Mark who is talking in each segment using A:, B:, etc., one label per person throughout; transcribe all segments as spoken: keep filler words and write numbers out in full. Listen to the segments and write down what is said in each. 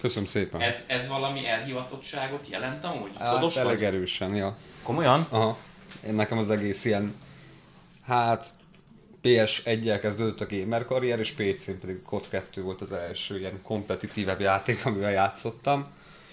A: Köszönöm szépen.
B: Ez, ez valami elhivatottságot jelent amúgy?
A: Hát elég erősen, ja.
B: Komolyan?
A: Aha. Én nekem az egész ilyen, hát pé es egyel kezdődött a gamer karrier, és pé cén pedig kod kettő volt az első ilyen kompetitívebb játék, amivel játszottam.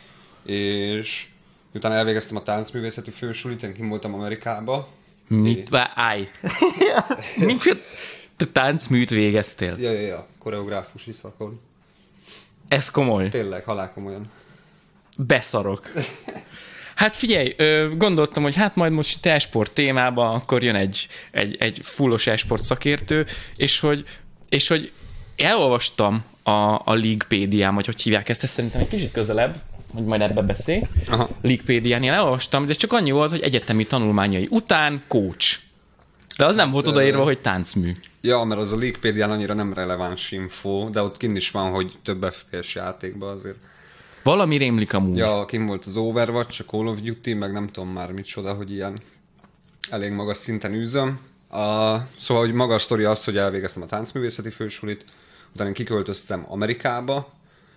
A: És utána elvégeztem a táncművészeti fősulit, én kim voltam Amerikába.
B: Mit? Vá, állj! Micsoda? Te táncműt végeztél?
A: Ja, ja, ja. Koreográfusi szakon.
B: Ez komoly.
A: Tényleg, halálkomolyan.
B: Beszarok. Hát figyelj, gondoltam, hogy hát majd most e-sport témában akkor jön egy, egy, egy fullos e-sport szakértő, és hogy, és hogy elolvastam a, a Leaguepédián, vagy hogy hívják ezt, ezt szerintem egy kicsit közelebb, hogy majd ebbe beszélj. Aha. Leaguepédián én elolvastam, de csak annyi volt, hogy egyetemi tanulmányai után coach. De az nem hát, volt odaírva, hogy táncmű.
A: Ja, mert az a Leaguepédián annyira nem releváns info, de ott kint is van, hogy több ef pé es játékban azért.
B: Valami rémlik amúgy.
A: Ja, kint volt az Overwatch, a Call of Duty, meg nem tudom már micsoda, hogy ilyen elég magas szinten űzöm. A, szóval, hogy maga a sztori az, hogy elvégeztem a táncművészeti fősulit, utána én kiköltöztem Amerikába,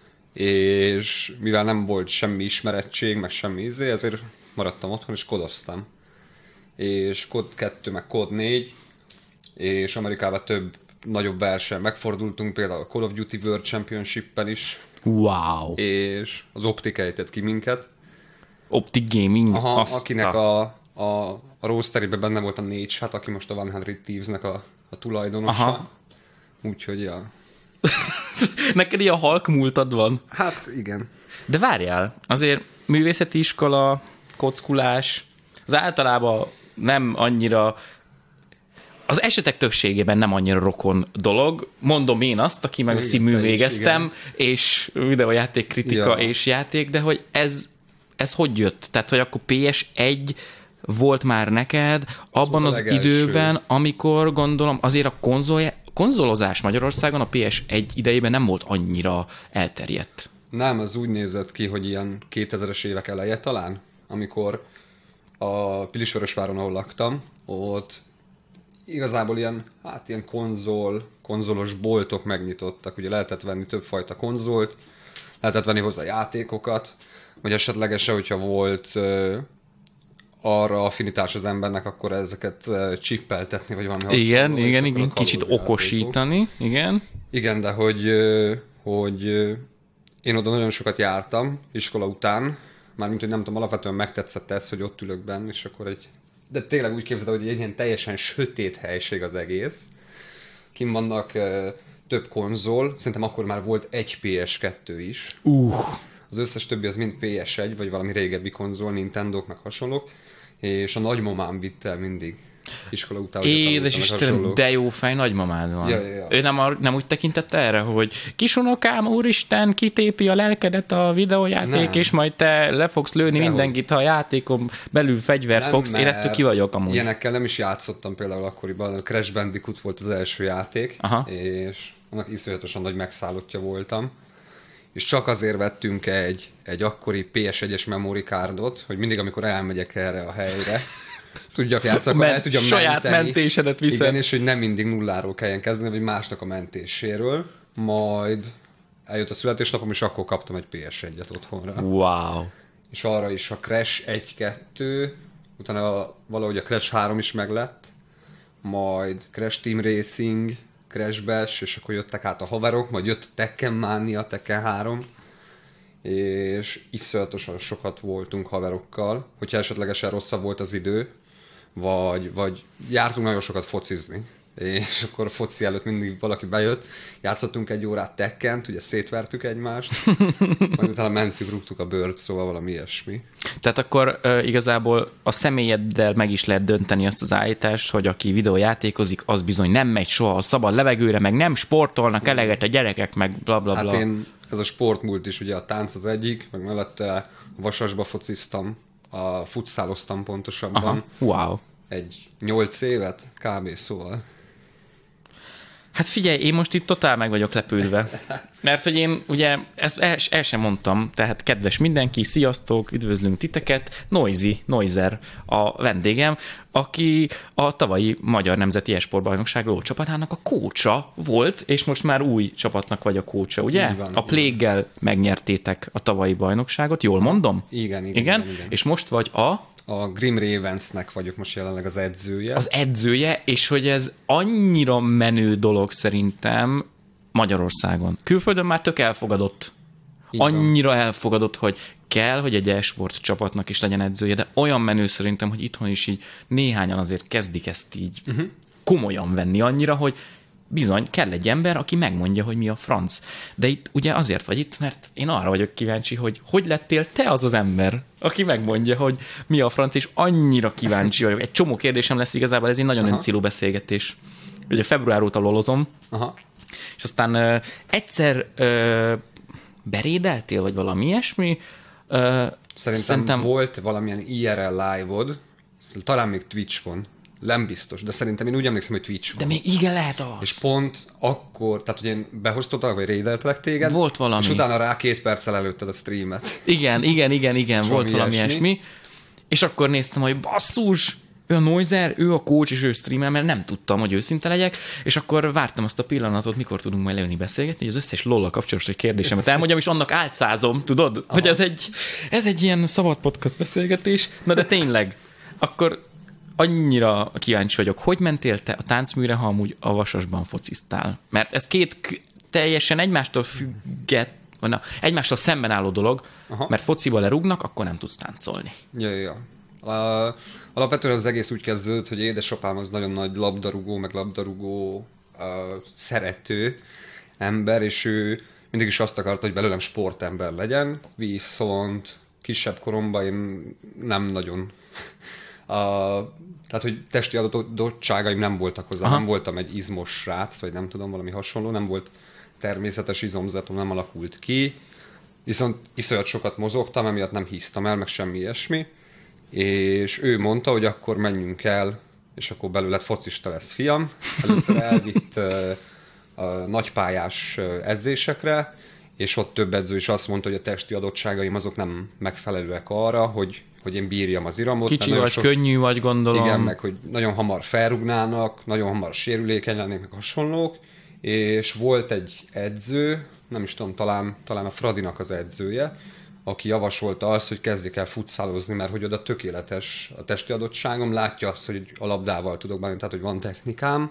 A: és mivel nem volt semmi ismerettség, meg semmi izé, ezért maradtam otthon, és kodoztam. És kod kettő, meg kod négy, és Amerikában több nagyobb verseny megfordultunk, például a Call of Duty World Championship-en is.
B: Wow.
A: És az Optic ejtett ki minket.
B: Optic Gaming.
A: Aha, akinek a, a, a rosterében benne volt a négy, hát aki most a száz Thieves-nek a, a tulajdonosa. Aha. Úgyhogy, ja.
B: Neked ilyen halk múltad van?
A: Hát, igen.
B: De várjál, azért művészeti iskola, kockulás, az általában nem annyira, az esetek többségében nem annyira rokon dolog. Mondom én azt, aki meg a színmű végeztem, és videójáték kritika ja. és játék, de hogy ez, ez hogy jött? Tehát, hogy akkor pé es egy volt már neked abban az, az időben, amikor gondolom azért a konzol, konzolozás Magyarországon a pé es egy idejében nem volt annyira elterjedt.
A: Nem, az úgy nézett ki, hogy ilyen kétezres évek eleje talán, amikor a Pilisvörösváron, ahol laktam, ott igazából ilyen, hát ilyen konzol, konzolos boltok megnyitottak. Ugye lehetett venni többfajta konzolt, lehetett venni hozzá játékokat, vagy esetlegesen, hogyha volt uh, arra affinitás az embernek, akkor ezeket uh, csippeltetni, vagy valami
B: igen,
A: hasonló.
B: Igen, igen, kicsit okosítani, játékok. igen.
A: Igen, de hogy, uh, hogy uh, én oda nagyon sokat jártam iskola után, mármint, hogy nem tudom, alapvetően megtetszett ez, hogy ott ülök benne, és akkor egy... De tényleg úgy képzeld, hogy egy ilyen teljesen sötét helység az egész. Kint vannak uh, több konzol, szerintem akkor már volt egy pé es kettő is.
B: Uh.
A: Az összes többi az mind pé es egy, vagy valami régebbi konzol, Nintendók, meg hasonlók. És a nagymamám vitt el mindig iskola után.
B: Édes Istenem, de jó fej nagymamád van.
A: Ja, ja, ja.
B: Ő nem, a, nem úgy tekintett erre, hogy kisunokám, úristen, kitépi a lelkedet a videójáték, nem. És majd te le fogsz lőni de mindenkit, hogy... ha a játékon belül fegyvert nem, fogsz. Én ettől ki vagyok amúgy.
A: Ilyenekkel nem is játszottam például akkoriban. A Crash Bandicoot volt az első játék, aha. És annak iszonyatosan nagy megszállottja voltam. És csak azért vettünk egy, egy akkori pé es egyes memory cardot, hogy mindig, amikor elmegyek erre a helyre, tudjak játszani, akkor el tudjam
B: saját
A: menteni.
B: mentésedet viszed.
A: Igen, és hogy nem mindig nulláról kelljen kezdeni, vagy másnak a mentéséről. Majd eljött a születésnapom, és akkor kaptam egy pé es egyet otthonra.
B: Wow.
A: És arra is a Crash egy kettő, utána valahogy a Crash három is meglett, majd Crash Team Racing, Crash Bash, és akkor jöttek át a haverok, majd jött a Tekken Mania, Tekken három, és iszonyatosan sokat voltunk haverokkal, hogyha esetlegesen rosszabb volt az idő, vagy, vagy jártunk nagyon sokat focizni, és akkor a foci előtt mindig valaki bejött, játszottunk egy órát Tekkent, ugye szétvertük egymást, majd utána mentük, rúgtuk a bőrt, szóval valami ilyesmi.
B: Tehát akkor uh, igazából a személyeddel meg is lehet dönteni azt az állítást, hogy aki videójátékozik, az bizony nem megy soha a szabad levegőre, meg nem sportolnak eleget a gyerekek, meg blablabla. Bla, bla.
A: Hát én, ez a sportmúlt is, ugye a tánc az egyik, meg mellette a Vasasba fociztam, a futszáloztam pontosabban.
B: Aha, wow.
A: Egy nyolc évet, kb. Szóval.
B: Hát figyelj, én most itt totál meg vagyok lepődve. Mert hogy én ugye ezt el, el sem mondtam, tehát kedves mindenki, sziasztok, üdvözlünk titeket, Noisy, Noizer a vendégem, aki a tavalyi Magyar Nemzeti E-sportbajnokság LoL csapatának a kócsa volt, és most már új csapatnak vagy a kócsa, ugye?
A: Van,
B: a Plague-gel megnyertétek a tavalyi bajnokságot, jól mondom?
A: Igen, igen.
B: Igen?
A: igen, igen.
B: És most vagy a...
A: A Grim Ravensnek vagyok most jelenleg az edzője.
B: Az edzője, és hogy ez annyira menő dolog szerintem Magyarországon. Külföldön már tök elfogadott. Így annyira van. Elfogadott, hogy kell, hogy egy e-sport csapatnak is legyen edzője, de olyan menő szerintem, hogy itthon is így néhányan azért kezdik ezt így uh-huh. komolyan venni annyira, hogy bizony, kell egy ember, aki megmondja, hogy mi a franc. De itt ugye azért vagy itt, mert én arra vagyok kíváncsi, hogy hogy lettél te az az ember, aki megmondja, hogy mi a franc, és annyira kíváncsi vagyok. Egy csomó kérdésem lesz igazából, ez egy nagyon öncélú beszélgetés. Ugye február óta lolozom, Aha. és aztán uh, egyszer uh, berédeltél, vagy valami ilyesmi? Uh,
A: szerintem, szerintem volt valamilyen I R L live-od, talán még Twitch-on. Nem biztos, de szerintem én úgy emlékszem, hogy Twitch.
B: De még igen lehet az.
A: És pont akkor, tehát hogy én behoztottalak, vagy raideltelek téged.
B: Volt valami.
A: És utána rá két perccel előtted a streamet.
B: Igen, igen, igen, igen, és volt valami ilyesmi. ilyesmi. És akkor néztem, hogy basszus, ő a Noizer, ő a coach, és ő streamer, mert nem tudtam, hogy őszinte legyek, és akkor vártam azt a pillanatot, mikor tudunk majd leülni beszélgetni, hogy az összes lollal kapcsolatos kérdésemet elmondjam, és annak álcázom, tudod, Aha. hogy ez egy, ez egy ilyen szabad podcast beszélgetés. Na de tényleg, akkor annyira kíváncsi vagyok, hogy mentél te a táncműre, ha amúgy a Vasasban fociztál? Mert ez két k- teljesen egymástól függet, vagy na, egymástól szemben álló dolog, Aha. mert fociba lerúgnak, akkor nem tudsz táncolni.
A: Ja, ja. Uh, alapvetően az egész úgy kezdődött, hogy édesapám az nagyon nagy labdarúgó, meg labdarúgó uh, szerető ember, és ő mindig is azt akarta, hogy belőlem sportember legyen, viszont kisebb koromban én nem nagyon... Uh, tehát, hogy testi adottságaim nem voltak hozzá, Aha. nem voltam egy izmos srác, vagy nem tudom, valami hasonló, nem volt természetes izomzatom, nem alakult ki, viszont iszonyat sokat mozogtam, emiatt nem híztam el, meg semmi ilyesmi, és ő mondta, hogy akkor menjünk el, és akkor belőled focista lesz, fiam. Először elvitt uh, a nagypályás edzésekre, és ott több edző is azt mondta, hogy a testi adottságaim azok nem megfelelőek arra, hogy hogy én bírjam az iramot.
B: Kicsi vagy, sok... könnyű vagy, gondolom.
A: Igen, meg hogy nagyon hamar felrugnának, nagyon hamar sérülékeny lennék, meg hasonlók, és volt egy edző, nem is tudom, talán, talán a Fradinak az edzője, aki javasolta azt, hogy kezdjék el futszálozni, mert hogy oda tökéletes a testi adottságom, látja azt, hogy a labdával tudok bánni, tehát hogy van technikám,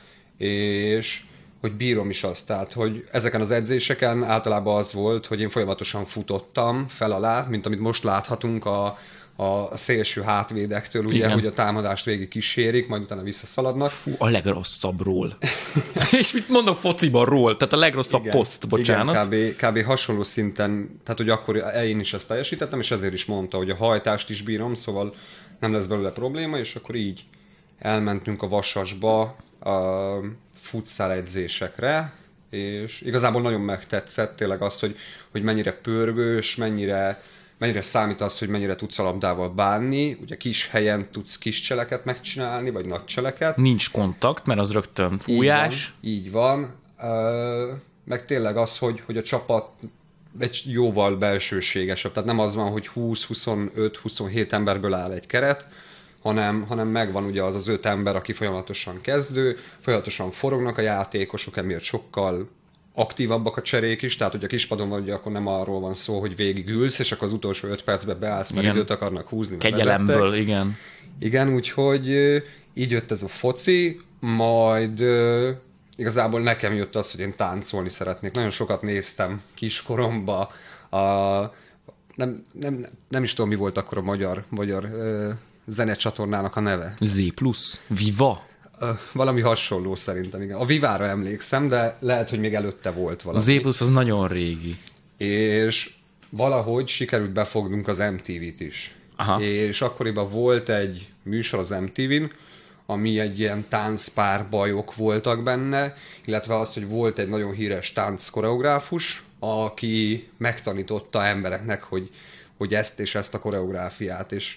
A: és hogy bírom is azt, tehát hogy ezeken az edzéseken általában az volt, hogy én folyamatosan futottam fel alá, mint amit most láthatunk a, a szélső hátvédektől, ugye, hogy a támadást végig kísérik, majd utána visszaszaladnak.
B: Fú, a legrosszabbról. És mit mondok fociban ról? Tehát a legrosszabb igen, poszt, bocsánat.
A: Igen, kb, kb. Hasonló szinten, tehát hogy akkor én is ezt teljesítettem, és ezért is mondta, hogy a hajtást is bírom, szóval nem lesz belőle probléma, és akkor így elmentünk a Vasasba a futszál edzésekre, és igazából nagyon megtetszett tényleg az, hogy, hogy mennyire pörgős, mennyire, mennyire számít az, hogy mennyire tudsz a labdával bánni, ugye kis helyen tudsz kis cseleket megcsinálni, vagy nagy cseleket.
B: Nincs kontakt, mert az rögtön fújás.
A: Így van, így van. Meg tényleg az, hogy, hogy a csapat egy jóval belsőségesebb, tehát nem az van, hogy húsz, huszonöt, huszonhét emberből áll egy keret, hanem, hanem megvan ugye az az öt ember, aki folyamatosan kezdő, folyamatosan forognak a játékosok, emiatt sokkal aktívabbak a cserék is, tehát hogy a kispadon vagy, akkor nem arról van szó, hogy végigülsz, és akkor az utolsó öt percben beállsz, mert igen. időt akarnak húzni.
B: Kegyelemből, vezettek. igen.
A: Igen, úgyhogy így jött ez a foci, majd igazából nekem jött az, hogy én táncolni szeretnék. Nagyon sokat néztem kiskoromba, a, nem, nem, nem is tudom, mi volt akkor a magyar, magyar zenecsatornának a neve.
B: Z plusz, Viva?
A: Uh, valami hasonló szerintem, igen. A Vivára emlékszem, de lehet, hogy még előtte volt valami.
B: A Z plusz az nagyon régi.
A: És valahogy sikerült befognunk az em té vét is. Aha. És akkoriban volt egy műsor az em té vén, ami egy ilyen táncpárbajok voltak benne, illetve az, hogy volt egy nagyon híres tánckoreográfus, aki megtanította embereknek, hogy, hogy ezt és ezt a koreográfiát, és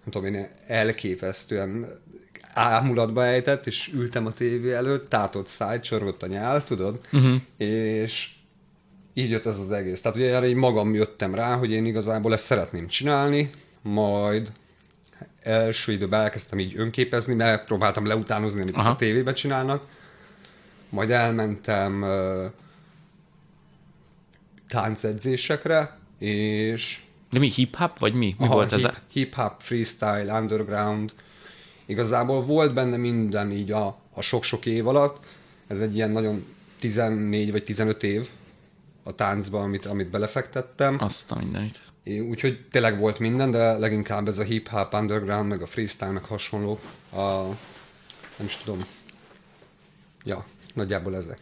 A: nem tudom én, elképesztően ámulatba ejtett, és ültem a tévé előtt, tátott száj, csorgott a nyál, tudod? Uh-huh. És így jött ez az egész. Tehát ugye erre így magam jöttem rá, hogy én igazából ezt szeretném csinálni, majd első időben elkezdtem így önképezni, mert próbáltam leutánozni, amit Aha. a tévében csinálnak. Majd elmentem uh, táncedzésekre, és...
B: De mi, hip-hop, vagy mi? Mi
A: Aha,
B: volt ez?
A: Hip, hip-hop, freestyle, underground. Igazából volt benne minden így a, a sok-sok év alatt. Ez egy ilyen nagyon tizennégy vagy tizenöt év a táncban, amit, amit belefektettem.
B: Azt a mindenit.
A: Úgyhogy tényleg volt minden, de leginkább ez a hip-hop, underground, meg a freestyle, meg hasonló. A, nem is tudom. Ja, nagyjából ezek.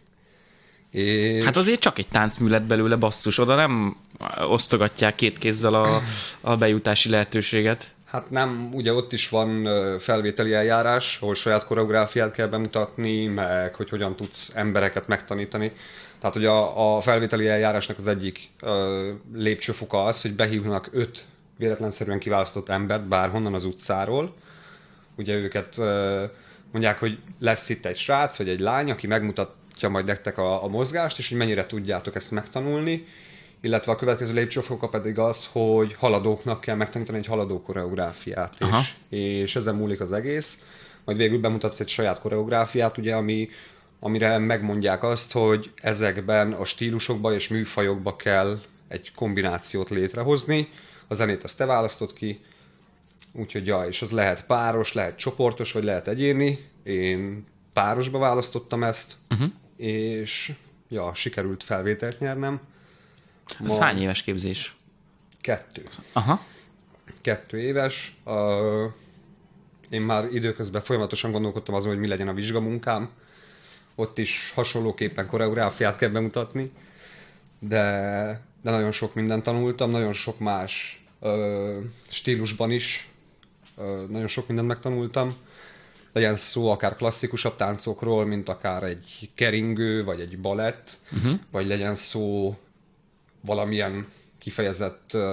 A: És...
B: Hát azért csak egy táncmű lett belőle, basszus. Oda nem osztogatják két kézzel a, a bejutási lehetőséget.
A: Hát nem, ugye ott is van felvételi eljárás, ahol saját koreográfiát kell bemutatni, meg hogy hogyan tudsz embereket megtanítani. Tehát ugye a, a felvételi eljárásnak az egyik ö, lépcsőfoka az, hogy behívnak öt véletlenszerűen kiválasztott embert bárhonnan az utcáról. Ugye őket ö, mondják, hogy lesz itt egy srác vagy egy lány, aki megmutatja majd nektek a, a mozgást, és hogy mennyire tudjátok ezt megtanulni. Illetve a következő lépcsőfoka pedig az, hogy haladóknak kell megtanítani egy haladó koreográfiát, és, és ezen múlik az egész. Majd végül bemutatsz egy saját koreográfiát, ugye, ami, amire megmondják azt, hogy ezekben a stílusokban és műfajokban kell egy kombinációt létrehozni. A zenét azt te választod ki, úgyhogy ja, és az lehet páros, lehet csoportos, vagy lehet egyéni. Én párosba választottam ezt, uh-huh. és ja, sikerült felvételt nyernem.
B: Ez hány éves képzés?
A: Kettő.
B: Aha.
A: Kettő éves. Uh, én már időközben folyamatosan gondolkodtam azon, hogy mi legyen a vizsgamunkám. Ott is hasonlóképpen koreográfiát kell bemutatni, de, de nagyon sok mindent tanultam, nagyon sok más uh, stílusban is uh, nagyon sok mindent megtanultam. Legyen szó akár klasszikusabb táncokról, mint akár egy keringő, vagy egy balett, uh-huh. vagy legyen szó valamilyen kifejezett uh,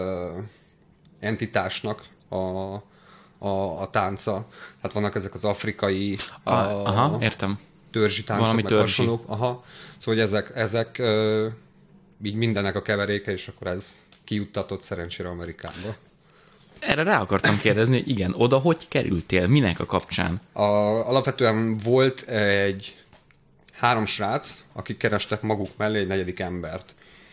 A: entitásnak a, a, a tánca. Hát vannak ezek az afrikai
B: a, a, aha, értem.
A: törzsi táncok,
B: valami
A: meg
B: törzsi.
A: hasonlók. Aha. Szóval hogy ezek, ezek uh, így mindennek a keveréke, és akkor ez kijuttatott szerencsére Amerikába.
B: Erre rá akartam kérdezni, hogy igen, oda hogy kerültél? Minek a kapcsán?
A: A, alapvetően volt egy három srác, akik kerestek maguk mellé egy negyedik embert.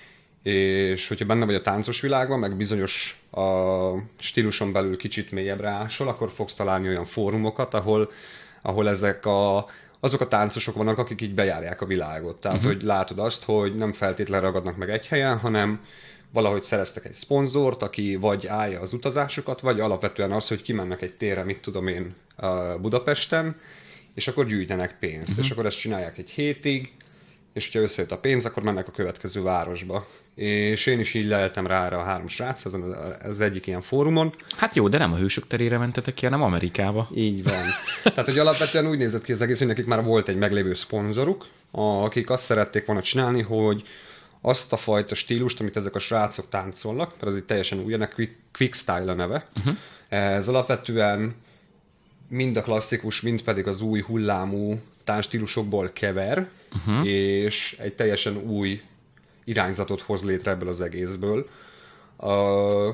A: És hogyha benne vagy a táncos világban, meg bizonyos a stíluson belül kicsit mélyebbre ásol, akkor fogsz találni olyan fórumokat, ahol, ahol ezek a, azok a táncosok vannak, akik így bejárják a világot. Tehát, uh-huh. hogy látod azt, hogy nem feltétlenül ragadnak meg egy helyen, hanem valahogy szereztek egy szponzort, aki vagy állja az utazásokat, vagy alapvetően az, hogy kimennek egy térre, mit tudom én, Budapesten, és akkor gyűjtenek pénzt. Uh-huh. És akkor ezt csinálják egy hétig, és hogyha összejött a pénz, akkor mennek a következő városba. És én is így leltem rá erre a három srác, ez az egyik ilyen fórumon.
B: Hát jó, de nem a Hősök terére mentetek ki, hanem Amerikába.
A: Így van. Tehát, hogy alapvetően úgy nézett ki az egész, hogy nekik már volt egy meglévő szponzoruk, akik azt szerették volna csinálni, hogy azt a fajta stílust, amit ezek a srácok táncolnak, mert ez egy teljesen új, ennek quick, quick style a neve. Uh-huh. Ez alapvetően mind a klasszikus, mind pedig az új hullámú táncstílusokból kever, uh-huh. és egy teljesen új irányzatot hoz létre ebből az egészből. Uh,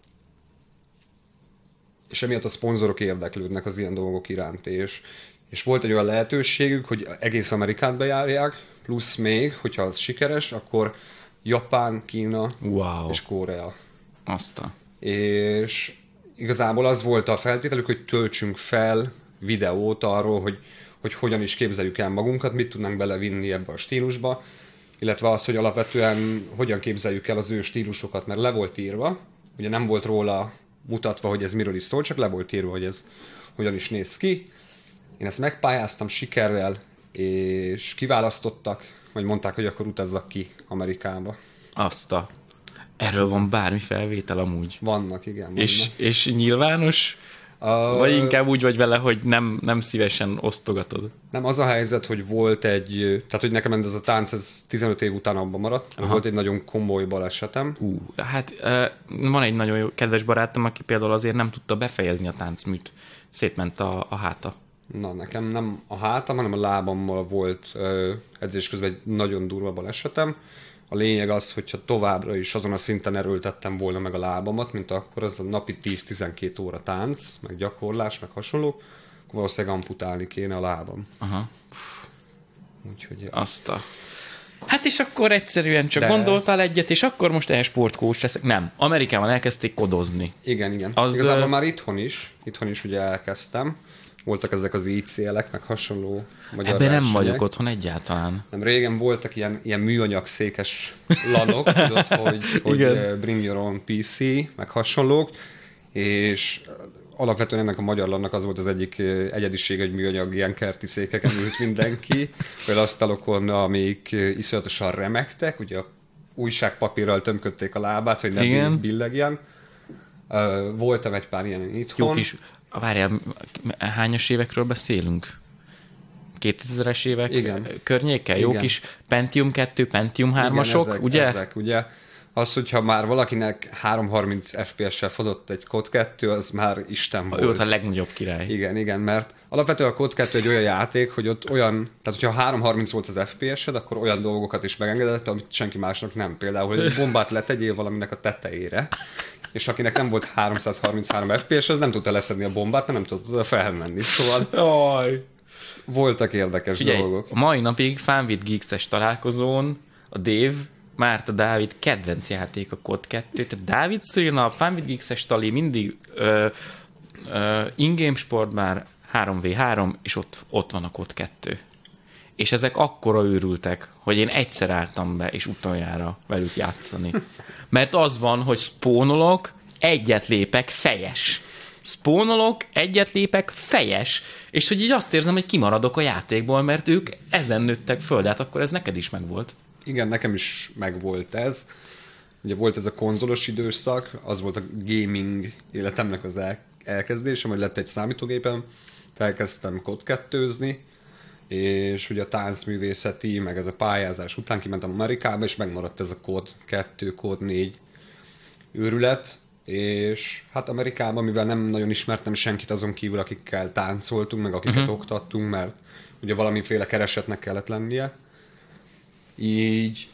A: és emiatt a szponzorok érdeklődnek az ilyen dolgok iránt, és, és volt egy olyan lehetőségük, hogy egész Amerikát bejárják, plusz még, hogyha az sikeres, akkor Japán, Kína
B: wow.
A: és Korea.
B: Aztán.
A: És igazából az volt a feltételük, hogy töltsünk fel videót arról, hogy, hogy hogyan is képzeljük el magunkat, mit tudnánk belevinni ebbe a stílusba, illetve az, hogy alapvetően hogyan képzeljük el az ő stílusokat, mert le volt írva, ugye nem volt róla mutatva, hogy ez miről is szól, csak le volt írva, hogy ez hogyan is néz ki. Én ezt megpályáztam sikerrel, és kiválasztottak, majd mondták, hogy akkor utazzak ki Amerikába.
B: Azt a... Erről van bármi felvétel amúgy.
A: Vannak, igen. Vannak.
B: És, és nyilvános
A: Uh,
B: Vagy inkább úgy vagy vele, hogy nem, nem szívesen osztogatod?
A: Nem, az a helyzet, hogy volt egy, tehát hogy nekem ez a tánc, ez tizenöt év után abban maradt, Aha. volt egy nagyon komoly balesetem.
B: Ú, hát van egy nagyon jó kedves barátom, aki például azért nem tudta befejezni a táncműt. Szétment a, a háta.
A: Na, nekem nem a hátam, hanem a lábammal volt ö, edzés közben egy nagyon durva balesetem. A lényeg az, hogyha továbbra is azon a szinten erőltettem volna meg a lábamat, mint akkor, az a napi tíz-tizenkét óra tánc, meg gyakorlás, meg hasonló, akkor valószínűleg amputálni kéne a lábam.
B: Aha.
A: Úgyhogy...
B: Azt a... Hát és akkor egyszerűen csak
A: De...
B: gondoltál egyet, és akkor most e-sportcoach leszek. Nem. Amerikában elkezdték kodozni.
A: Igen, igen.
B: Az...
A: Igazából már itthon is, itthon is ugye elkezdtem. Voltak ezek az í cé el-ek, meg hasonló magyar
B: Ebben nem
A: versenyek.
B: vagyok otthon egyáltalán.
A: Nem, régen voltak ilyen, ilyen műanyag székes lanok, tudod, hogy, hogy bring your own pé cé, meg hasonlók, és alapvetően ennek a magyar lannak az volt az egyik egyedisége, hogy műanyag ilyen kerti székeken ült mindenki, vagy asztalokon, amik iszonyatosan remegtek, ugye a újságpapírral tömködték a lábát, hogy nem billegjen. Voltam egy pár ilyen itthon.
B: Jó kis, várjál, hányas évekről beszélünk? kétezres évek
A: Igen.
B: környéke? Jó
A: Igen.
B: kis Pentium kettő, Pentium hármasok,
A: Igen, ezek,
B: ugye?
A: Ezek, ugye? Az, hogyha már valakinek háromszázharminc ef pé es-sel fodott egy Code kettő, az már Isten volt.
B: Ő volt a legnagyobb király.
A: Igen, igen, mert alapvetően a Code kettő egy olyan játék, hogy ott olyan, tehát hogyha háromszázharminc volt az ef pé es-ed, akkor olyan dolgokat is megengedett, amit senki másnak nem. Például, hogy egy bombát letegyél valaminek a tetejére, és akinek nem volt háromszázharminchárom ef pé es, az nem tudta leszedni a bombát, mert nem tudta oda felmenni. Szóval
B: Jaj.
A: voltak érdekes
B: Figyelj,
A: dolgok.
B: a mai napig Fun with Geeks-es találkozón a Dave, Márta Dávid kedvenc játék a Code kettő. Tehát Dávid szüljen a Fun with Geeks-es tali mindig ö, ö, in-game sport már három vé három, és ott, ott van a Code kettő. És ezek akkora őrültek, hogy én egyszer álltam be, és utoljára velük játszani. Mert az van, hogy spónolok, egyet lépek, fejes. Spónolok, egyet lépek, fejes. És hogy így azt érzem, hogy kimaradok a játékból, mert ők ezen nőttek föl, de hát akkor ez neked is megvolt.
A: Igen, nekem is megvolt ez. Ugye volt ez a konzolos időszak, az volt a gaming életemnek az el- elkezdése, majd lett egy számítógépem, elkezdtem Code kettőzni, és ugye a táncművészeti, meg ez a pályázás után kimentem Amerikába, és megmaradt ez a Code kettő, Code négy őrület, és hát Amerikában, mivel nem nagyon ismertem senkit azon kívül, akikkel táncoltunk, meg akiket uh-huh. oktattunk, mert ugye valamiféle keresetnek kellett lennie, így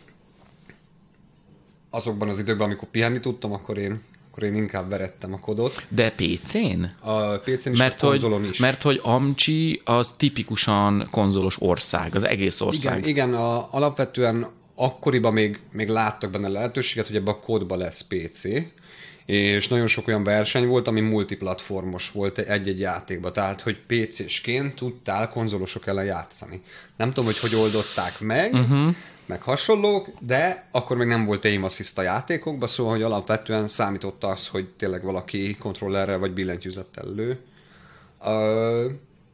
A: azokban az időkben, amikor pihenni tudtam, akkor én, akkor én inkább verettem a kodot.
B: De pé cén?
A: A pé cén is,
B: mert
A: a konzolon
B: hogy,
A: is.
B: Mert hogy Amcsi az tipikusan konzolos ország, az egész ország.
A: Igen, igen a, alapvetően akkoriban még, még láttak benne lehetőséget, hogy ebben a kódban lesz pé cé, és nagyon sok olyan verseny volt, ami multiplatformos volt egy-egy játékban, tehát hogy pé césként tudtál konzolosok ellen játszani. Nem tudom, hogy hogy oldották meg, uh-huh. meg hasonlók, de akkor még nem volt aim assist a játékokban, szóval, hogy alapvetően számított az, hogy tényleg valaki kontrollerrel vagy billentyűzettel lő. Uh,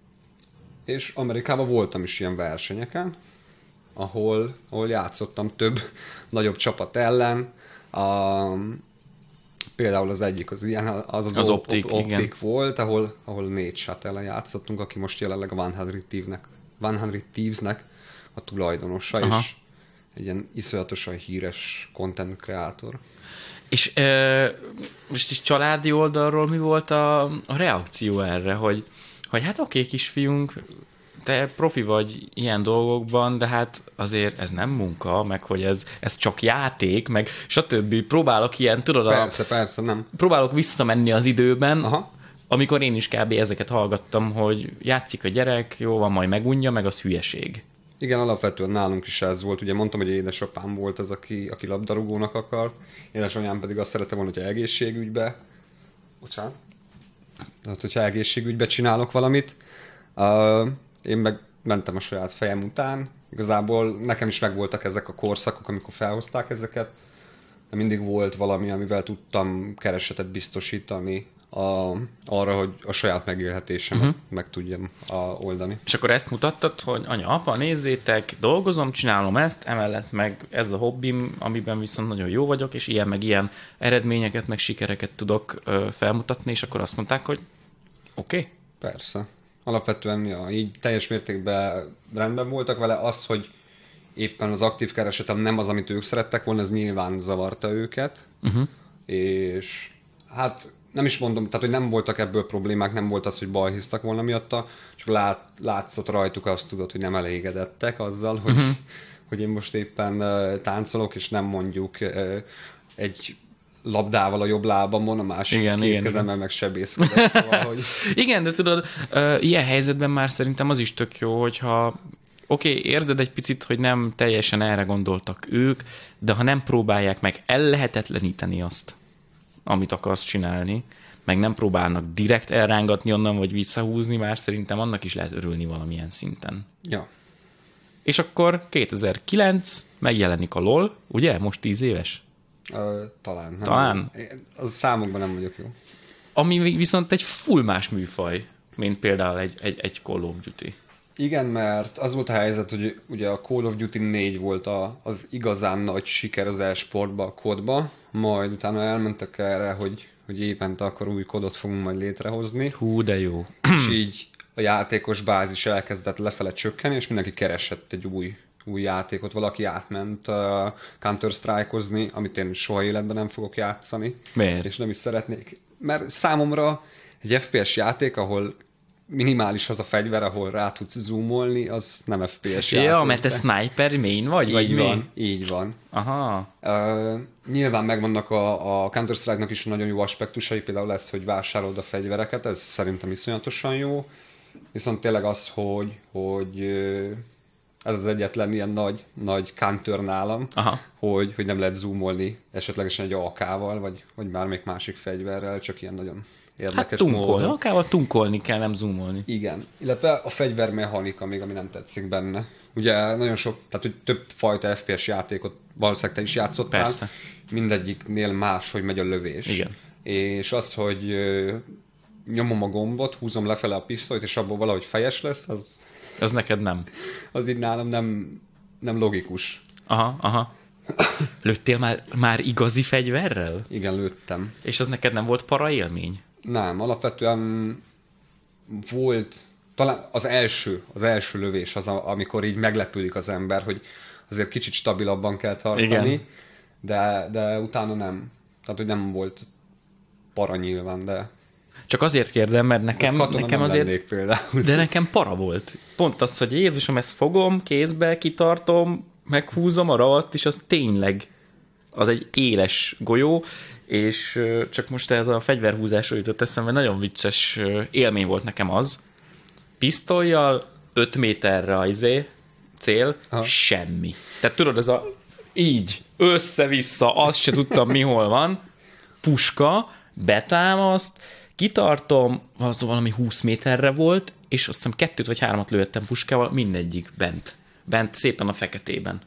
A: és Amerikában voltam is ilyen versenyeken, ahol, ahol játszottam több nagyobb csapat ellen. Uh, például az egyik az ilyen, az az,
B: az
A: op-
B: Optic,
A: op- optic
B: igen.
A: volt, ahol, ahol négy shot ellen játszottunk, aki most jelenleg a száz Thieves-nek, száz Thieves-nek a tulajdonosa, Aha. és egy ilyen iszonyatosan híres content kreator.
B: És e, most is családi oldalról mi volt a, a reakció erre, hogy, hogy hát oké, kisfiunk, te profi vagy ilyen dolgokban, de hát azért ez nem munka, meg hogy ez, ez csak játék, meg stb. Próbálok ilyen, tudod,
A: Persze,
B: a,
A: persze, nem.
B: próbálok visszamenni az időben,
A: Aha.
B: amikor én is kb. Ezeket hallgattam, hogy játszik a gyerek, jó van, majd megunja, meg az hülyeség.
A: Igen, alapvetően nálunk is ez volt. Ugye mondtam, hogy édesapám volt az, aki, aki labdarúgónak akart, édesanyám pedig azt szerette volna, hogyha egészségügybe, bocsánat, tehát hogyha egészségügybe csinálok valamit. Uh, én meg mentem a saját fejem után. Igazából nekem is megvoltak ezek a korszakok, amikor felhozták ezeket, de mindig volt valami, amivel tudtam keresetet biztosítani a, arra, hogy a saját megélhetésemet uh-huh. meg tudjam a, oldani.
B: És akkor ezt mutattad, hogy anya, apa, nézzétek, dolgozom, csinálom ezt, emellett meg ez a hobbim, amiben viszont nagyon jó vagyok, és ilyen meg ilyen eredményeket, meg sikereket tudok ö, felmutatni, és akkor azt mondták, hogy Oké? Okay?
A: Persze. Alapvetően ja, így teljes mértékben rendben voltak vele. Az, hogy éppen az aktív keresetem nem az, amit ők szerettek volna, ez nyilván zavarta őket. Uh-huh. És hát nem is mondom, tehát hogy nem voltak ebből problémák, nem volt az, hogy balhéztak volna miatta, csak lát, látszott rajtuk, azt tudod, hogy nem elégedettek azzal, hogy, uh-huh. hogy én most éppen uh, táncolok, és nem mondjuk uh, egy labdával a jobb lábamon, a másik igen, két igen, kezemmel meg sebészkedett, szóval, hogy...
B: Igen, de tudod, uh, ilyen helyzetben már szerintem az is tök jó, hogyha oké, okay, érzed egy picit, hogy nem teljesen erre gondoltak ők, de ha nem próbálják meg ellehetetleníteni azt, amit akarsz csinálni, meg nem próbálnak direkt elrángatni onnan, vagy visszahúzni, már szerintem annak is lehet örülni valamilyen szinten.
A: Ja.
B: És akkor kétezer-kilenc megjelenik a LOL, ugye? Most tíz éves?
A: Ö, talán. Nem
B: talán?
A: Az számokban nem vagyok jó.
B: Ami viszont egy full más műfaj, mint például egy, egy, egy Call of Duty.
A: Igen, mert az volt a helyzet, hogy ugye a Call of Duty négy volt a, az igazán nagy siker az e-sportba, a kodba, majd utána elmentek erre, hogy, hogy évente akkor új kodot fogunk majd létrehozni.
B: Hú, de jó.
A: És így a játékos bázis elkezdett lefele csökkenni, és mindenki keresett egy új, új játékot. Valaki átment uh, Counter-Strike-ozni, amit én soha életben nem fogok játszani.
B: Miért?
A: És nem is szeretnék. Mert számomra egy ef pé es játék, ahol minimális az a fegyver, ahol rá tudsz zoomolni, az nem ef pé es játék.
B: Ja, mert te sniper main vagy?
A: Így
B: vagy
A: van,
B: mi?
A: így van.
B: Aha.
A: Uh, nyilván megvannak a, a Counter-Strike-nak is nagyon jó aspektusai, például lesz, hogy vásárolod a fegyvereket, ez szerintem iszonyatosan jó. Viszont tényleg az, hogy, hogy ez az egyetlen ilyen nagy, nagy counter nálam, Aha. hogy, hogy nem lehet zoomolni esetlegesen egy á ká-val, vagy, vagy bármelyik másik fegyverrel, csak ilyen nagyon érdekes
B: hát tunkol,
A: módon.
B: á ká-val tunkolni kell, nem zoomolni.
A: Igen, illetve a fegyver mechanika még, ami nem tetszik benne. Ugye nagyon sok, tehát hogy több fajta ef pé es játékot valószínűleg te is játszottál.
B: Persze.
A: Mindegyiknél más, hogy megy a lövés.
B: Igen.
A: És az, hogy nyomom a gombot, húzom lefele a pisztolyt, és abból valahogy fejes lesz, az...
B: Az neked nem.
A: Az így nálam nem, nem logikus.
B: Aha, aha. Lőttél már, már igazi fegyverrel?
A: Igen, lőttem.
B: És az neked nem volt para élmény?
A: Nem, alapvetően volt, talán az első, az első lövés az, amikor így meglepődik az ember, hogy azért kicsit stabilabban kell tartani, de, de utána nem. Tehát, hogy nem volt para nyilván, de...
B: Csak azért kérdem, mert nekem, nekem azért...
A: Például.
B: De nekem para volt. Pont az, hogy Jézusom, ezt fogom, kézbe kitartom, meghúzom a ravat, és az tényleg az egy éles golyó, és csak most ez a fegyverhúzásról jutott eszembe, nagyon vicces élmény volt nekem az. Pisztollyal öt méterre az izé, cél, ha. Semmi. Tehát tudod, ez a így, össze-vissza, azt se tudtam, mi hol van, puska, betámaszt, kitartom, az valami húsz méterre volt, és azt hiszem kettőt vagy háromat lőttem puskával, mindegyik bent. Bent szépen a feketében.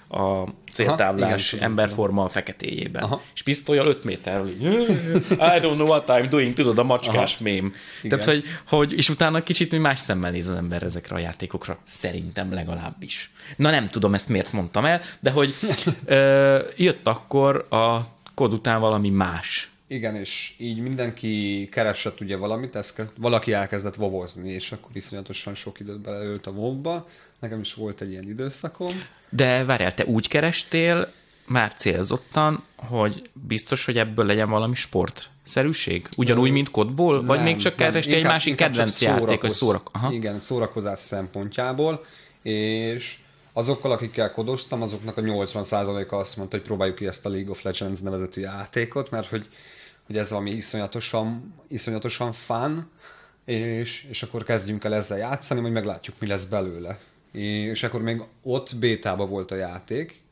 B: A céltáblás aha, emberforma a feketéjében. Aha. És pisztollyal öt méterről így, I don't know what I'm doing, tudod, a macskás aha. mém. Igen. Tehát, hogy, hogy, és utána kicsit más szemmel néz az ember ezekre a játékokra. Szerintem legalábbis. Na nem tudom, ezt miért mondtam el, de hogy ö, jött akkor a kod után valami más.
A: Igen, és így mindenki keresett ugye valamit, ezt, valaki elkezdett vovozni, és akkor iszonyatosan sok időt beleölt a vovba. Nekem is volt egy ilyen időszakom.
B: De várjál, te úgy kerestél már célzottan, hogy biztos, hogy ebből legyen valami sportszerűség? Ugyanúgy, mint kodból? Nem, vagy még csak kerestél egy másik kedvenc játék, hogy szórak... Aha.
A: Igen, szórakozás szempontjából, és azokkal, akikkel kodoztam, azoknak a nyolcvan százaléka azt mondta, hogy próbáljuk ki ezt a League of Legends nevezetű játékot, mert hogy, hogy ez valami iszonyatosan, iszonyatosan fun, és, és akkor kezdjünk el ezzel játszani, majd meglátjuk, mi lesz belőle. És akkor még ott bétában volt a játék,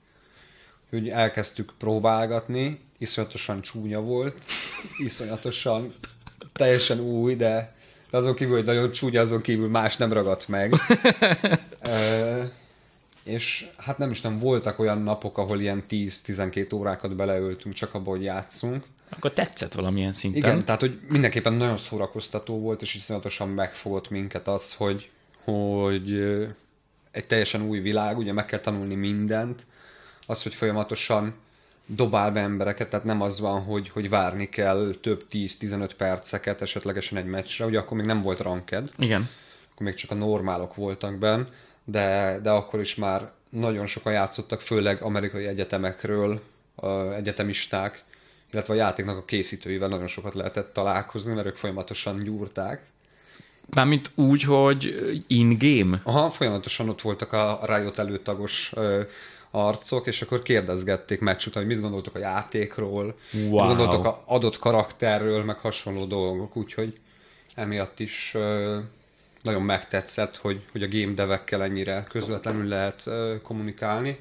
A: hogy elkezdtük próbálgatni, iszonyatosan csúnya volt, iszonyatosan teljesen új, de, de azon kívül, hogy nagyon csúnya, azon kívül más nem ragadt meg. e, és hát nem is nem voltak olyan napok, ahol ilyen tíz-tizenkét órákat beleöltünk csak abba, hogy játszunk.
B: Akkor tetszett valamilyen szinten.
A: Igen, tehát hogy mindenképpen nagyon szórakoztató volt, és iszonyatosan megfogott minket az, hogy, hogy egy teljesen új világ, ugye meg kell tanulni mindent, az, hogy folyamatosan dobál be embereket, tehát nem az van, hogy, hogy várni kell több tíz-tizenöt perceket esetlegesen egy meccsre, ugye akkor még nem volt ranked.
B: Igen.
A: Akkor még csak a normálok voltak benn, de, de akkor is már nagyon sokan játszottak, főleg amerikai egyetemekről, egyetemisták, illetve a játéknak a készítőivel nagyon sokat lehetett találkozni, mert ők folyamatosan gyúrták.
B: Mármint úgy, hogy in-game?
A: Aha, folyamatosan ott voltak a Riot előtagos ö, arcok, és akkor kérdezgették meccs után, hogy mit gondoltok a játékról,
B: Wow.
A: mit gondoltok a adott karakterről, meg hasonló dolgok, úgyhogy emiatt is ö, nagyon megtetszett, hogy, hogy a game devekkel ennyire közvetlenül lehet ö, kommunikálni.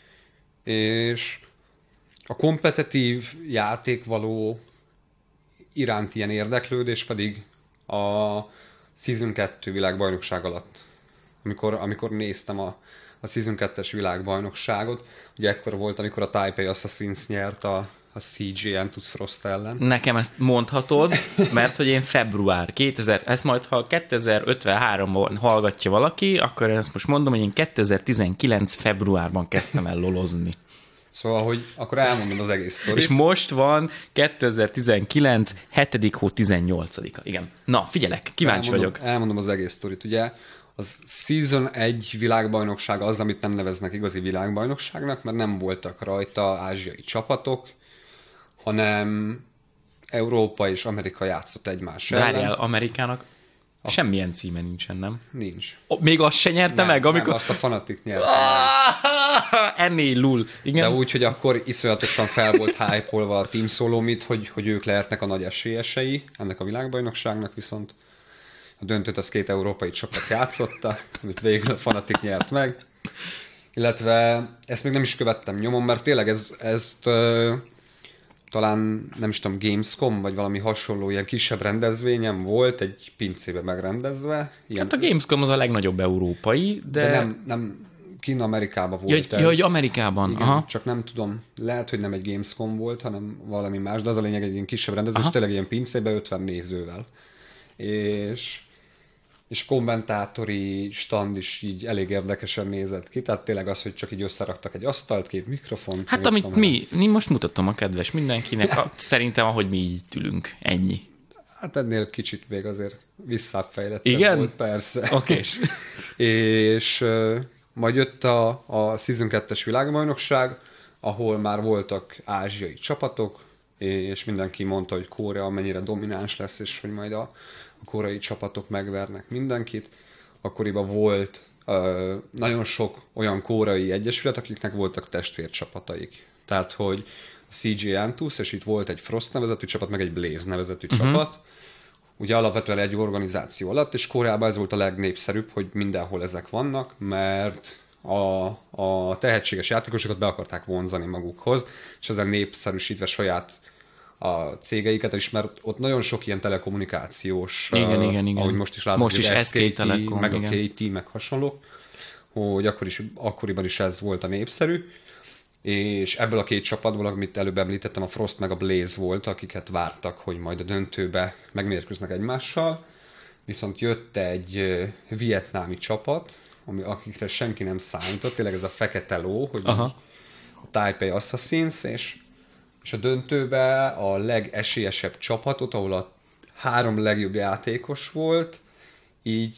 A: És a kompetitív játékvaló iránt ilyen érdeklődés pedig a Season kettő világbajnokság alatt, amikor, amikor néztem a, a Season kettes világbajnokságot, ugye ekkor volt, amikor a Taipei Assassins nyert a, a cé jé Entus Frost ellen.
B: Nekem ezt mondhatod, mert hogy én február kétezer, ezt majd ha kétezer-ötvenháromban hallgatja valaki, akkor én ezt most mondom, hogy én kétezer-tizenkilenc februárban kezdtem el lolozni.
A: Szóval, hogy akkor elmondom az egész sztorit.
B: És most van kétezer-tizenkilenc hetedik hó tizennyolcadika. Igen. Na, figyelek, kíváncsi
A: elmondom,
B: vagyok.
A: Elmondom az egész sztorit. Ugye az Season egy világbajnokság az, amit nem neveznek igazi világbajnokságnak, mert nem voltak rajta ázsiai csapatok, hanem Európa és Amerika játszott egymás ellen.
B: Várjál, Amerikának
A: Ah.
B: semmilyen címe nincsen, nem?
A: Nincs.
B: O, még azt se nyerte
A: Nem,
B: meg, amikor...
A: nem, azt a Fnatic nyerte meg.
B: Ennél lul. Igen.
A: De úgy, hogy akkor iszonyatosan fel volt hype-olva a Team Solomid, hogy, hogy ők lehetnek a nagy esélyesei ennek a világbajnokságnak, viszont a döntőt az két európai csapat játszotta, amit végül a Fnatic nyert meg. Illetve ezt még nem is követtem nyomon, mert tényleg ez, ezt uh, talán nem is tudom, Gamescom, vagy valami hasonló ilyen kisebb rendezvényem volt, egy pincébe megrendezve. Ilyen,
B: Hát a Gamescom az a legnagyobb európai, de...
A: de nem, nem Kína Amerikában volt
B: Ja,
A: ez.
B: ja, hogy Amerikában.
A: Igen,
B: Aha.
A: csak nem tudom, lehet, hogy nem egy Gamescom volt, hanem valami más, de az a lényeg egy ilyen kisebb rendezés,
B: Aha.
A: tényleg ilyen pincébe ötven nézővel. És, és kommentátori stand is így elég érdekesen nézett ki, tehát tényleg az, hogy csak így összeraktak egy asztalt, két mikrofont.
B: Hát amit mi, mi most mutatom a kedves mindenkinek, a, szerintem ahogy mi így ülünk, ennyi.
A: Hát ennél kicsit még azért visszáfejlettebb
B: Igen?
A: volt, persze.
B: Okés.
A: És uh, majd jött a, a Season kettes világbajnokság, ahol már voltak ázsiai csapatok, és mindenki mondta, hogy Korea mennyire domináns lesz, és hogy majd a, a koreai csapatok megvernek mindenkit. Akkoriban volt uh, nagyon sok olyan koreai egyesület, akiknek voltak testvércsapataik. Tehát, hogy a cé jé Entus, és itt volt egy Frost nevezetű csapat, meg egy Blaze nevezetű uh-huh. csapat, ugye alapvetően egy organizáció alatt, és Koreában ez volt a legnépszerűbb, hogy mindenhol ezek vannak, mert a, a tehetséges játékosokat be akarták vonzani magukhoz, és ezzel népszerűsítve saját a cégeiket is, mert ott nagyon sok ilyen telekommunikációs,
B: Igen,
A: uh,
B: igen, igen.
A: ahogy most is látjuk,
B: Most is
A: az
B: es ká Telekom,
A: meg
B: igen.
A: a ká té, meg hasonlók, hogy akkor is, akkoriban is ez volt a népszerű, és ebből a két csapatból, amit előbb említettem, a Frost meg a Blaze volt, akiket vártak, hogy majd a döntőbe megmérkőznek egymással, viszont jött egy uh, vietnámi csapat, ami, akikre senki nem számított, tényleg ez a fekete ló, hogy a Taipei Assassins, és, és a döntőbe a legesélyesebb csapatot, ahol a három legjobb játékos volt, így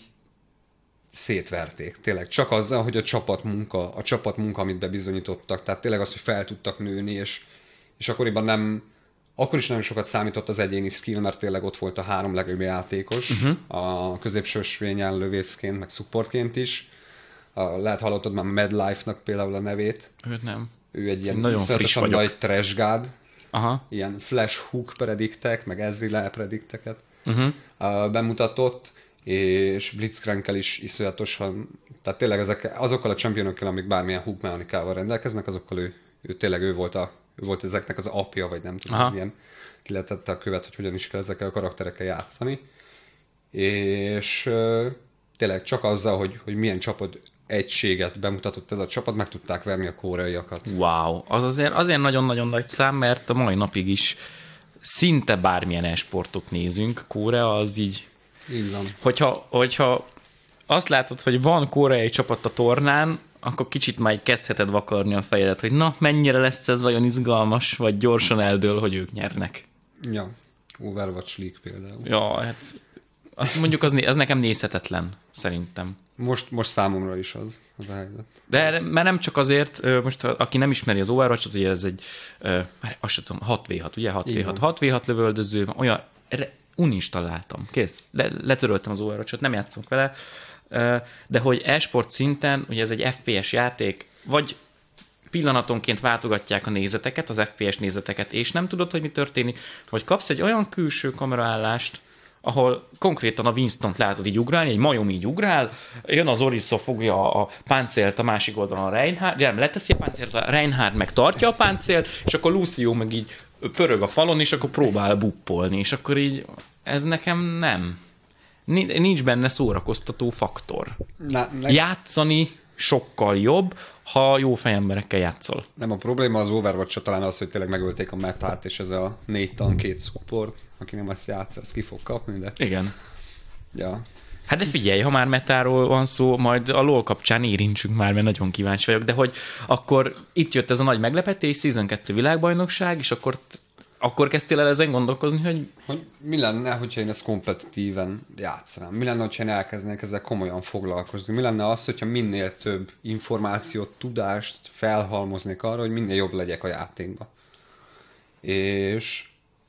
A: szétverték. Tényleg csak azzal, hogy a csapatmunka, a csapatmunka, amit bebizonyítottak, tehát tényleg az, hogy fel tudtak nőni, és, és akkoriban nem, akkor is nagyon sokat számított az egyéni skill, mert tényleg ott volt a három legjobb játékos, uh-huh. a középső ösvényen lövészként, meg supportként is. A, lehet hallottad már Mad Life-nak például a nevét.
B: Őt nem.
A: Ő egy ilyen
B: nagyon friss vagyok.
A: nagy trash god,
B: Aha.
A: ilyen flash hook prediktek, meg Ezreal predikteket
B: Uh-huh.
A: uh, bemutatott, és Blitzcrankkel is iszonyatosan, tehát tényleg ezek, azokkal a championokkel, amik bármilyen hook mechanikával rendelkeznek, azokkal ő, ő tényleg ő volt, a, ő volt ezeknek az apja, vagy nem tudom, ilyen kiletette a követ, hogy hogyan is kell ezekkel a karakterekkel játszani. És uh, tényleg csak azzal, hogy, hogy milyen csapat egységet bemutatott ez a csapat, meg tudták verni a koreaiakat.
B: Wow, az azért, azért nagyon-nagyon nagy szám, mert a mai napig is szinte bármilyen e-sportot nézünk, Korea az így...
A: Így van.
B: Hogyha, hogyha azt látod, hogy van koreai csapat a tornán, akkor kicsit már kezdheted vakarni a fejedet, hogy na, mennyire lesz ez vajon izgalmas, vagy gyorsan eldől, hogy ők nyernek.
A: Ja, Overwatch League például.
B: Ja, hát azt mondjuk az, ez nekem nézhetetlen, szerintem.
A: Most, most számomra is az, az a helyzet.
B: De mert nem csak azért, most aki nem ismeri az Overwatch-ot, ugye ez egy, azt sem tudom, hat vé hat, ugye? hat vé hat, hat vé hat lövöldöző, olyan, erre uninstalláltam, kész. Le, letöröltem az Overwatch-ot, nem játszom vele, de hogy e-sport szinten, ugye ez egy ef pé es játék, vagy pillanatonként váltogatják a nézeteket, az ef pé es nézeteket, és nem tudod, hogy mi történik, vagy kapsz egy olyan külső kameraállást, ahol konkrétan a Winston-t látod így ugrálni, egy majom így ugrál, jön az Orisa, fogja a páncélt a másik oldalon a Reinhardt, nem, leteszi a páncélt, a Reinhardt meg tartja a páncélt, és akkor Lucio meg így pörög a falon, és akkor próbál buppolni, és akkor így ez nekem nem. Nincs benne szórakoztató faktor. Na, ne... Játszani sokkal jobb, ha jó fejemberekkel játszol.
A: Nem, a probléma az Overwatch talán az, hogy tényleg megölték a metát, és ez a négy tan, két support, aki nem ezt játsza, azt ki fog kapni, de...
B: Igen.
A: Ja.
B: Hát de figyelj, ha már metáról van szó, majd a LoL kapcsán érintsünk már, mert nagyon kíváncsi vagyok, de hogy akkor itt jött ez a nagy meglepetés, Season kettő világbajnokság, és akkor akkor kezdtél el ezen gondolkozni, hogy...
A: hogy mi lenne, hogyha én ezt kompetitíven játszanám? Mi lenne, hogyha én elkezdenék ezzel komolyan foglalkozni? Mi lenne az, hogyha minél több információt, tudást felhalmoznék arra, hogy minél jobb legyek a játékban? És...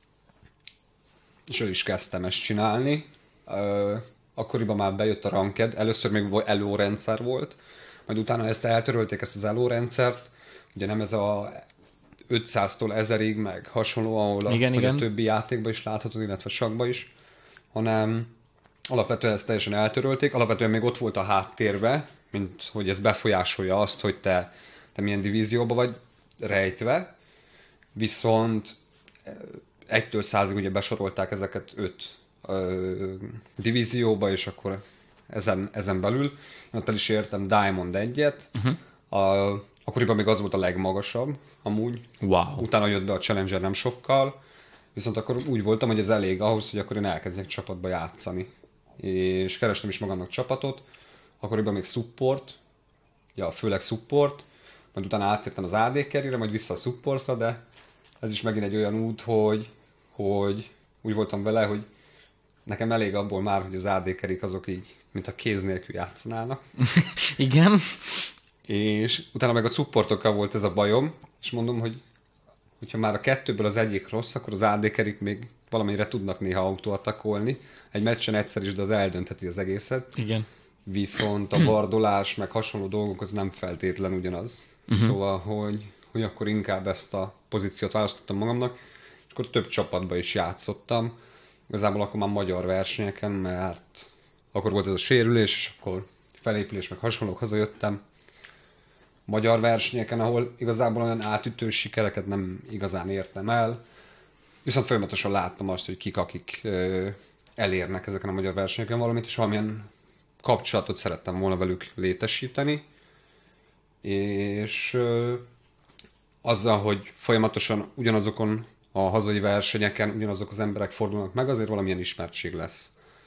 A: és ő is kezdtem ezt csinálni. Akkoriban már bejött a Ranked, először még elo rendszer volt, majd utána ezt eltörölték, ezt az elo rendszert, ugye nem ez a ötszáztól ezerig, meg hasonló, ahol a,
B: igen, igen.
A: a többi játékban is láthatod, illetve sakban is, hanem alapvetően ezt teljesen eltörölték, alapvetően még ott volt a háttérbe, mint hogy ez befolyásolja azt, hogy te, te milyen divízióba vagy rejtve, viszont egytől százig ugye besorolták ezeket öt ö, divízióba, és akkor ezen, ezen belül, én ott el is értem Diamond egyet, uh-huh. a akkoriban még az volt a legmagasabb, amúgy.
B: Wow.
A: Utána jött be a Challenger nem sokkal, viszont akkor úgy voltam, hogy ez elég ahhoz, hogy akkor én elkezdjek csapatba játszani. És kerestem is magamnak csapatot, akkoriban még support, ja, főleg support, majd utána áttértem az á dé carry-re, majd vissza a supportra, de ez is megint egy olyan út, hogy, hogy úgy voltam vele, hogy nekem elég abból már, hogy az á dé carry-k azok így, mint a kéz nélkül játszanának.
B: Igen.
A: És utána meg a supportokkal volt ez a bajom, és mondom, hogy hogyha már a kettőből az egyik rossz, akkor az á dé carry-k még valamennyire tudnak néha autoattakolni. Egy meccsen egyszer is, de az eldöntheti az egészet.
B: Igen.
A: Viszont a bardolás, meg hasonló dolgok, az nem feltétlen ugyanaz. Uh-huh. Szóval, hogy, hogy akkor inkább ezt a pozíciót választottam magamnak, és akkor több csapatba is játszottam. Igazából akkor már magyar versenyeken, mert akkor volt ez a sérülés, és akkor felépülés, meg hasonlók, hazajöttem. Magyar versenyeken, ahol igazából olyan átütő sikereket nem igazán értem el. Viszont folyamatosan láttam azt, hogy kik, akik ö, elérnek ezeken a magyar versenyeken valamit, és valamilyen kapcsolatot szerettem volna velük létesíteni. És ö, azzal, hogy folyamatosan ugyanazokon a hazai versenyeken ugyanazok az emberek fordulnak meg, azért valamilyen ismertség lesz.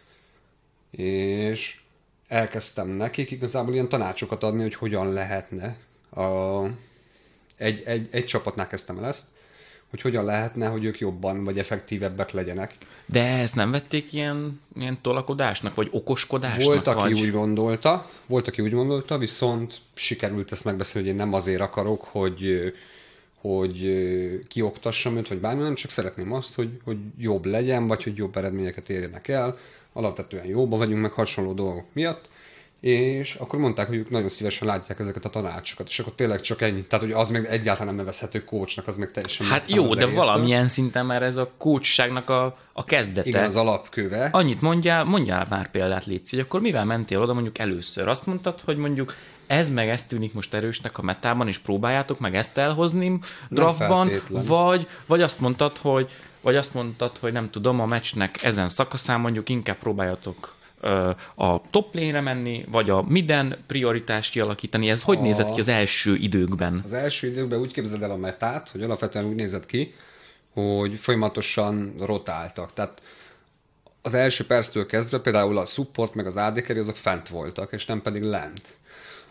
A: És elkezdtem nekik igazából ilyen tanácsokat adni, hogy hogyan lehetne. A, egy, egy, egy csapatnál kezdtem el ezt, hogy hogyan lehetne, hogy ők jobban vagy effektívebbek legyenek.
B: De ezt nem vették ilyen, ilyen tolakodásnak, vagy okoskodásnak?
A: Volt, aki
B: vagy...
A: úgy gondolta, volt, aki úgy gondolta, viszont sikerült ezt megbeszélni, hogy én nem azért akarok, hogy, hogy kioktassam őt, vagy bármi, nem csak szeretném azt, hogy, hogy jobb legyen, vagy hogy jobb eredményeket érjenek el. Alapvetően jóban vagyunk, meg hasonló dolgok miatt. És akkor mondták, hogy ők nagyon szívesen látják ezeket a tanácsokat, és akkor tényleg csak ennyi. Tehát, hogy az még egyáltalán nem nevezhető coachnak, az még teljesen
B: hát jó, de valamilyen szinten már ez a coachságnak a, a kezdete.
A: Igen, az alapköve.
B: Annyit mondjál, mondjál már példát, Léci, hogy akkor mivel mentél oda mondjuk először? Azt mondtad, hogy mondjuk ez meg ez tűnik most erősnek a metában, és próbáljátok meg ezt elhozni draftban, vagy, vagy azt mondtad, hogy vagy azt mondtad, hogy nem tudom, a meccsnek ezen szakaszán mondjuk inkább próbáljatok a top lane-re menni, vagy a miden prioritást kialakítani. Ez hogy a... nézett ki az első időkben?
A: Az első időkben úgy képzeld el a metát, hogy alapvetően úgy nézett ki, hogy folyamatosan rotáltak. Tehát az első perctől kezdve például a support meg az á dé carry azok fent voltak, és nem pedig lent.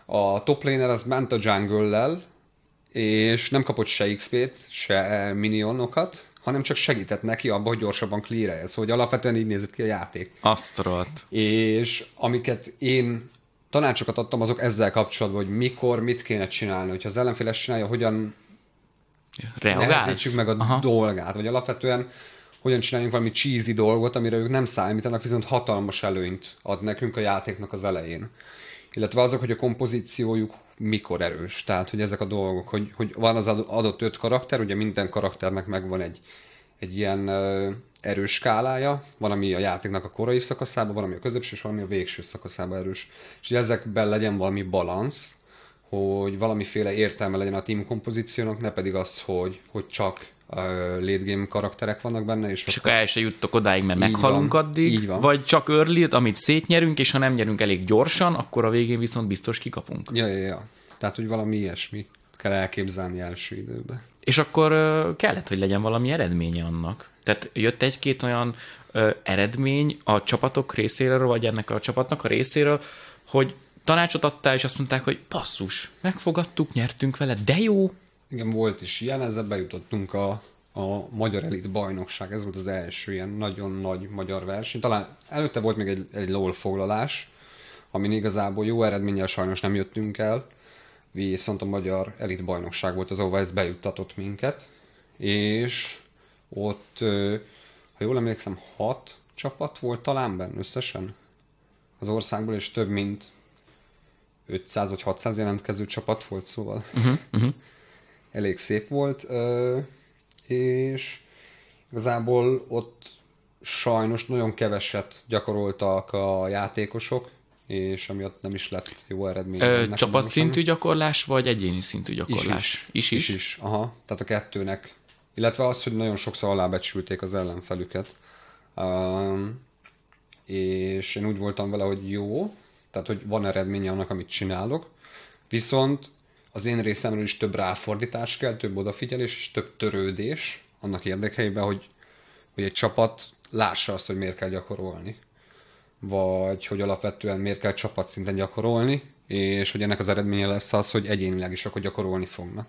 A: A top laner az ment a jungle-lel, és nem kapott se iksz pét, se minionokat, hanem csak segített neki abba, hogy gyorsabban clear-elje. Szóval hogy alapvetően így nézett ki a játék.
B: Azt rohadt.
A: És amiket én tanácsokat adtam, azok ezzel kapcsolatban, hogy mikor, mit kéne csinálni. Hogyha az ellenfél ezt csinálja, hogyan nehezítsük meg a Aha. dolgát, vagy alapvetően hogyan csináljunk valami cheesy dolgot, amire ők nem számítanak, viszont hatalmas előnyt ad nekünk a játéknak az elején. Illetve azok, hogy a kompozíciójuk mikor erős. Tehát, hogy ezek a dolgok, hogy, hogy van az adott öt karakter, ugye minden karakternek megvan egy, egy ilyen uh, erős skálája, van, ami a játéknak a korai szakaszában, van, ami a középső, és valami a végső szakaszában erős. És hogy ezekben legyen valami balansz, hogy valamiféle értelme legyen a team kompozíciónak, ne pedig az, hogy, hogy csak uh, late game karakterek vannak benne. És,
B: és akkor el se juttok odáig, mert meghalunk van, addig, vagy csak early, amit szétnyerünk, és ha nem nyerünk elég gyorsan, akkor a végén viszont biztos kikapunk.
A: Ja, ja, ja. Tehát, hogy valami ilyesmi kell elképzelni első időben.
B: És akkor uh, kellett, hogy legyen valami eredménye annak. Tehát jött egy-két olyan uh, eredmény a csapatok részéről, vagy ennek a csapatnak a részéről, hogy tanácsot adtál, és azt mondták, hogy basszus, megfogadtuk, nyertünk vele, de jó.
A: Igen, volt is ilyen, ezzel bejutottunk a, a Magyar Elit bajnokság, ez volt az első ilyen nagyon nagy magyar verseny. Talán előtte volt még egy, egy LOL foglalás, amin igazából jó eredménnyel sajnos nem jöttünk el, viszont a Magyar Elit bajnokság volt az, ahova ez bejuttatott minket, és ott, ha jól emlékszem, hat csapat volt talán benne összesen az országból, és több mint ötszáz vagy hatszáz jelentkező csapat volt, szóval uh-huh, uh-huh. elég szép volt, és igazából ott sajnos nagyon keveset gyakoroltak a játékosok, és amiatt nem is lett jó eredmény.
B: Ö, csapatszintű gyakorlás, vagy egyéni szintű gyakorlás?
A: Is is. is, is. is, is. Aha, tehát a kettőnek. Illetve az, hogy nagyon sokszor alábecsülték az ellenfelüket. Um, és én úgy voltam vele, hogy jó, tehát hogy van eredménye annak, amit csinálok, viszont az én részemről is több ráfordítás kell, több odafigyelés és több törődés annak érdekeiben, hogy, hogy egy csapat lássa azt, hogy miért kell gyakorolni. Vagy hogy alapvetően miért kell csapatszinten gyakorolni, és hogy ennek az eredménye lesz az, hogy egyénileg is akkor gyakorolni fognak.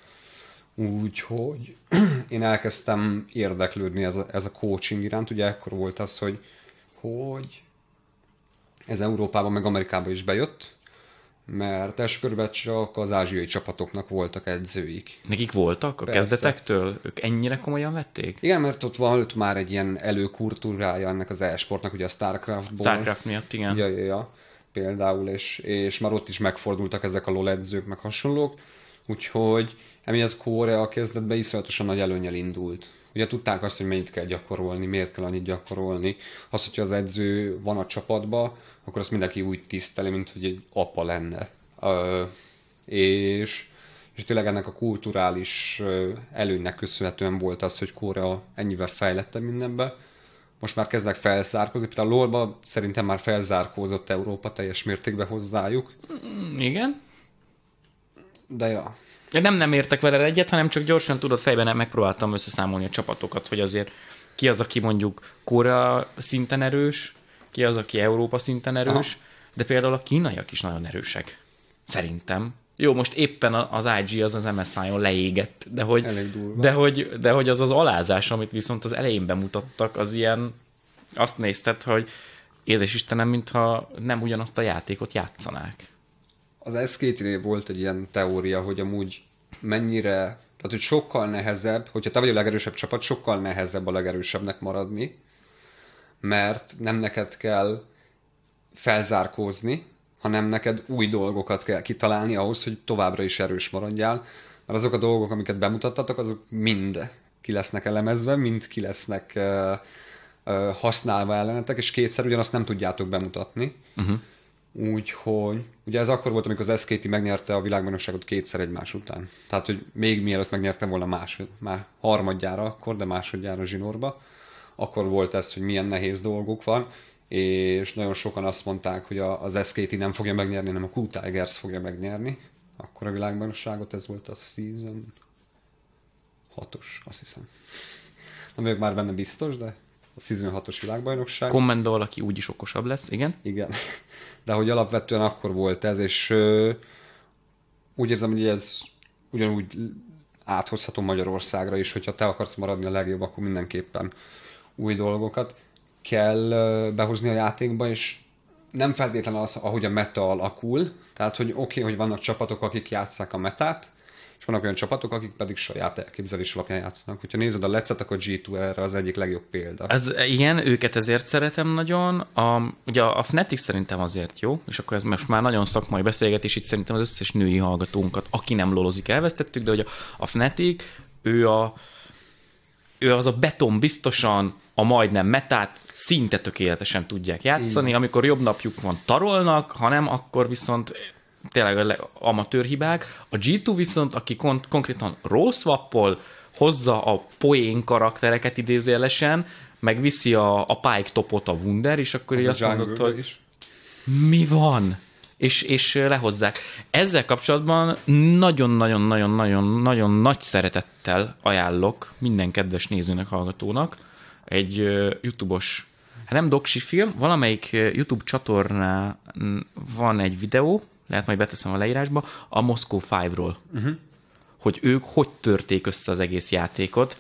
A: Úgyhogy én elkezdtem érdeklődni ez a, ez a coaching iránt, ugye ekkor volt az, hogy, hogy ez Európában meg Amerikában is bejött, mert első körben csak az ázsiai csapatoknak voltak edzőik.
B: Nekik voltak a Persze. kezdetektől? Ők ennyire komolyan vették?
A: Igen, mert ott volt már egy ilyen előkultúrája ennek az e-sportnak, ugye a Starcraftból.
B: Starcraft miatt, igen.
A: Ja, ja, ja. Például, és, és már ott is megfordultak ezek a LoL edzők, meg hasonlók, úgyhogy emiatt Korea kezdetben iszonyatosan nagy előnnyel indult. Ugye tudták azt, hogy mennyit kell gyakorolni, miért kell annyit gyakorolni. Az, hogyha az edző van a csapatban, akkor azt mindenki úgy tiszteli, mint hogy egy apa lenne. Ö, és, és tényleg ennek a kulturális előnynek köszönhetően volt az, hogy Korea ennyivel fejlettebb mindenben. Most már kezdek felzárkózni. Például a LoL-ba szerintem már felzárkózott Európa teljes mértékben hozzájuk.
B: Igen.
A: De ja.
B: Nem nem értek vele egyet, hanem csak gyorsan tudod fejben nem megpróbáltam összeszámolni a csapatokat, hogy azért ki az, aki mondjuk Korea szinten erős, ki az, aki Európa szinten erős, Aha. de például a kínaiak is nagyon erősek. Szerintem. Jó, most éppen az i gé az az em es i-on leégett, de hogy, de, hogy, de hogy az az alázás, amit viszont az elején bemutattak, az ilyen, azt nézted, hogy édes Istenem, mintha nem ugyanazt a játékot játszanák.
A: Az es ká té-nél volt egy ilyen teória, hogy amúgy mennyire, tehát hogy sokkal nehezebb, hogyha te vagy a legerősebb csapat, sokkal nehezebb a legerősebbnek maradni, mert nem neked kell felzárkózni, hanem neked új dolgokat kell kitalálni ahhoz, hogy továbbra is erős maradjál. Mert azok a dolgok, amiket bemutattatok, azok mind ki lesznek elemezve, mind ki lesznek uh, uh, használva ellenetek, és kétszer ugyanazt nem tudjátok bemutatni. Uh-huh. Úgyhogy, ugye ez akkor volt, amikor az es ká té megnyerte a világbajnokságot kétszer egymás után. Tehát, hogy még mielőtt megnyertem volna másod, már harmadjára akkor, de másodjára zsinórba, akkor volt ez, hogy milyen nehéz dolgok van, és nagyon sokan azt mondták, hogy az es ká té nem fogja megnyerni, hanem a Q Tigers fogja megnyerni. Akkor a világbajnokságot, ez volt a season hatos, azt hiszem. Nem vagyok már benne biztos, de a Season hatos világbajnokság.
B: Kommendol, aki úgyis okosabb lesz, igen.
A: Igen. De hogy alapvetően akkor volt ez, és ö, úgy érzem, hogy ez ugyanúgy áthozható Magyarországra is, hogyha te akarsz maradni a legjobb, akkor mindenképpen új dolgokat kell ö, behozni a játékba, és nem feltétlenül az, ahogy a meta alakul, tehát hogy oké, okay, hogy vannak csapatok, akik játsszák a metát, és vannak olyan csapatok, akik pedig saját elképzelés alapján játszanak. Hogyha nézed a lecet, akkor gé kettő erre az egyik legjobb példa.
B: Ez, igen, őket ezért szeretem nagyon. A, ugye a Fnatic szerintem azért jó, és akkor ez most már nagyon szakmai beszélgetés, itt szerintem az összes női hallgatónkat, aki nem lolozik, elvesztettük, de hogy a, a Fnatic, ő, a, ő az a beton biztosan a majdnem metát szinte tökéletesen tudják játszani, igen. Amikor jobb napjuk van, tarolnak, ha nem, akkor viszont tényleg amatőr hibák. A gé kettő viszont, aki kon- konkrétan rollswappol, hozza a poén karaktereket idézőjelesen, meg viszi a, a Pike topot a Wunder, és akkor így azt mondod, hogy is. Mi van? És, és lehozzák. Ezzel kapcsolatban nagyon-nagyon-nagyon-nagyon-nagyon nagy szeretettel ajánlok minden kedves nézőnek, hallgatónak egy uh, YouTube-os, hát nem doksi film, valamelyik YouTube csatornán van egy videó, lehet majd beteszem a leírásba, a Moscow ötről. Uh-huh. Hogy ők hogy törték össze az egész játékot.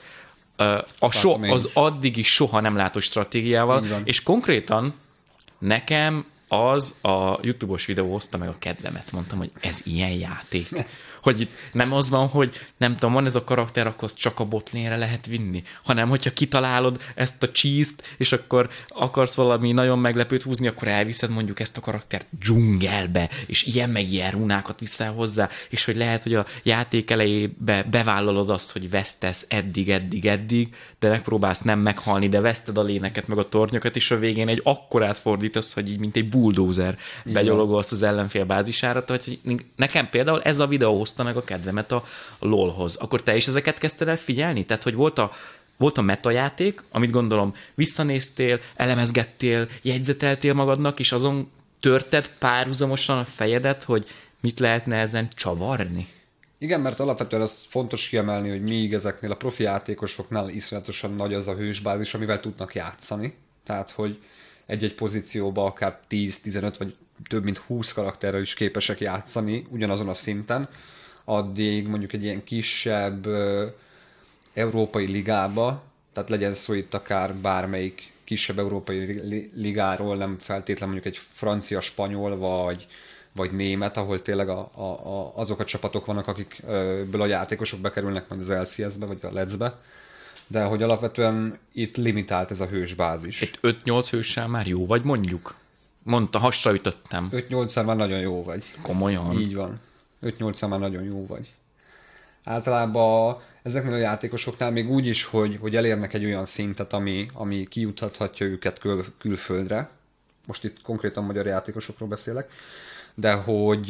B: A so, az addigi soha nem látott stratégiával, és konkrétan nekem az a YouTube-os videó hozta meg a kedvemet. Mondtam, hogy ez ilyen játék. Hogy itt nem az van, hogy nem tudom, van ez a karakter, akkor csak a botlane-re lehet vinni, hanem hogyha kitalálod ezt a cheese-t, és akkor akarsz valami nagyon meglepőt húzni, akkor elviszed mondjuk ezt a karaktert dzsungelbe, és ilyen meg ilyen runákat viszel hozzá, és hogy lehet, hogy a játék elejébe bevállalod azt, hogy vesztesz eddig, eddig, eddig, de megpróbálsz nem meghalni, de veszted a léneket, meg a tornyokat, és a végén egy akkorát fordítasz, hogy így mint egy bulldozer begyalogolsz az ellenfél bázisára. Tehát nekem például ez a videó hozta meg a kedvemet a LoLhoz. Akkor te is ezeket kezdted el figyelni? Tehát, hogy volt a, volt a metajáték, amit gondolom visszanéztél, elemezgettél, jegyzeteltél magadnak, és azon törted párhuzamosan a fejedet, hogy mit lehetne ezen csavarni?
A: Igen, mert alapvetően az fontos kiemelni, hogy még ezeknél a profi játékosoknál iszonyatosan nagy az a hősbázis, amivel tudnak játszani. Tehát, hogy egy-egy pozícióba akár tíz, tizenöt vagy több mint húsz karakterrel is képesek játszani ugyanazon a szinten, addig mondjuk egy ilyen kisebb ö, európai ligába, tehát legyen szó itt akár bármelyik kisebb európai ligáról, nem feltétlenül mondjuk egy francia, spanyol vagy, vagy német, ahol tényleg a, a, a, azok a csapatok vannak, akikből a játékosok bekerülnek majd az el cé es-be vagy a Let's-be, de hogy alapvetően itt limitált ez a hősbázis.
B: Egy öt-nyolc hőssel már jó vagy, mondjuk? Mondta, hasra ütöttem.
A: öt-nyolccal már nagyon jó vagy.
B: Komolyan?
A: Így van. öt-nyolccal már nagyon jó vagy. Általában ezeknél a játékosoknál még úgy is, hogy, hogy elérnek egy olyan szintet, ami, ami kijuthatja őket kül, külföldre. Most itt konkrétan magyar játékosokról beszélek. De hogy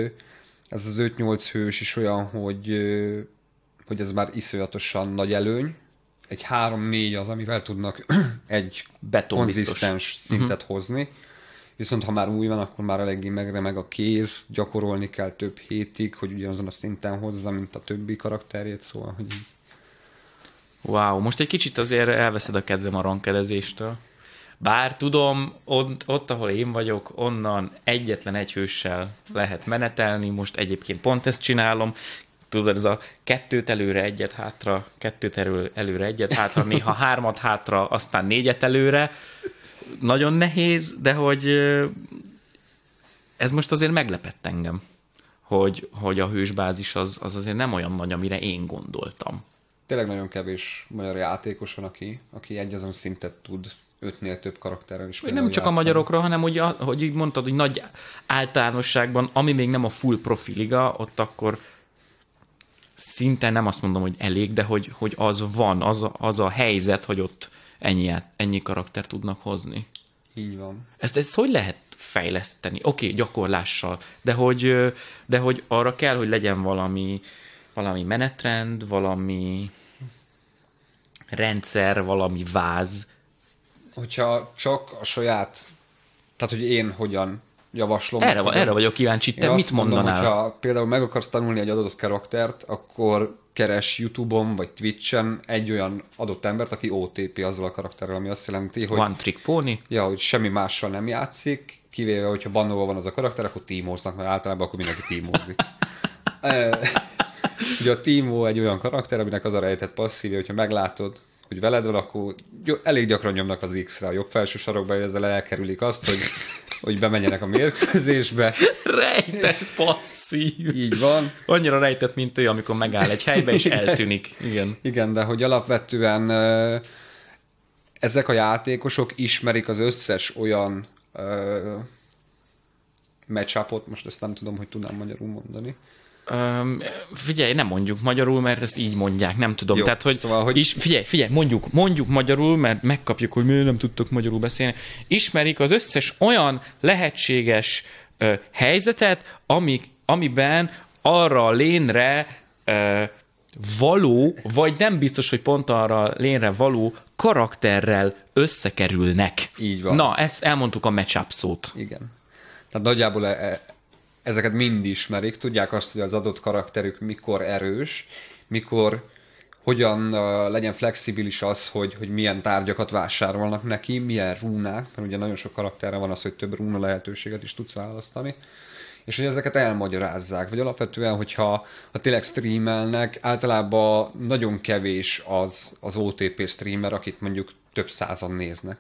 A: ez az öt-nyolc hős is olyan, hogy, hogy ez már iszonyatosan nagy előny. Egy három-négy az, amivel tudnak egy konzisztens szintet uh-huh. hozni. Viszont ha már új van, akkor már eléggé megremeg a kéz, gyakorolni kell több hétig, hogy ugyanazon a szinten hozza, mint a többi karakterjét, szóval, hogy...
B: Wow, most egy kicsit azért elveszed a kedvem a rankedezéstől. Bár tudom, ott, ott, ahol én vagyok, onnan egyetlen egy hőssel lehet menetelni, most egyébként pont ezt csinálom, tudod, ez a kettőt előre, egyet hátra, kettőt elő, előre, egyet hátra, néha hármat hátra, aztán négyet előre. Nagyon nehéz, de hogy ez most azért meglepett engem, hogy, hogy a hősbázis az, az azért nem olyan nagy, amire én gondoltam.
A: Tényleg nagyon kevés magyar játékos van, aki, aki egy azon szintet tud ötnél több karakterrel is.
B: Nem csak játszani. A magyarokra, hanem hogy, hogy így mondtad, hogy nagy általánosságban, ami még nem a full profi liga, ott akkor szinte nem azt mondom, hogy elég, de hogy, hogy az van, az a, az a helyzet, hogy ott ennyi, ennyi karakter tudnak hozni.
A: Így van.
B: Ezt, ezt hogy lehet fejleszteni? Oké, okay, gyakorlással, de hogy, de hogy arra kell, hogy legyen valami, valami menetrend, valami rendszer, valami váz.
A: Hogyha csak a saját, tehát hogy én hogyan javaslom.
B: Erre, erre vagyok kíváncsi, te mit
A: mondom,
B: mondanál?
A: Hogyha például meg akarsz tanulni egy adott karaktert, akkor keres YouTube-on vagy Twitch-en egy olyan adott embert, aki o té pé azzal a karakterrel, ami azt jelenti, hogy...
B: One trick pony?
A: Ja, hogy semmi mással nem játszik, kivéve, hogyha bannolva van az a karakter, akkor tímóznak, mert általában akkor mindenki tímózik. Ugye a Timo egy olyan karakter, aminek az a rejtett passzívja, hogyha meglátod, hogy veled van, akkor elég gyakran nyomnak az X-re a jobb felső sarokba, hogy ezzel elkerülik azt, hogy, hogy bemenjenek a mérkőzésbe.
B: Rejtett passzív.
A: Így van.
B: Annyira rejtett, mint ő, amikor megáll egy helybe, és eltűnik. Igen.
A: Igen, de hogy alapvetően ezek a játékosok ismerik az összes olyan matchupot, most ezt nem tudom, hogy tudnám magyarul mondani.
B: Um, figyelj, nem mondjuk magyarul, mert ezt így mondják, nem tudom.
A: Jó,
B: Tehát, hogy,
A: szóval, hogy...
B: Is, figyelj, figyelj, mondjuk, mondjuk magyarul, mert megkapjuk, hogy miért nem tudtok magyarul beszélni. Ismerik az összes olyan lehetséges uh, helyzetet, amik, amiben arra a lénre uh, való, vagy nem biztos, hogy pont arra a lénre való karakterrel összekerülnek.
A: Így van.
B: Na, ezt elmondtuk a matchup szót.
A: Igen. Tehát nagyjából e- ezeket mind ismerik, tudják azt, hogy az adott karakterük mikor erős, mikor, hogyan uh, legyen flexibilis az, hogy, hogy milyen tárgyakat vásárolnak neki, milyen rúnák, mert ugye nagyon sok karakterre van az, hogy több rúna lehetőséget is tudsz választani, és hogy ezeket elmagyarázzák, vagy alapvetően, hogyha ha tényleg streamelnek, általában nagyon kevés az, az o té pé streamer, akit mondjuk több százan néznek.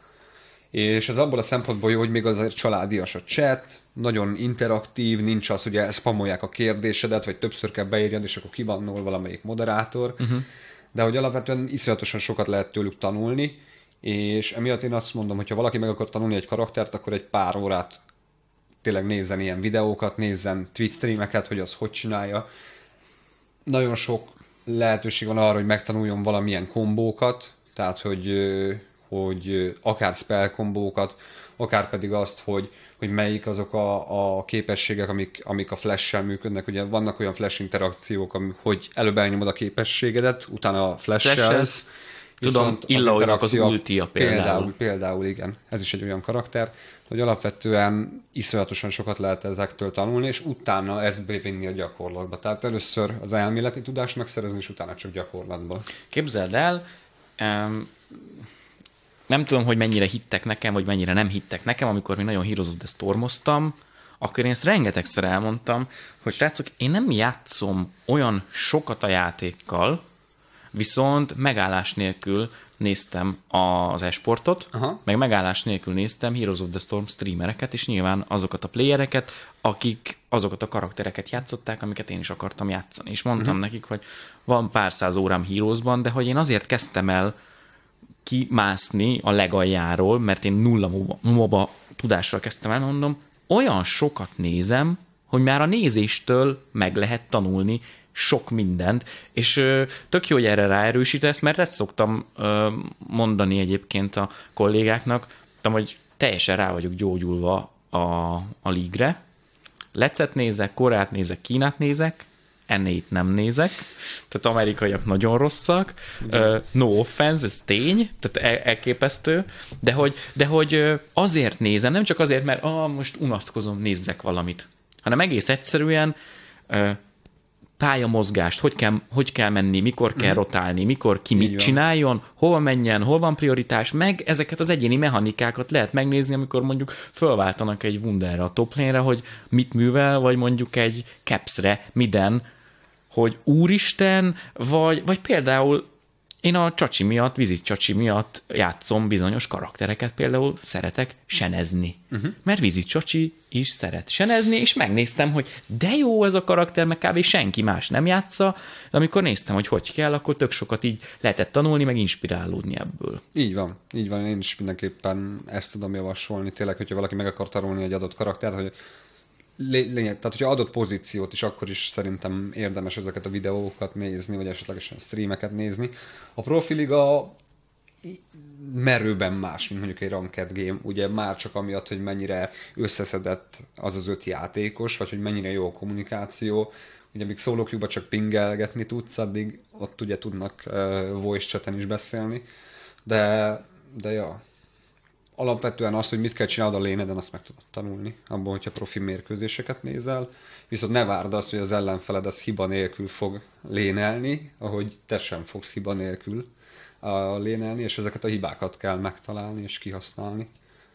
A: És ez abból a szempontból jó, hogy még azért családias a chat, nagyon interaktív, nincs az, ugye spamolják a kérdésedet, vagy többször kell beírjad, és akkor kibannol valamelyik moderátor, uh-huh. de hogy alapvetően iszonyatosan sokat lehet tőlük tanulni, és emiatt én azt mondom, hogy ha valaki meg akar tanulni egy karaktert, akkor egy pár órát tényleg nézzen ilyen videókat, nézzen Twitch streameket, hogy az hogy csinálja. Nagyon sok lehetőség van arra, hogy megtanuljon valamilyen kombókat, tehát hogy, hogy akár spell kombókat, akár pedig azt, hogy, hogy melyik azok a, a képességek, amik, amik a flash-sel működnek. Ugye vannak olyan flash interakciók, amik, hogy előbb elnyomod a képességedet, utána a flash-sel.
B: Tudom, Illaónak az ultia például.
A: például. Például, igen. Ez is egy olyan karakter, hogy alapvetően iszonyatosan sokat lehet ezektől tanulni, és utána ezt bevinni a gyakorlatba. Tehát először az elméleti tudást megszerezni, és utána csak gyakorlatban.
B: Képzeld el, um, nem tudom, hogy mennyire hittek nekem, vagy mennyire nem hittek nekem, amikor még nagyon Heroes of the Stormoztam, akkor én ezt rengetegszer elmondtam, hogy srácok, én nem játszom olyan sokat a játékkal, viszont megállás nélkül néztem az e-sportot, aha. meg megállás nélkül néztem Heroes of the Storm streamereket, és nyilván azokat a playereket, akik azokat a karaktereket játszották, amiket én is akartam játszani. És mondtam uh-huh. nekik, hogy van pár száz órám Heroesban, de hogy én azért kezdtem el kimászni a legaljáról, mert én nulla moba, moba tudással kezdtem el, mondom, olyan sokat nézem, hogy már a nézéstől meg lehet tanulni sok mindent, és ö, tök jó, hogy erre ráerősítesz, mert ezt szoktam ö, mondani egyébként a kollégáknak, hogy teljesen rá vagyok gyógyulva a, a League-re. Lecet nézek, Koreát nézek, Kínát nézek, en á-t nem nézek, tehát amerikaiak nagyon rosszak, uh, no offense, ez tény, tehát el- elképesztő, de hogy, de hogy azért nézem, nem csak azért, mert ah, most unatkozom, nézzek valamit, hanem egész egyszerűen uh, pályamozgást, hogy kell, hogy kell menni, mikor kell mm. rotálni, mikor ki mit csináljon, hova menjen, hol van prioritás, meg ezeket az egyéni mechanikákat lehet megnézni, amikor mondjuk fölváltanak egy Wunderre a top lane-re, hogy mit művel, vagy mondjuk egy Capsre, miden, hogy úristen, vagy, vagy például én a csacsi miatt, vizit csacsi miatt játszom bizonyos karaktereket, például szeretek senezni. Uh-huh. Mert vizit csacsi is szeret senezni, és megnéztem, hogy de jó ez a karakter, meg kb. Senki más nem játsza, de amikor néztem, hogy hogy kell, akkor tök sokat így lehetett tanulni, meg inspirálódni ebből.
A: Így van, így van, én is mindenképpen ezt tudom javasolni, tényleg, hogyha valaki meg akar tanulni egy adott karaktert, hogy lényeg, tehát hogyha adott pozíciót is, akkor is szerintem érdemes ezeket a videókat nézni, vagy esetlegesen streameket nézni. A profiliga merőben más, mint mondjuk egy ranked game, ugye már csak amiatt, hogy mennyire összeszedett az az öt játékos, vagy hogy mennyire jó a kommunikáció. Ugye amíg solo queue-ba csak pingelgetni tudsz, addig ott ugye tudnak uh, voice chaten is beszélni, de, de ja. alapvetően az, hogy mit kell csinálni a léneden, azt meg tudod tanulni, abban, hogyha profi mérkőzéseket nézel. Viszont ne várd azt, hogy az ellenfeled az hiba nélkül fog lénelni, ahogy te sem fogsz hiba nélkül a lénelni, és ezeket a hibákat kell megtalálni és kihasználni.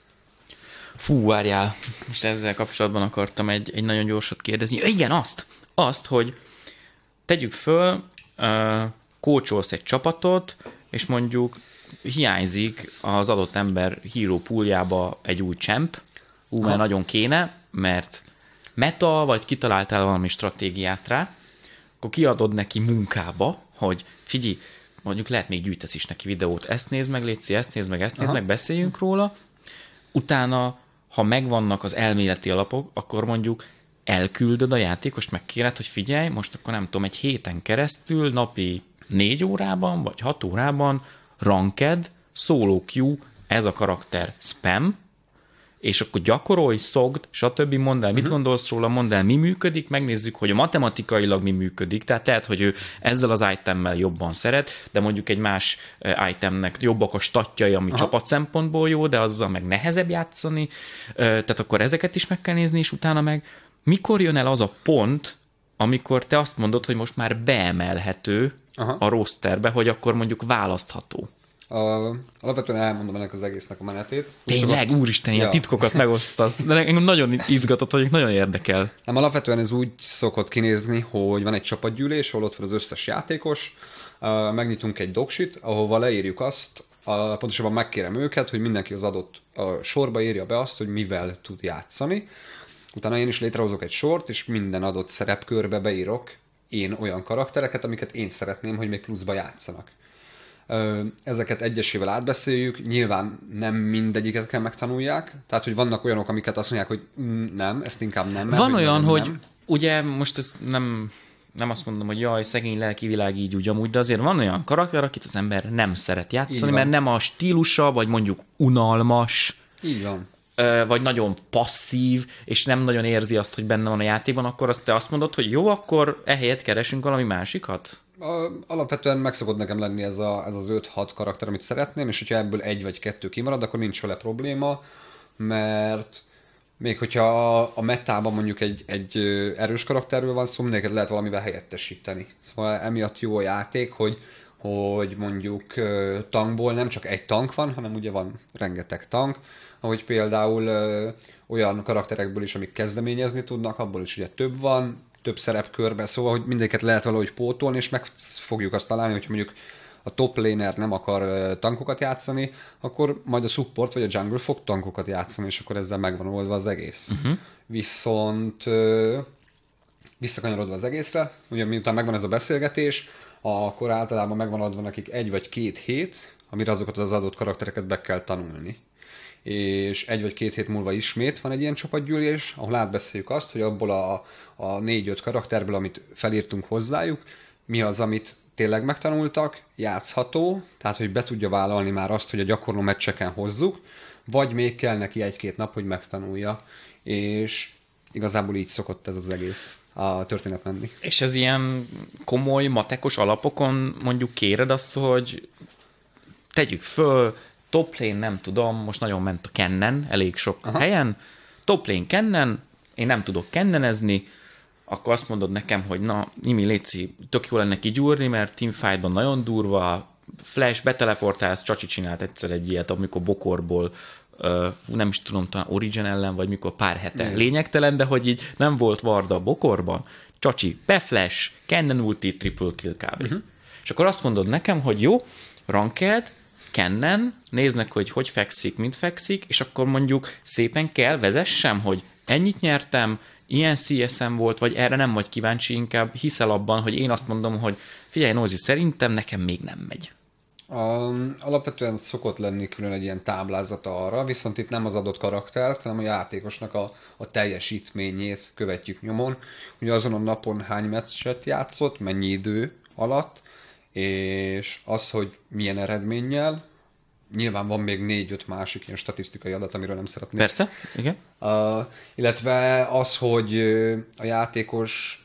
B: Fú, várjál, most ezzel kapcsolatban akartam egy, egy nagyon gyorsat kérdezni. Ja, igen, azt, azt, hogy tegyük föl, uh, kócsolsz egy csapatot, és mondjuk hiányzik az adott ember híró pooljába egy új champ, ú, mert nagyon kéne, mert meta, vagy kitaláltál valami stratégiát rá, akkor kiadod neki munkába, hogy figyelj, mondjuk lehet még gyűjtesz is neki videót, ezt nézd meg, létszi, ezt nézd meg, ezt nézd Aha. meg, beszéljünk róla, utána, ha megvannak az elméleti alapok, akkor mondjuk elküldöd a játékost, megkéred, hogy figyelj, most akkor nem tudom, egy héten keresztül, napi négy órában, vagy hat órában ranked, solo queue, ez a karakter spam, és akkor gyakorolj, szogd, stb. Mondd el, mit uh-huh. gondolsz róla, mondd el, mi működik, megnézzük, hogy a matematikailag mi működik, tehát lehet, hogy ő ezzel az itemmel jobban szeret, de mondjuk egy más itemnek jobbak a statjai, ami Aha. csapat szempontból jó, de azzal meg nehezebb játszani, tehát akkor ezeket is meg kell nézni, és utána meg mikor jön el az a pont, amikor te azt mondod, hogy most már beemelhető Aha. a rosterbe, hogy akkor mondjuk választható.
A: Uh, alapvetően elmondom ennek az egésznek a menetét.
B: Tényleg, szokott... úristen, ilyen ja. titkokat megosztasz. De engem nagyon izgatott vagyok, nagyon érdekel.
A: Nem, alapvetően ez úgy szokott kinézni, hogy van egy csapatgyűlés, ahol ott van az összes játékos, uh, megnyitunk egy doksit, ahova leírjuk azt, uh, pontosabban megkérem őket, hogy mindenki az adott uh, sorba írja be azt, hogy mivel tud játszani. Utána én is létrehozok egy sort, és minden adott szerepkörbe beírok én olyan karaktereket, amiket én szeretném, hogy még pluszba játszanak. Ezeket egyesével átbeszéljük, nyilván nem mindegyiket kell megtanulják, tehát hogy vannak olyanok, amiket azt mondják, hogy mm, nem, ezt inkább nem.
B: Van olyan, nem, hogy nem. Ugye most ez nem, nem azt mondom, hogy jaj, szegény lelki világ így úgy amúgy, de azért van olyan karakter, akit az ember nem szeret játszani, mert nem a stílusa, vagy mondjuk unalmas.
A: Így van.
B: Vagy nagyon passzív, és nem nagyon érzi azt, hogy benne van a játékban, akkor azt te azt mondod, hogy jó, akkor ehelyett keresünk valami másikat?
A: Alapvetően meg szokott nekem lenni ez, a, ez az öt-hat karakter, amit szeretném, és hogyha ebből egy vagy kettő kimarad, akkor nincs vele probléma, mert még hogyha a, a metában mondjuk egy, egy erős karakterről van szó, mindenket lehet valamivel helyettesíteni. Szóval emiatt jó a játék, hogy, hogy mondjuk tankból nem csak egy tank van, hanem ugye van rengeteg tank, ahogy például ö, olyan karakterekből is, amik kezdeményezni tudnak, abból is ugye több van, több szerepkörben, szóval, hogy mindegyiket lehet valahogy pótolni, és meg fogjuk azt találni, hogyha mondjuk a top laner nem akar ö, tankokat játszani, akkor majd a support vagy a jungle fog tankokat játszani, és akkor ezzel megvan oldva az egész. Uh-huh. Viszont ö, visszakanyarodva az egészre, ugye miután megvan ez a beszélgetés, akkor általában megvan adva nekik egy vagy két hét, amire azokat az adott karaktereket be kell tanulni. És egy vagy két hét múlva ismét van egy ilyen csapatgyűlés, ahol átbeszéljük azt, hogy abból a, a négy-öt karakterből, amit felírtunk hozzájuk, mi az, amit tényleg megtanultak, játszható, tehát hogy be tudja vállalni már azt, hogy a gyakorló meccseken hozzuk, vagy még kell neki egy-két nap, hogy megtanulja. És igazából így szokott ez az egész a történet menni.
B: És ez ilyen komoly, matekos alapokon mondjuk kéred azt, hogy tegyük föl, top lane nem tudom, most nagyon ment a kennen, elég sok Aha. helyen, top lane kennen, én nem tudok kennenezni, akkor azt mondod nekem, hogy na, Imi, léci, tök jó lenne kigyúrni, mert teamfightban nagyon durva, Flash, beteleportálsz, Csacsi csinált egyszer egy ilyet, amikor bokorból, uh, nem is tudom, talán Origin ellen, vagy mikor pár hete. Mm. Lényegtelen, de hogy így nem volt Varda a bokorban, Csacsi, beflash, kennen ulti, triple kill kb. Uh-huh. És akkor azt mondod nekem, hogy jó, ranked, kennen, néznek, hogy hogy fekszik, mint fekszik, és akkor mondjuk szépen kell vezessem, hogy ennyit nyertem, ilyen cé es em volt, vagy erre nem vagy kíváncsi, inkább hiszel abban, hogy én azt mondom, hogy figyelj, Nózi, szerintem nekem még nem megy.
A: Um, alapvetően szokott lenni külön egy ilyen táblázata arra, viszont itt nem az adott karaktert, hanem a játékosnak a, a teljesítményét követjük nyomon. Ugye azon a napon hány meccset játszott, mennyi idő alatt, és az, hogy milyen eredménnyel, nyilván van még négy-öt másik ilyen statisztikai adat, amiről nem szeretnék.
B: Persze, igen.
A: Uh, illetve az, hogy a játékos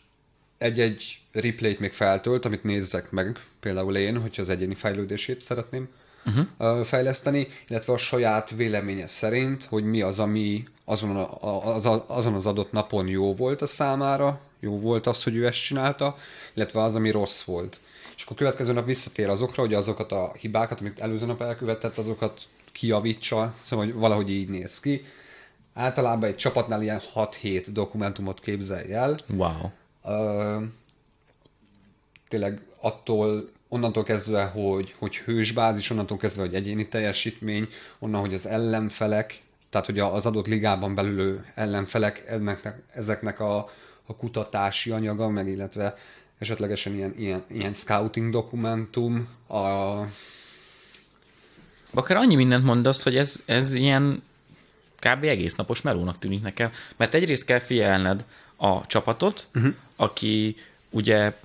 A: egy-egy replayt még feltölt, amit nézzek meg, például én, hogyha az egyéni fejlődését szeretném uh-huh. fejleszteni, illetve a saját véleménye szerint, hogy mi az, ami azon, a, az, azon az adott napon jó volt a számára, jó volt az, hogy ő ezt csinálta, illetve az, ami rossz volt. És akkor következő nap visszatér azokra, hogy azokat a hibákat, amit előző nap elkövetett, azokat kijavítsa, szóval hogy valahogy így néz ki. Általában egy csapatnál ilyen hat-hét dokumentumot képzelj el.
B: Wow.
A: Uh, tényleg attól, onnantól kezdve, hogy, hogy hősbázis, onnantól kezdve, hogy egyéni teljesítmény, onnan, hogy az ellenfelek, tehát hogy az adott ligában belülő ellenfelek, ennek, ezeknek a, a kutatási anyaga, meg illetve esetlegesen ilyen, ilyen, ilyen scouting dokumentum. A...
B: Akár annyi mindent mondasz, hogy ez, ez ilyen kb. Egész napos melónak tűnik nekem. Mert egyrészt kell figyelned a csapatot, uh-huh. aki ugye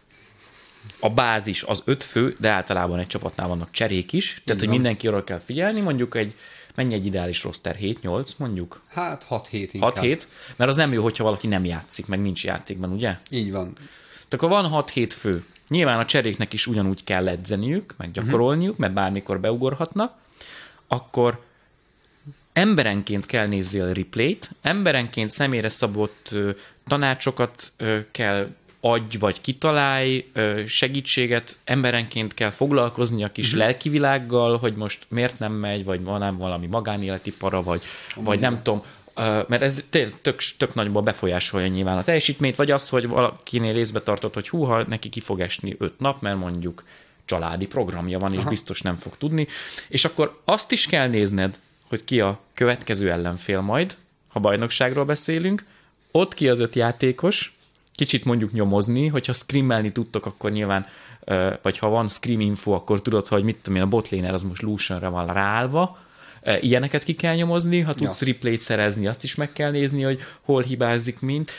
B: a bázis az öt fő, de általában egy csapatnál vannak cserék is, tehát hogy mindenki arra kell figyelni, mondjuk egy, mennyi egy ideális roster? hét-nyolc mondjuk?
A: Hát hat-hét inkább.
B: hat-hét? Mert az nem jó, hogyha valaki nem játszik, meg nincs játékban, ugye?
A: Így van.
B: Tehát akkor van hat-hét fő. Nyilván a cseréknek is ugyanúgy kell edzeniük, meg gyakorolniuk, mert bármikor beugorhatnak, akkor emberenként kell nézzél a replayt, emberenként személyre szabott ö, tanácsokat ö, kell adj vagy kitalálj, ö, segítséget, emberenként kell foglalkozni a kis uh-huh. lelkivilággal, hogy most miért nem megy, vagy van valami magánéleti para, vagy, vagy nem tudom, ö, mert ez tök, tök nagyban befolyásolja nyilván a teljesítményt, vagy az, hogy valakinél részbe tartott, hogy húha, neki ki fog esni öt nap, mert mondjuk családi programja van, és Aha. biztos nem fog tudni. És akkor azt is kell nézned, hogy ki a következő ellenfél majd, ha bajnokságról beszélünk, ott ki az öt játékos, kicsit mondjuk nyomozni, hogyha scrimmelni tudtok, akkor nyilván, vagy ha van scrim info, akkor tudod, hogy mit tudom én, a botlaner az most Lucianra van ráállva, ilyeneket ki kell nyomozni, ha tudsz ja. replayt szerezni, azt is meg kell nézni, hogy hol hibázik, mint,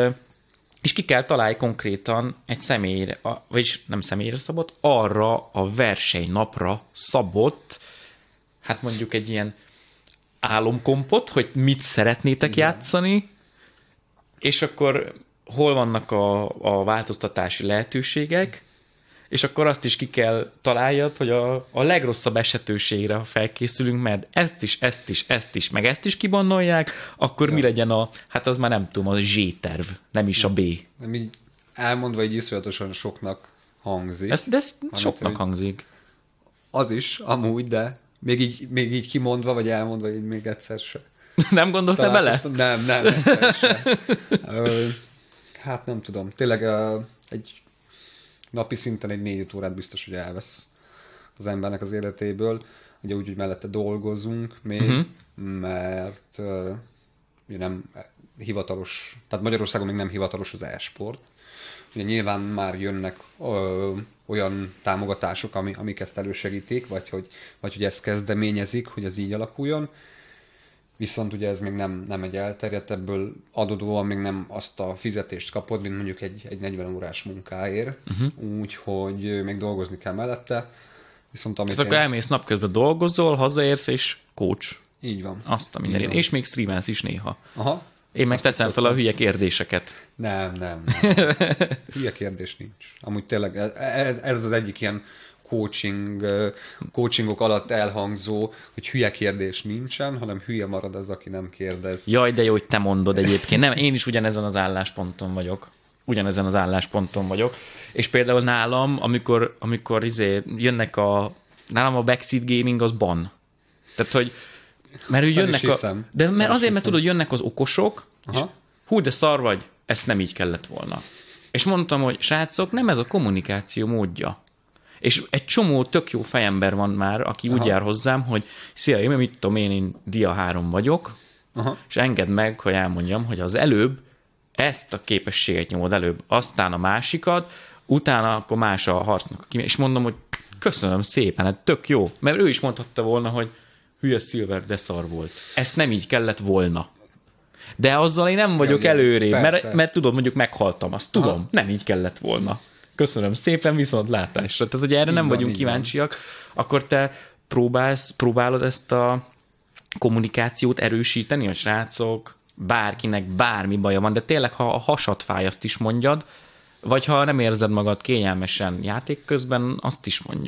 B: és ki kell találni konkrétan egy személyre, vagyis nem személyre szabott, arra a versenynapra szabott, hát mondjuk egy ilyen álomkompot, hogy mit szeretnétek Igen. játszani, és akkor hol vannak a, a változtatási lehetőségek, és akkor azt is ki kell találjad, hogy a, a legrosszabb esetőségre, ha felkészülünk, mert ezt is, ezt is, ezt is, meg ezt is kibannolják, akkor ja. mi legyen a, hát az már nem tudom, a zé-terv, nem is a B.
A: Nem így elmondva, így iszonyatosan soknak hangzik.
B: Ez, de ez soknak hogy hangzik.
A: Az is, amúgy, de még így, még így kimondva, vagy elmondva, így még egyszer se.
B: Nem gondoltál bele?
A: Nem, nem, egyszer se. Ö, hát nem tudom. Tényleg uh, egy napi szinten egy négy órát biztos, hogy elvesz az embernek az életéből. Ugye úgy, hogy mellette dolgozunk még, uh-huh. mert uh, ugye nem hivatalos, tehát Magyarországon még nem hivatalos az e-sport. Ugye nyilván már jönnek ö, olyan támogatások, ami, amik ezt elősegítik, vagy hogy, vagy hogy ezt kezdeményezik, hogy ez így alakuljon. Viszont ugye ez még nem, nem egy elterjedt, ebből adódóan még nem azt a fizetést kapod, mint mondjuk egy, egy negyven órás munkáért. Uh-huh. Úgyhogy még dolgozni kell mellette. Viszont amit
B: Tehát én... akkor elmész napközben dolgozol, hazaérsz, és coach.
A: Így van.
B: Azt a mindenén. És még streamelsz is néha.
A: Aha.
B: Én meg teszem fel a hülye kérdéseket.
A: Nem, nem. nem. Hülye kérdés nincs. Amúgy tényleg ez, ez az egyik ilyen coaching, coachingok alatt elhangzó, hogy hülye kérdés nincsen, hanem hülye marad az, aki nem kérdez.
B: Jaj, de jó, hogy te mondod egyébként. Nem, én is ugyanezen az állásponton vagyok. Ugyanezen az állásponton vagyok. És például nálam, amikor, amikor izé jönnek a... Nálam a backseat gaming az ban. Tehát, hogy mert ő jönnek a... De mert azért, mert tudod, jönnek az okosok, és hú, de szar vagy, ezt nem így kellett volna. És mondtam, hogy srácok, nem ez a kommunikáció módja. És egy csomó tök jó fejember van már, aki Aha. úgy jár hozzám, hogy szia, én mit tudom, én, én dia három vagyok, Aha. és engedd meg, hogy elmondjam, hogy az előbb ezt a képességet nyomod előbb, aztán a másikat, utána akkor más a harcnak. És mondom, hogy köszönöm szépen, hát tök jó. Mert ő is mondhatta volna, hogy hülye Silver, de szar volt. Ezt nem így kellett volna. De azzal én nem vagyok ja, előrébb, mert, mert tudod, mondjuk meghaltam, azt tudom, Aha. nem így kellett volna. Köszönöm szépen, viszont látásra. Tehát, hogy erre így nem van, vagyunk kíváncsiak, van. Akkor te próbálsz, próbálod ezt a kommunikációt erősíteni, a srácok, bárkinek bármi baja van, de tényleg, ha a hasad fáj, azt is mondjad, vagy ha nem érzed magad kényelmesen játék közben, azt is mondjad.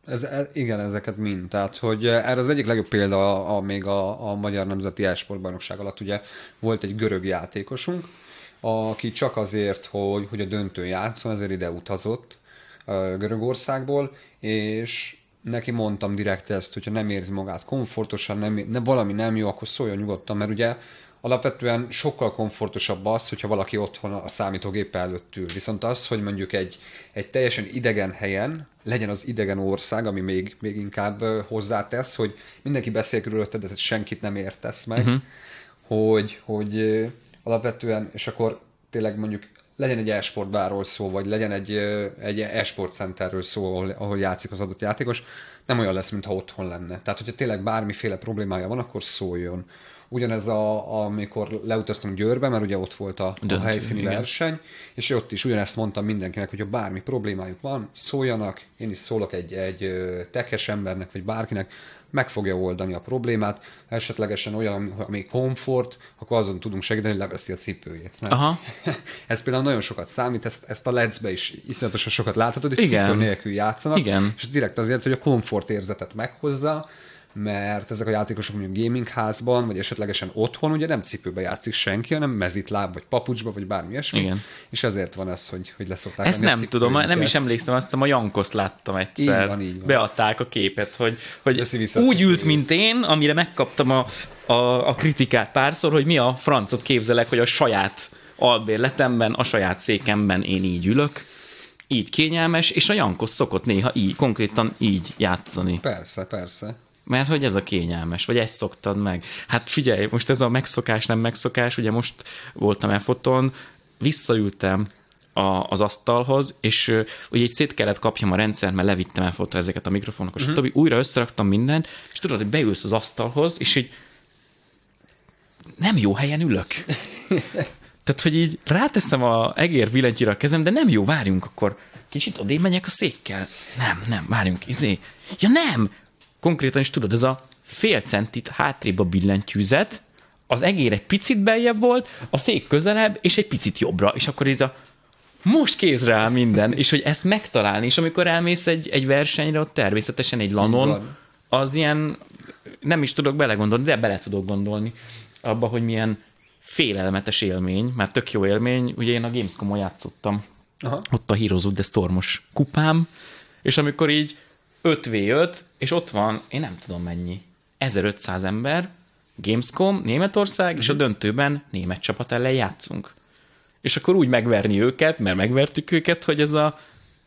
A: Ez, ez, igen, ezeket mind. Tehát, hogy erre az egyik legjobb példa a, a, még a, a Magyar Nemzeti E-sportbajnokság alatt ugye volt egy görög játékosunk, aki csak azért, hogy, hogy a döntőn játszon, ezért ide utazott Görögországból, és neki mondtam direkt ezt, hogyha nem érzi magát komfortosan, nem, ne, valami nem jó, akkor szóljon nyugodtan, mert ugye alapvetően sokkal komfortosabb az, hogyha valaki otthon a számítógép előtt ül. Viszont az, hogy mondjuk egy, egy teljesen idegen helyen, legyen az idegen ország, ami még, még inkább hozzátesz, hogy mindenki beszél körülötted, de senkit nem értesz meg, uh-huh. hogy, hogy alapvetően, és akkor tényleg mondjuk legyen egy e-sportbárról szó, vagy legyen egy, egy e-sport centerről szó, ahol, ahol játszik az adott játékos, nem olyan lesz, mintha otthon lenne. Tehát, hogyha tényleg bármiféle problémája van, akkor szóljon. Ugyanez, a, amikor leutaztunk Győrbe, mert ugye ott volt a, a helyszíni igen. verseny, és ott is ugyanezt mondtam mindenkinek, hogy ha bármi problémájuk van, szóljanak, én is szólok egy, egy tekes embernek, vagy bárkinek, meg fogja oldani a problémát, esetlegesen olyan, ami komfort, akkor azon tudunk segíteni, hogy leveszi a cipőjét.
B: Aha.
A: Ez például nagyon sokat számít, ezt, ezt a Let's-be is iszonyatosan sokat láthatod, hogy cipő nélkül játszanak,
B: igen.
A: és direkt azért, hogy a komfortérzetet meghozza, mert ezek a játékosok mondjuk gaming házban, vagy esetlegesen otthon, ugye nem cipőbe játszik senki, hanem mezitláb, vagy papucsba, vagy bármi ilyesmi. Igen. És ezért van ez, hogy, hogy leszokták.
B: Ezt nem tudom, nem is emlékszem, azt hiszem a Jankoszt láttam egyszer.
A: Így van, így van.
B: Beadták a képet, hogy, hogy úgy ült, mint én, amire megkaptam a, a, a kritikát párszor, hogy mi a francot képzelek, hogy a saját albérletemben, a saját székemben én így ülök, így kényelmes, és a Jankos szokott néha így, konkrétan így játszani.
A: Persze, persze.
B: Mert hogy ez a kényelmes, vagy ezt szoktad meg. Hát figyelj, most ez a megszokás, nem megszokás, ugye most voltam e-foton, visszaültem a, az asztalhoz, és uh, ugye így szét kellett kapjam a rendszer, mert levittem e-fotra ezeket a mikrofonokat, uh-huh. stb. Újra összeraktam mindent, és tudod, hogy beülsz az asztalhoz, és így nem jó helyen ülök. Tehát, hogy így ráteszem a egér billentyűre a kezem, de nem jó, várjunk, akkor kicsit odébb megyek a székkel. Nem, nem, várjunk, izé. Ja nem! Konkrétan is tudod, ez a fél centit hátrébb a billentyűzet, az egér egy picit beljebb volt, a szék közelebb, és egy picit jobbra, és akkor ez a most kézre áll minden, és hogy ezt megtalálni, és amikor elmész egy, egy versenyre, ott természetesen egy lanon, az ilyen, nem is tudok belegondolni, de bele tudok gondolni abba, hogy milyen félelmetes élmény, mert tök jó élmény, ugye én a Gamescom-on játszottam, aha. ott a Heroes of the Stormos kupám, és amikor így öt vé öt, és ott van, én nem tudom mennyi, ezerötszáz ember, Gamescom, Németország, mm-hmm. és a döntőben német csapat ellen játszunk. És akkor úgy megverni őket, mert megvertük őket, hogy ez a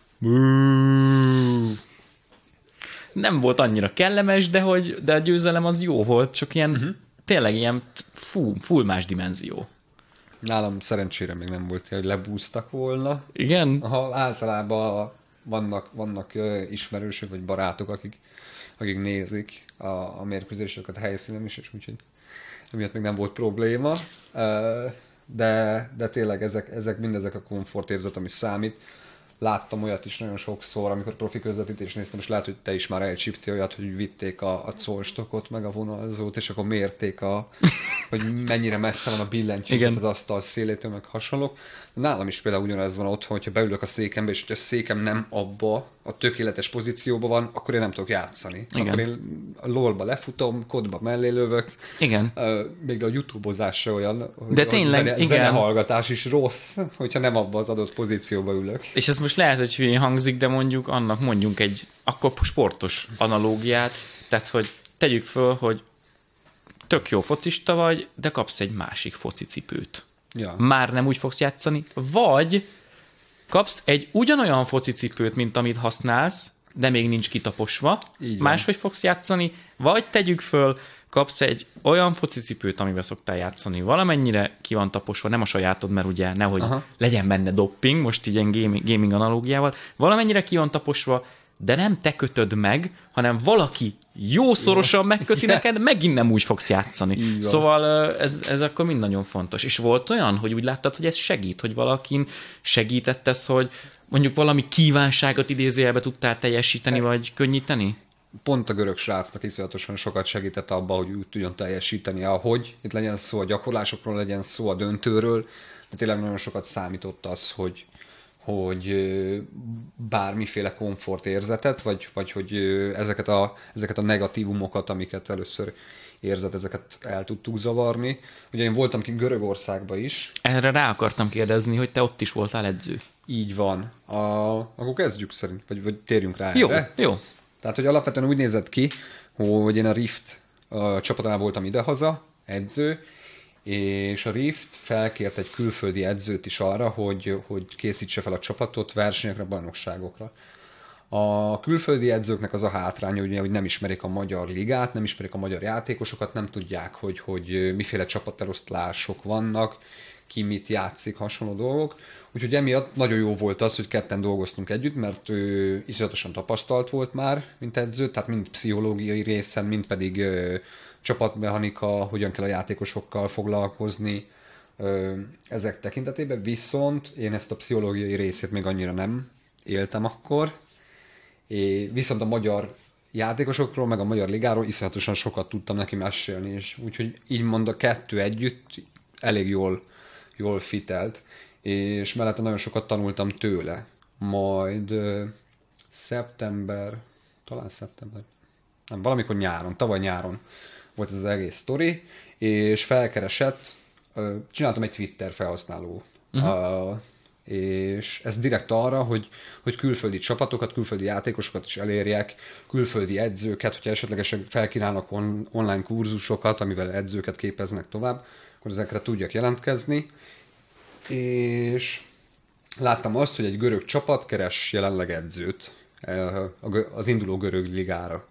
B: nem volt annyira kellemes, de, hogy, de a győzelem az jó volt, csak ilyen mm-hmm. tényleg ilyen fú, full más dimenzió.
A: Nálam szerencsére még nem volt, hogy lebúztak volna.
B: Igen?
A: Aha, általában vannak, vannak ismerősök vagy barátok, akik, akik nézik a, a mérkőzéseket a helyszínen is, és úgyhogy emiatt még nem volt probléma. De, de tényleg ezek, ezek mindezek a komfortérzet, ami számít. Láttam olyat is nagyon sokszor, amikor profi közvetítést néztem, és lehet, hogy te is már elcsíptél olyat, hogy vitték a, a colstokot, meg a vonalzót, és akkor mérték, a, hogy mennyire messze van a billentyűzet az asztal szélétől, meg hasonlók. Nálam is például ugyanez van otthon, hogyha beülök a székembe, és hogyha a székem nem abba a tökéletes pozícióban van, akkor én nem tudok játszani. Igen. Akkor én a lolba lefutom, kodba mellé lövök.
B: Igen.
A: Uh, még a YouTube-ozás se olyan, hogy
B: de tényleg,
A: a zene, zenehallgatás is rossz, hogyha nem abba az adott pozícióba ülök.
B: És ez most lehet, hogy hülyén hangzik, de mondjuk annak mondjunk egy akkor sportos analógiát, tehát hogy tegyük föl, hogy tök jó focista vagy, de kapsz egy másik focicipőt. Ja. Már nem úgy fogsz játszani, vagy kapsz egy ugyanolyan focicipőt, mint amit használsz, de még nincs kitaposva, máshogy fogsz játszani, vagy tegyük föl, kapsz egy olyan focicipőt, amivel szoktál játszani, valamennyire ki van taposva, nem a sajátod, mert ugye nehogy aha. legyen benne dopping, most ilyen gaming, gaming analógiával, valamennyire ki van taposva, de nem te kötöd meg, hanem valaki jó szorosan megköti neked, megint nem úgy fogsz játszani. Szóval ez, ez akkor mind nagyon fontos. És volt olyan, hogy úgy láttad, hogy ez segít, hogy valakin segített ez, hogy mondjuk valami kívánságot idézőjelbe tudtál teljesíteni, e- vagy könnyíteni?
A: Pont a görög srácnak iszonyatosan sokat segített abba, hogy úgy tudjon teljesíteni, ahogy itt legyen szó a gyakorlásokról, legyen szó a döntőről, de tényleg nagyon sokat számított az, hogy hogy bármiféle komfortérzetet, vagy, vagy hogy ezeket a, ezeket a negatívumokat, amiket először érzett, ezeket el tudtuk zavarni. Ugye én voltam ki Görögországban is.
B: Erre rá akartam kérdezni, hogy te ott is voltál edző.
A: Így van. A, akkor kezdjük szerint, vagy, vagy térjünk rá
B: Jó,
A: erre.
B: jó.
A: Tehát, hogy alapvetően úgy nézett ki, hogy én a Rift a csapatánál voltam idehaza, edző, és a Rift felkért egy külföldi edzőt is arra, hogy, hogy készítse fel a csapatot versenyekre, bajnokságokra. A külföldi edzőknek az a hátránya, ugye, hogy nem ismerik a magyar ligát, nem ismerik a magyar játékosokat, nem tudják, hogy, hogy miféle csapatteloszlások vannak, ki mit játszik, hasonló dolgok. Úgyhogy emiatt nagyon jó volt az, hogy ketten dolgoztunk együtt, mert ő iszonyatosan tapasztalt volt már, mint edző, tehát mind pszichológiai részen, mind pedig ö, csapatmechanika, hogyan kell a játékosokkal foglalkozni ö, ezek tekintetében. Viszont én ezt a pszichológiai részét még annyira nem éltem akkor, és viszont a magyar játékosokról, meg a magyar ligáról iszonyatosan sokat tudtam neki mesélni, és úgyhogy így mond a kettő együtt elég jól, jól fitelt, és mellette nagyon sokat tanultam tőle. Majd ö, szeptember, talán szeptember, nem, valamikor nyáron, tavaly nyáron volt ez az egész sztori, és felkeresett, ö, csináltam egy Twitter felhasználó, uh-huh. a, és ez direkt arra, hogy, hogy külföldi csapatokat, külföldi játékosokat is elérjek, külföldi edzőket, hogyha esetlegesen felkínálnak on, online kurzusokat, amivel edzőket képeznek tovább, akkor ezekre tudjak jelentkezni. És láttam azt, hogy egy görög csapat keres jelenleg edzőt az induló görög ligára.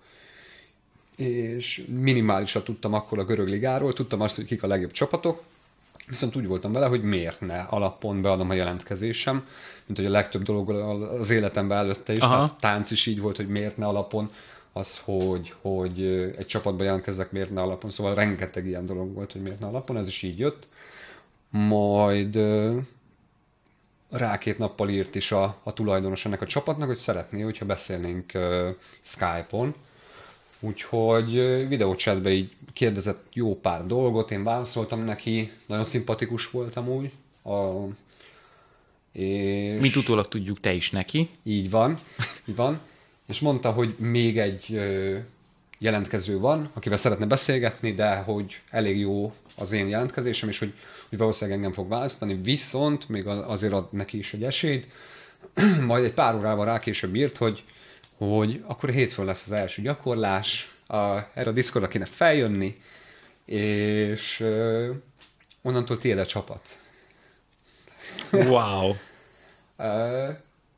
A: És minimálisan tudtam akkor a görög ligáról, tudtam azt, hogy kik a legjobb csapatok, viszont úgy voltam vele, hogy miért ne alapon beadom a jelentkezésem, mint hogy a legtöbb dolog az életemben előtte is, tehát tánc is így volt, hogy miért ne alapon, az, hogy, hogy egy csapatba jelentkezzek, miért ne alapon, szóval rengeteg ilyen dolog volt, hogy miért ne alapon, ez is így jött. Majd rá két nappal írt is a, a tulajdonos ennek a csapatnak, hogy szeretné, hogyha beszélnénk uh, Skype-on. Úgyhogy videóchatbe így kérdezett jó pár dolgot, én válaszoltam neki, nagyon szimpatikus voltam úgy. A, és
B: mint utólag tudjuk, te is neki.
A: Így van, így van. És mondta, hogy még egy ö, jelentkező van, akivel szeretne beszélgetni, de hogy elég jó az én jelentkezésem, és hogy, hogy valószínűleg engem fog választani, viszont még azért ad neki is egy esélyt. Majd egy pár órával rá később írt, hogy hogy akkor hétfőn lesz az első gyakorlás, a, erre a Discordra kéne feljönni, és uh, onnantól tiéd a csapat.
B: Wow!
A: uh,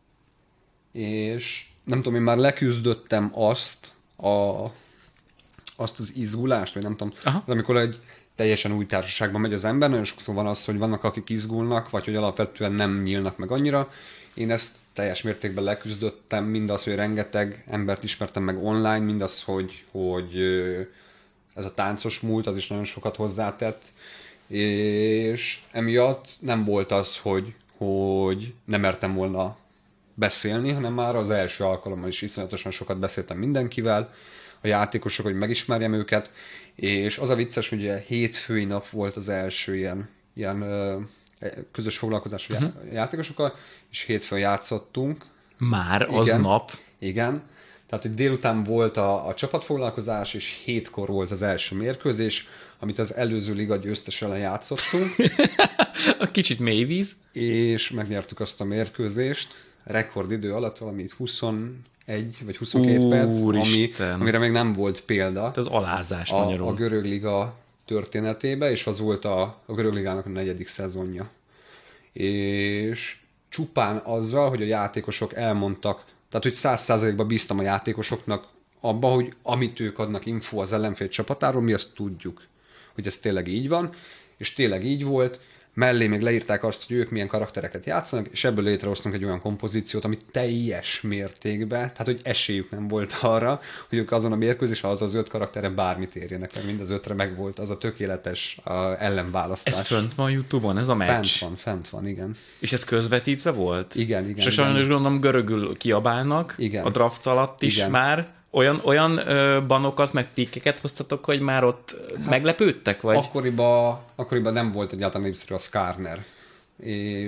A: és nem tudom, én már leküzdöttem azt, a, azt az izgulást, vagy nem tudom, az, amikor egy teljesen új társaságban megy az ember, nagyon sokszor van az, hogy vannak, akik izgulnak, vagy hogy alapvetően nem nyílnak meg annyira. Én ezt teljes mértékben leküzdöttem, mindaz, hogy rengeteg embert ismertem meg online, mindaz, hogy, hogy ez a táncos múlt, az is nagyon sokat hozzátett, és emiatt nem volt az, hogy, hogy nem mertem volna beszélni, hanem már az első alkalommal is iszonyatosan sokat beszéltem mindenkivel, a játékosok, hogy megismerjem őket, és az a vicces, hogy ugye hétfői nap volt az első ilyen, ilyen közös foglalkozású uh-huh. játékosokkal, és hétfőn játszottunk.
B: Már
A: igen,
B: aznap?
A: Igen. Tehát, hogy délután volt a, a csapatfoglalkozás, és hétkor volt az első mérkőzés, amit az előző liga győztes ellen játszottunk.
B: A kicsit mélyvíz.
A: És megnyertük azt a mérkőzést. Rekordidő alatt valami huszonegy vagy huszonkét perc, ami, amire még nem volt példa.
B: Ez az alázás
A: a,
B: magyarul.
A: A görög liga történetébe, és az volt a, a görög ligának a negyedik szezonja. És csupán azzal, hogy a játékosok elmondtak, tehát hogy száz százalékban bíztam a játékosoknak abba, hogy amit ők adnak info az ellenfél csapatáról, mi azt tudjuk, hogy ez tényleg így van, és tényleg így volt. Mellé még leírták azt, hogy ők milyen karaktereket játszanak, és ebből létrehoztunk egy olyan kompozíciót, ami teljes mértékben, tehát hogy esélyük nem volt arra, hogy ők azon a mérkőzésen az az öt karakterre bármit érjenek el, mind az ötre megvolt az a tökéletes a ellenválasztás.
B: Ez fönt van YouTube-on, ez a meccs?
A: Fent van, fent van, igen.
B: És ez közvetítve volt?
A: Igen, igen.
B: És sajnos gondolom görögül kiabálnak, igen. A draft alatt is igen. Már. Olyan, olyan ö, banokat, meg pikkeket hoztatok, hogy már ott hát, meglepődtek? Vagy?
A: Akkoriban, akkoriban nem volt egyáltalán népszerű a Skarner. És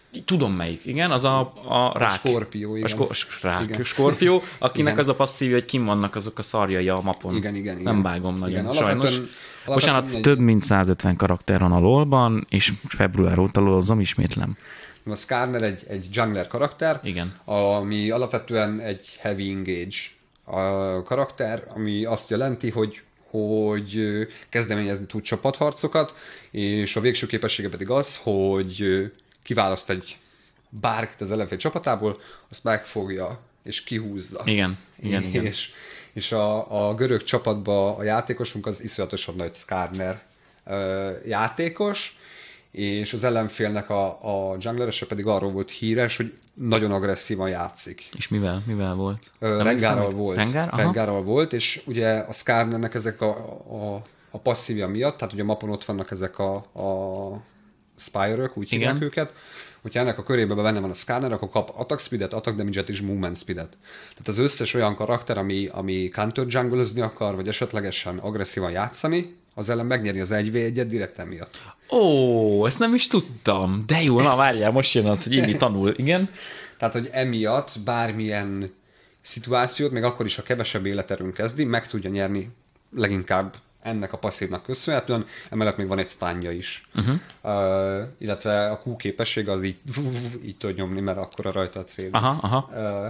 B: Tudom melyik, igen, az a, a rák.
A: A skorpió, igen.
B: A sko- rák,
A: igen.
B: skorpió, akinek
A: igen.
B: az a passzívja, hogy kim vannak azok a szarjai a mapon.
A: Igen, igen, igen.
B: Nem vágom nagyon,
A: igen,
B: sajnos.
A: alapvetően,
B: Bocsánat,
A: alapvetően
B: több mint száz ötven karakter van a lolban, és február óta lolozom, ismétlem.
A: A Skarner egy, egy jungler karakter,
B: Igen.
A: ami alapvetően egy heavy engage a karakter, ami azt jelenti, hogy hogy kezdeményezni tud csapatharcokat, és a végső képessége pedig az, hogy kiválaszt egy bárkit az ellenfél csapatából, azt megfogja és kihúzza.
B: Igen, igen,
A: és,
B: igen.
A: És, és a, a görög csapatban a játékosunk az iszonyatosan nagy Skarner uh, játékos, és az ellenfélnek a, a junglerese pedig arról volt híres, hogy nagyon agresszívan játszik.
B: És mivel? Mivel volt?
A: Ö, Rengárral volt.
B: Rengár?
A: Rengárral volt, és ugye a Skarnernek ezek a, a, a passzívja miatt, tehát ugye a mapon ott vannak ezek a, a Spire-ök, úgy hívják őket, hogyha ennek a körében benne van a Skarner, akkor kap attack speedet, attack damage-et és movement speedet. Tehát az összes olyan karakter, ami, ami counter jungle-özni akar, vagy esetlegesen agresszívan játszani, az ellen megnyeri az egy vé egyet direkt emiatt.
B: Ó, ezt nem is tudtam. De jó, na várjál, most jön az, hogy Imi tanul, igen.
A: Tehát, hogy emiatt bármilyen szituációt, még akkor is, ha kevesebb életerőn kezdi, meg tudja nyerni leginkább ennek a passzívnak köszönhetően, emellett még van egy stánja is. Uh-huh. Uh, illetve a Q képessége az így, így tud nyomni, mert akkora rajta a cél.
B: Aha, aha.
A: Uh,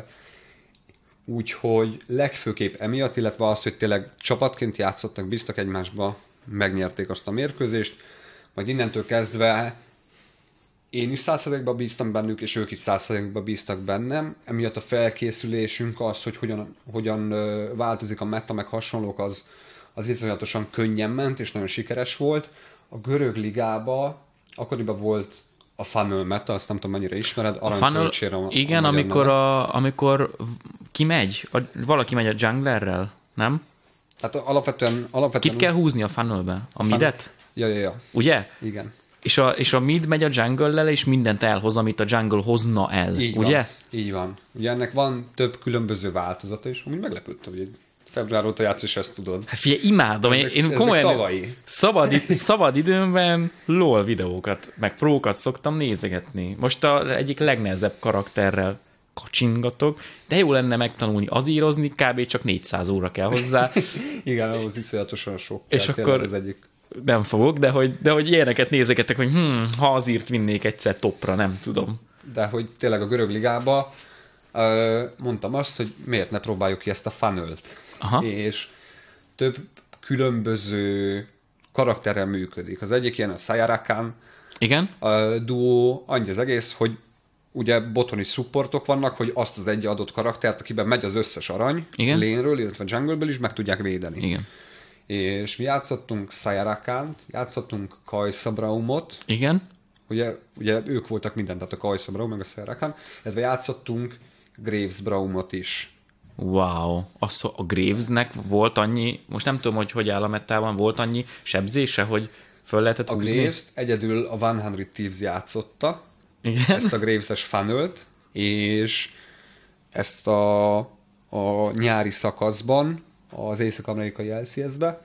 A: úgyhogy legfőképp emiatt, illetve az, hogy tényleg csapatként játszottak, bíztak egymásba, megnyerték azt a mérkőzést, majd innentől kezdve én is száz százalékban bíztam bennük, és ők is száz százalékban bíztak bennem. Emiatt a felkészülésünk az, hogy hogyan, hogyan változik a meta, meg hasonlók, az, az iszonyatosan könnyen ment, és nagyon sikeres volt. A görög ligába akkoriban volt a funnel meta, azt nem tudom, mennyire ismered, aranykölcsére.
B: A, igen, a amikor, a, amikor kimegy, a, valaki megy a junglerrel, nem?
A: Hát alapvetően... alapvetően
B: Kit kell húzni a funnelbe? A midet?
A: Ja, ja, ja.
B: Ugye?
A: Igen.
B: És a, és a mid megy a jungle-lel, és mindent elhoz, amit a jungle hozna el,
A: így
B: ugye?
A: Van. Így van. Ugye ennek van több különböző változata, és amúgy meglepődtem, hogy február óta játsz, és ezt tudod.
B: Hát figyelj, imádom.
A: Ez
B: Én,
A: meg,
B: én
A: ez
B: komolyan szabad, szabad időmben LOL videókat, meg prókat szoktam nézegetni. Most az egyik legnehezebb karakterrel kacsingatok, de jó lenne megtanulni azírozni, kb. Csak négyszáz óra kell hozzá.
A: Igen, ahhoz iszonyatosan sok.
B: És akkor
A: az egyik.
B: Nem fogok, de hogy, de hogy ilyeneket nézegetek, hogy hm, ha azért vinnék egyszer topra, nem tudom.
A: De hogy tényleg a görög ligába mondtam azt, hogy miért ne próbáljuk ki ezt a funnelt.
B: Aha.
A: És több különböző karakterrel működik. Az egyik ilyen a Sayarakan.
B: Igen.
A: A duó annyi az egész, hogy ugye boton is supportok vannak, hogy azt az egy adott karaktert, akiben megy az összes arany, lénről, illetve jungleből is meg tudják védeni.
B: Igen.
A: És mi játszottunk Sayarakant, játszottunk Kajsabraumot.
B: Igen.
A: Ugye, ugye ők voltak minden, tehát a Kajsabraum meg a Sayarakan, illetve játszottunk Gravesbraumot is.
B: Wow. Az, a Gravesnek volt annyi, most nem tudom, hogy hogy áll a metában, volt annyi sebzése, hogy föl lehetett
A: a
B: húzni?
A: A Graves egyedül a száz Thieves játszotta.
B: Igen.
A: Ezt a Graves-es funnelt, és ezt a, a nyári szakaszban az észak-amerikai el cé es-be,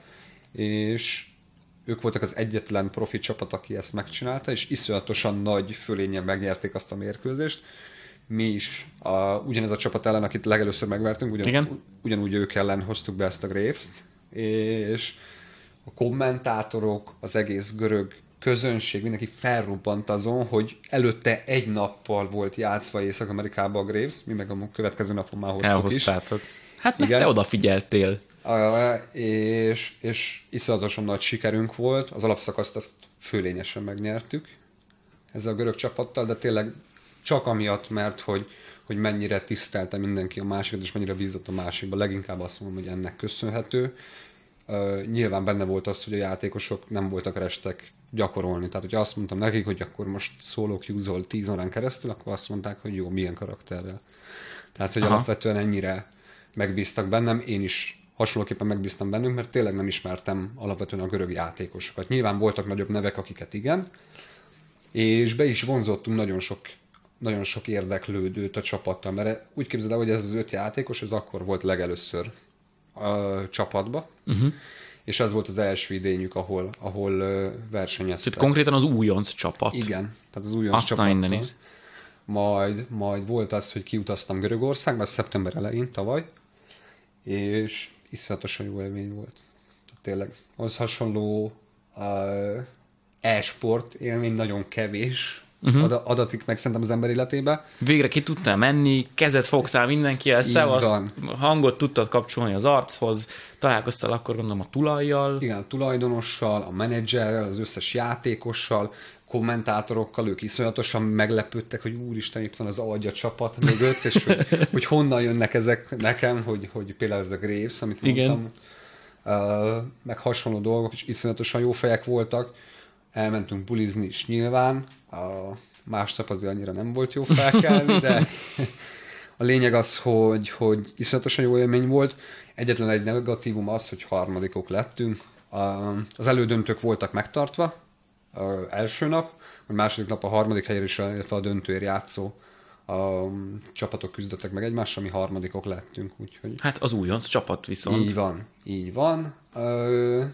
A: és ők voltak az egyetlen profi csapat, aki ezt megcsinálta, és iszonyatosan nagy fölényen megnyerték azt a mérkőzést. Mi is, a, ugyanez a csapat ellen, akit legelőször megvertünk, ugyan, ugyanúgy ők ellen hoztuk be ezt a Graves-t, és a kommentátorok, az egész görög közönség, mindenki felrubbant azon, hogy előtte egy nappal volt játszva Észak-Amerikába a Graves, mi meg a következő napon már hoztuk
B: Elhoztátok.
A: is.
B: Hát meg te odafigyeltél.
A: Uh, és, és iszonyatosan nagy sikerünk volt, az alapszakaszt azt fölényesen megnyertük ezzel a görög csapattal, de tényleg csak amiatt, mert hogy, hogy mennyire tisztelte mindenki a másikat, és mennyire bízott a másikba, leginkább azt mondom, hogy ennek köszönhető. Uh, nyilván benne volt az, hogy a játékosok nem voltak restek gyakorolni. Tehát, hogyha azt mondtam nekik, hogy akkor most solo queue-zol tíz órán keresztül, akkor azt mondták, hogy jó, milyen karakterrel. Tehát, hogy Aha. alapvetően ennyire megbíztak bennem, én is hasonlóképpen megbíztam bennünk, mert tényleg nem ismertem alapvetően a görög játékosokat. Nyilván voltak nagyobb nevek, akiket igen, és be is vonzottunk nagyon sok, nagyon sok érdeklődőt a csapattal, mert úgy képzeld el, hogy ez az öt játékos, ez akkor volt legelőször a csapatba, uh-huh. és ez volt az első idényük, ahol, ahol versenyeztek.
B: Tehát konkrétan az újonc csapat.
A: Igen, tehát az újonc
B: Aztán
A: csapat. majd, majd volt az, hogy kiutaztam Görögországba, szeptember elején, tavaly, és iszonyatosan jó élmény volt. Tényleg, az hasonló uh, e-sport élmény nagyon kevés uh-huh. ad- adatik meg szerintem az ember életébe.
B: Végre ki tudtál menni, kezet fogtál mindenkivel, szevaszt, hangot tudtad kapcsolni az archoz, találkoztál akkor gondolom a tulajjal.
A: Igen, a tulajdonossal, a menedzserrel, az összes játékossal, kommentátorokkal, ők iszonyatosan meglepődtek, hogy úristen, itt van az Algya csapat mögött, és hogy, hogy honnan jönnek ezek nekem, hogy, hogy például ez a Graves, amit
B: Igen.
A: mondtam, uh, meg hasonló dolgok, és iszonyatosan jó fejek voltak. Elmentünk bulizni is nyilván, a másnap azért annyira nem volt jó felkelni, de a lényeg az, hogy, hogy iszonyatosan jó élmény volt. Egyetlen egy negatívum az, hogy harmadikok lettünk. Az elődöntők voltak megtartva, az első nap, a második nap a harmadik helyre is, illetve a döntőért játszó a csapatok küzdöttek meg egymással, mi harmadikok lettünk. Úgyhogy...
B: Hát az újonc csapat viszont.
A: Így van, így van. Ö...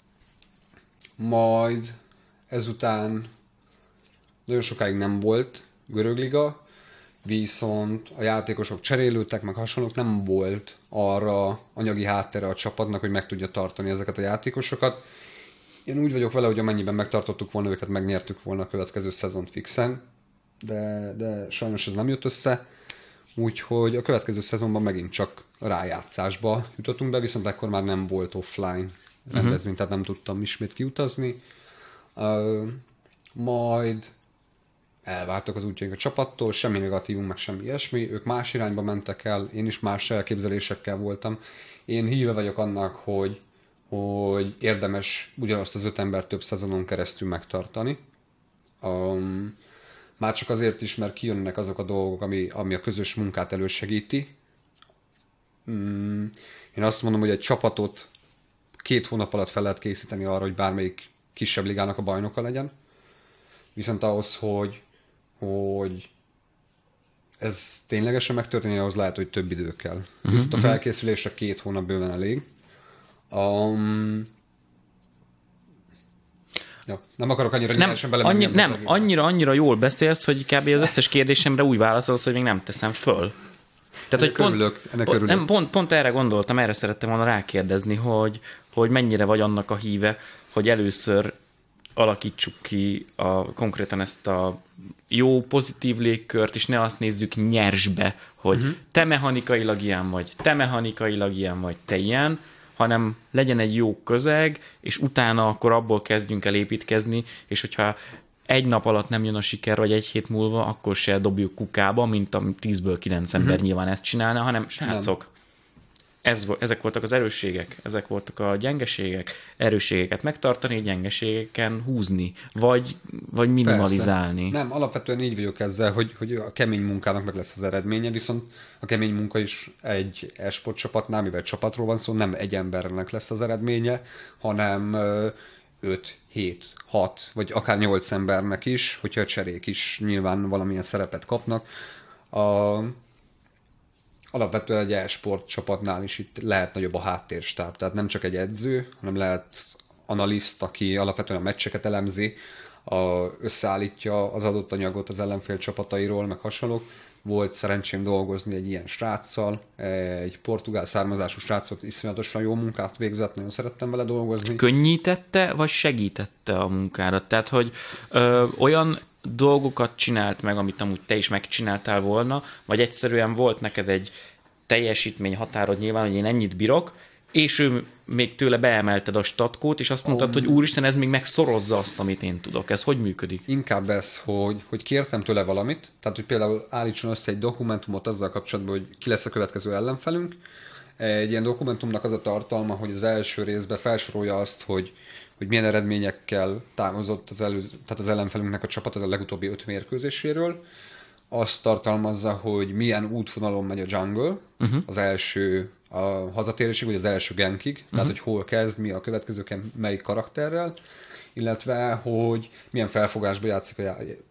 A: Majd ezután nagyon sokáig nem volt görögliga, viszont a játékosok cserélődtek, meg hasonlók, nem volt arra anyagi háttere a csapatnak, hogy meg tudja tartani ezeket a játékosokat. Én úgy vagyok vele, hogy amennyiben megtartottuk volna őket, megnyertük volna a következő szezont fixen, de, de sajnos ez nem jött össze, úgyhogy a következő szezonban megint csak rájátszásba jutottunk be, viszont ekkor már nem volt offline rendezvény, uh-huh. tehát nem tudtam ismét kiutazni. Uh, majd elváltak az útjaink a csapattól, semmi negatívum, meg semmi ilyesmi, ők más irányba mentek el, én is más elképzelésekkel voltam. Én híve vagyok annak, hogy, hogy érdemes ugyanazt az öt ember több szezonon keresztül megtartani. Um, már csak azért is, mert kijönnek azok a dolgok, ami, ami a közös munkát elősegíti. Um, én azt mondom, hogy egy csapatot két hónap alatt fel lehet készíteni arra, hogy bármelyik kisebb ligának a bajnoka legyen. Viszont ahhoz, hogy, hogy ez ténylegesen megtörténjen, ahhoz lehet, hogy több idő kell. Uh-huh, Viszont a felkészülésre két hónap bőven elég. Um, ja, nem akarok annyira nyilvánosan belemenni.
B: Annyi, nem, annyira, annyira jól beszélsz, hogy kb. Az összes kérdésemre úgy válaszolsz, hogy még nem teszem föl. Tehát, hogy pont,
A: örülök, ennek
B: pont,
A: örülök.
B: Nem, pont, pont erre gondoltam, erre szerettem volna rákérdezni, hogy, hogy mennyire vagy annak a híve, hogy először alakítsuk ki a, konkrétan ezt a jó, pozitív légkört, és ne azt nézzük nyersbe, hogy uh-huh. te mechanikailag ilyen vagy, te mechanikailag ilyen vagy, te ilyen, hanem legyen egy jó közeg, és utána akkor abból kezdjünk el építkezni, és hogyha egy nap alatt nem jön a siker, vagy egy hét múlva, akkor se dobjuk kukába, mint a tízből kilenc ember uh-huh. nyilván ezt csinálna, hanem srácok, ez, ezek voltak az erősségek, ezek voltak a gyengeségek, erősségeket megtartani, gyengeségeken húzni, vagy, vagy minimalizálni.
A: Persze. Nem, alapvetően így vagyok ezzel, hogy, hogy a kemény munkának meg lesz az eredménye, viszont a kemény munka is egy e-sport csapatnál, mivel csapatról van szó, nem egy embernek lesz az eredménye, hanem öt, hét, hat, vagy akár nyolc embernek is, hogyha a cserék is nyilván valamilyen szerepet kapnak. A Alapvetően egy e-sport csapatnál is itt lehet nagyobb a háttérstáb, tehát nem csak egy edző, hanem lehet analiszt, aki alapvetően a meccseket elemzi, a, összeállítja az adott anyagot az ellenfél csapatairól, meg hasonlók. Volt szerencsém dolgozni egy ilyen sráccal, egy portugál származású srácot, iszonyatosan jó munkát végzett, nagyon szerettem vele dolgozni.
B: Könnyítette, vagy segítette a munkára? Tehát, hogy ö, olyan dolgokat csinált meg, amit amúgy te is megcsináltál volna, vagy egyszerűen volt neked egy teljesítmény határod nyilván, hogy én ennyit bírok, és ő még tőle beemelted a statkót, és azt mondtad, um, hogy úristen, ez még megszorozza azt, amit én tudok. Ez hogy működik?
A: Inkább ez, hogy, hogy kértem tőle valamit, tehát hogy például állítson össze egy dokumentumot azzal kapcsolatban, hogy ki lesz a következő ellenfelünk. Egy ilyen dokumentumnak az a tartalma, hogy az első részben felsorolja azt, hogy hogy milyen eredményekkel támozott az, előző, tehát az ellenfelünknek a csapat az a legutóbbi öt mérkőzéséről. Azt tartalmazza, hogy milyen útvonalon megy a jungle, uh-huh. az első a hazatérésig, vagy az első genkig, uh-huh. tehát hogy hol kezd, mi a következő melyik karakterrel, illetve hogy milyen felfogásba játszik a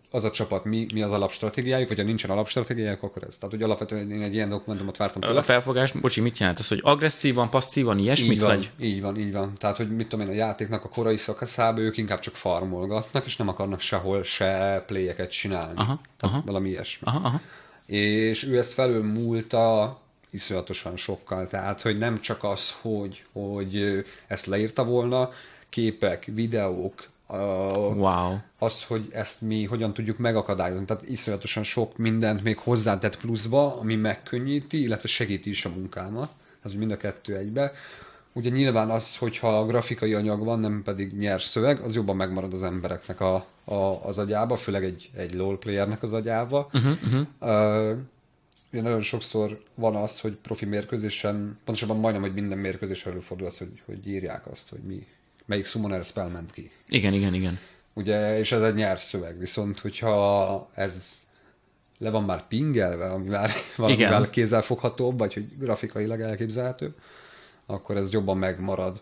A: az a csapat mi, mi az alapstratégiájuk, vagy ha nincsen alapstratégiájuk, akkor ez. Tehát, hogy alapvetően én egy ilyen dokumentumot vártam tőle.
B: A felfogás, bocsi, mit jelent az, hogy agresszívan, passzívan, ilyesmit
A: így van,
B: vagy?
A: így van, így van. Tehát, hogy mit tudom én, a játéknak a korai szakaszában ők inkább csak farmolgatnak, és nem akarnak sehol se playeket csinálni.
B: Aha,
A: Tehát
B: aha.
A: valami ilyesmi.
B: Aha, aha.
A: És ő ezt felülmúlta iszonyatosan sokkal. Tehát, hogy nem csak az, hogy, hogy ezt leírta volna, képek, videók, Uh,
B: Wow.
A: az, hogy ezt mi hogyan tudjuk megakadályozni. Tehát iszonyatosan sok mindent még hozzátett pluszba, ami megkönnyíti, illetve segíti is a munkámat. Ez mind a kettő egybe. Ugye nyilván az, hogyha a grafikai anyag van, nem pedig nyers szöveg, az jobban megmarad az embereknek a, a, az agyába, főleg egy, egy LoL playernek az agyába. Uh-huh, uh-huh. Uh, ugye nagyon sokszor van az, hogy profi mérkőzésen, pontosabban majdnem, hogy minden mérkőzésen előfordul az, hogy, hogy írják azt, hogy mi melyik summoner spell ment ki.
B: Igen, igen, igen.
A: Ugye, és ez egy nyers szöveg, viszont hogyha ez le van már pingelve, ami már valamivel kézzelfoghatóbb, vagy hogy grafikailag elképzelhető, akkor ez jobban megmarad.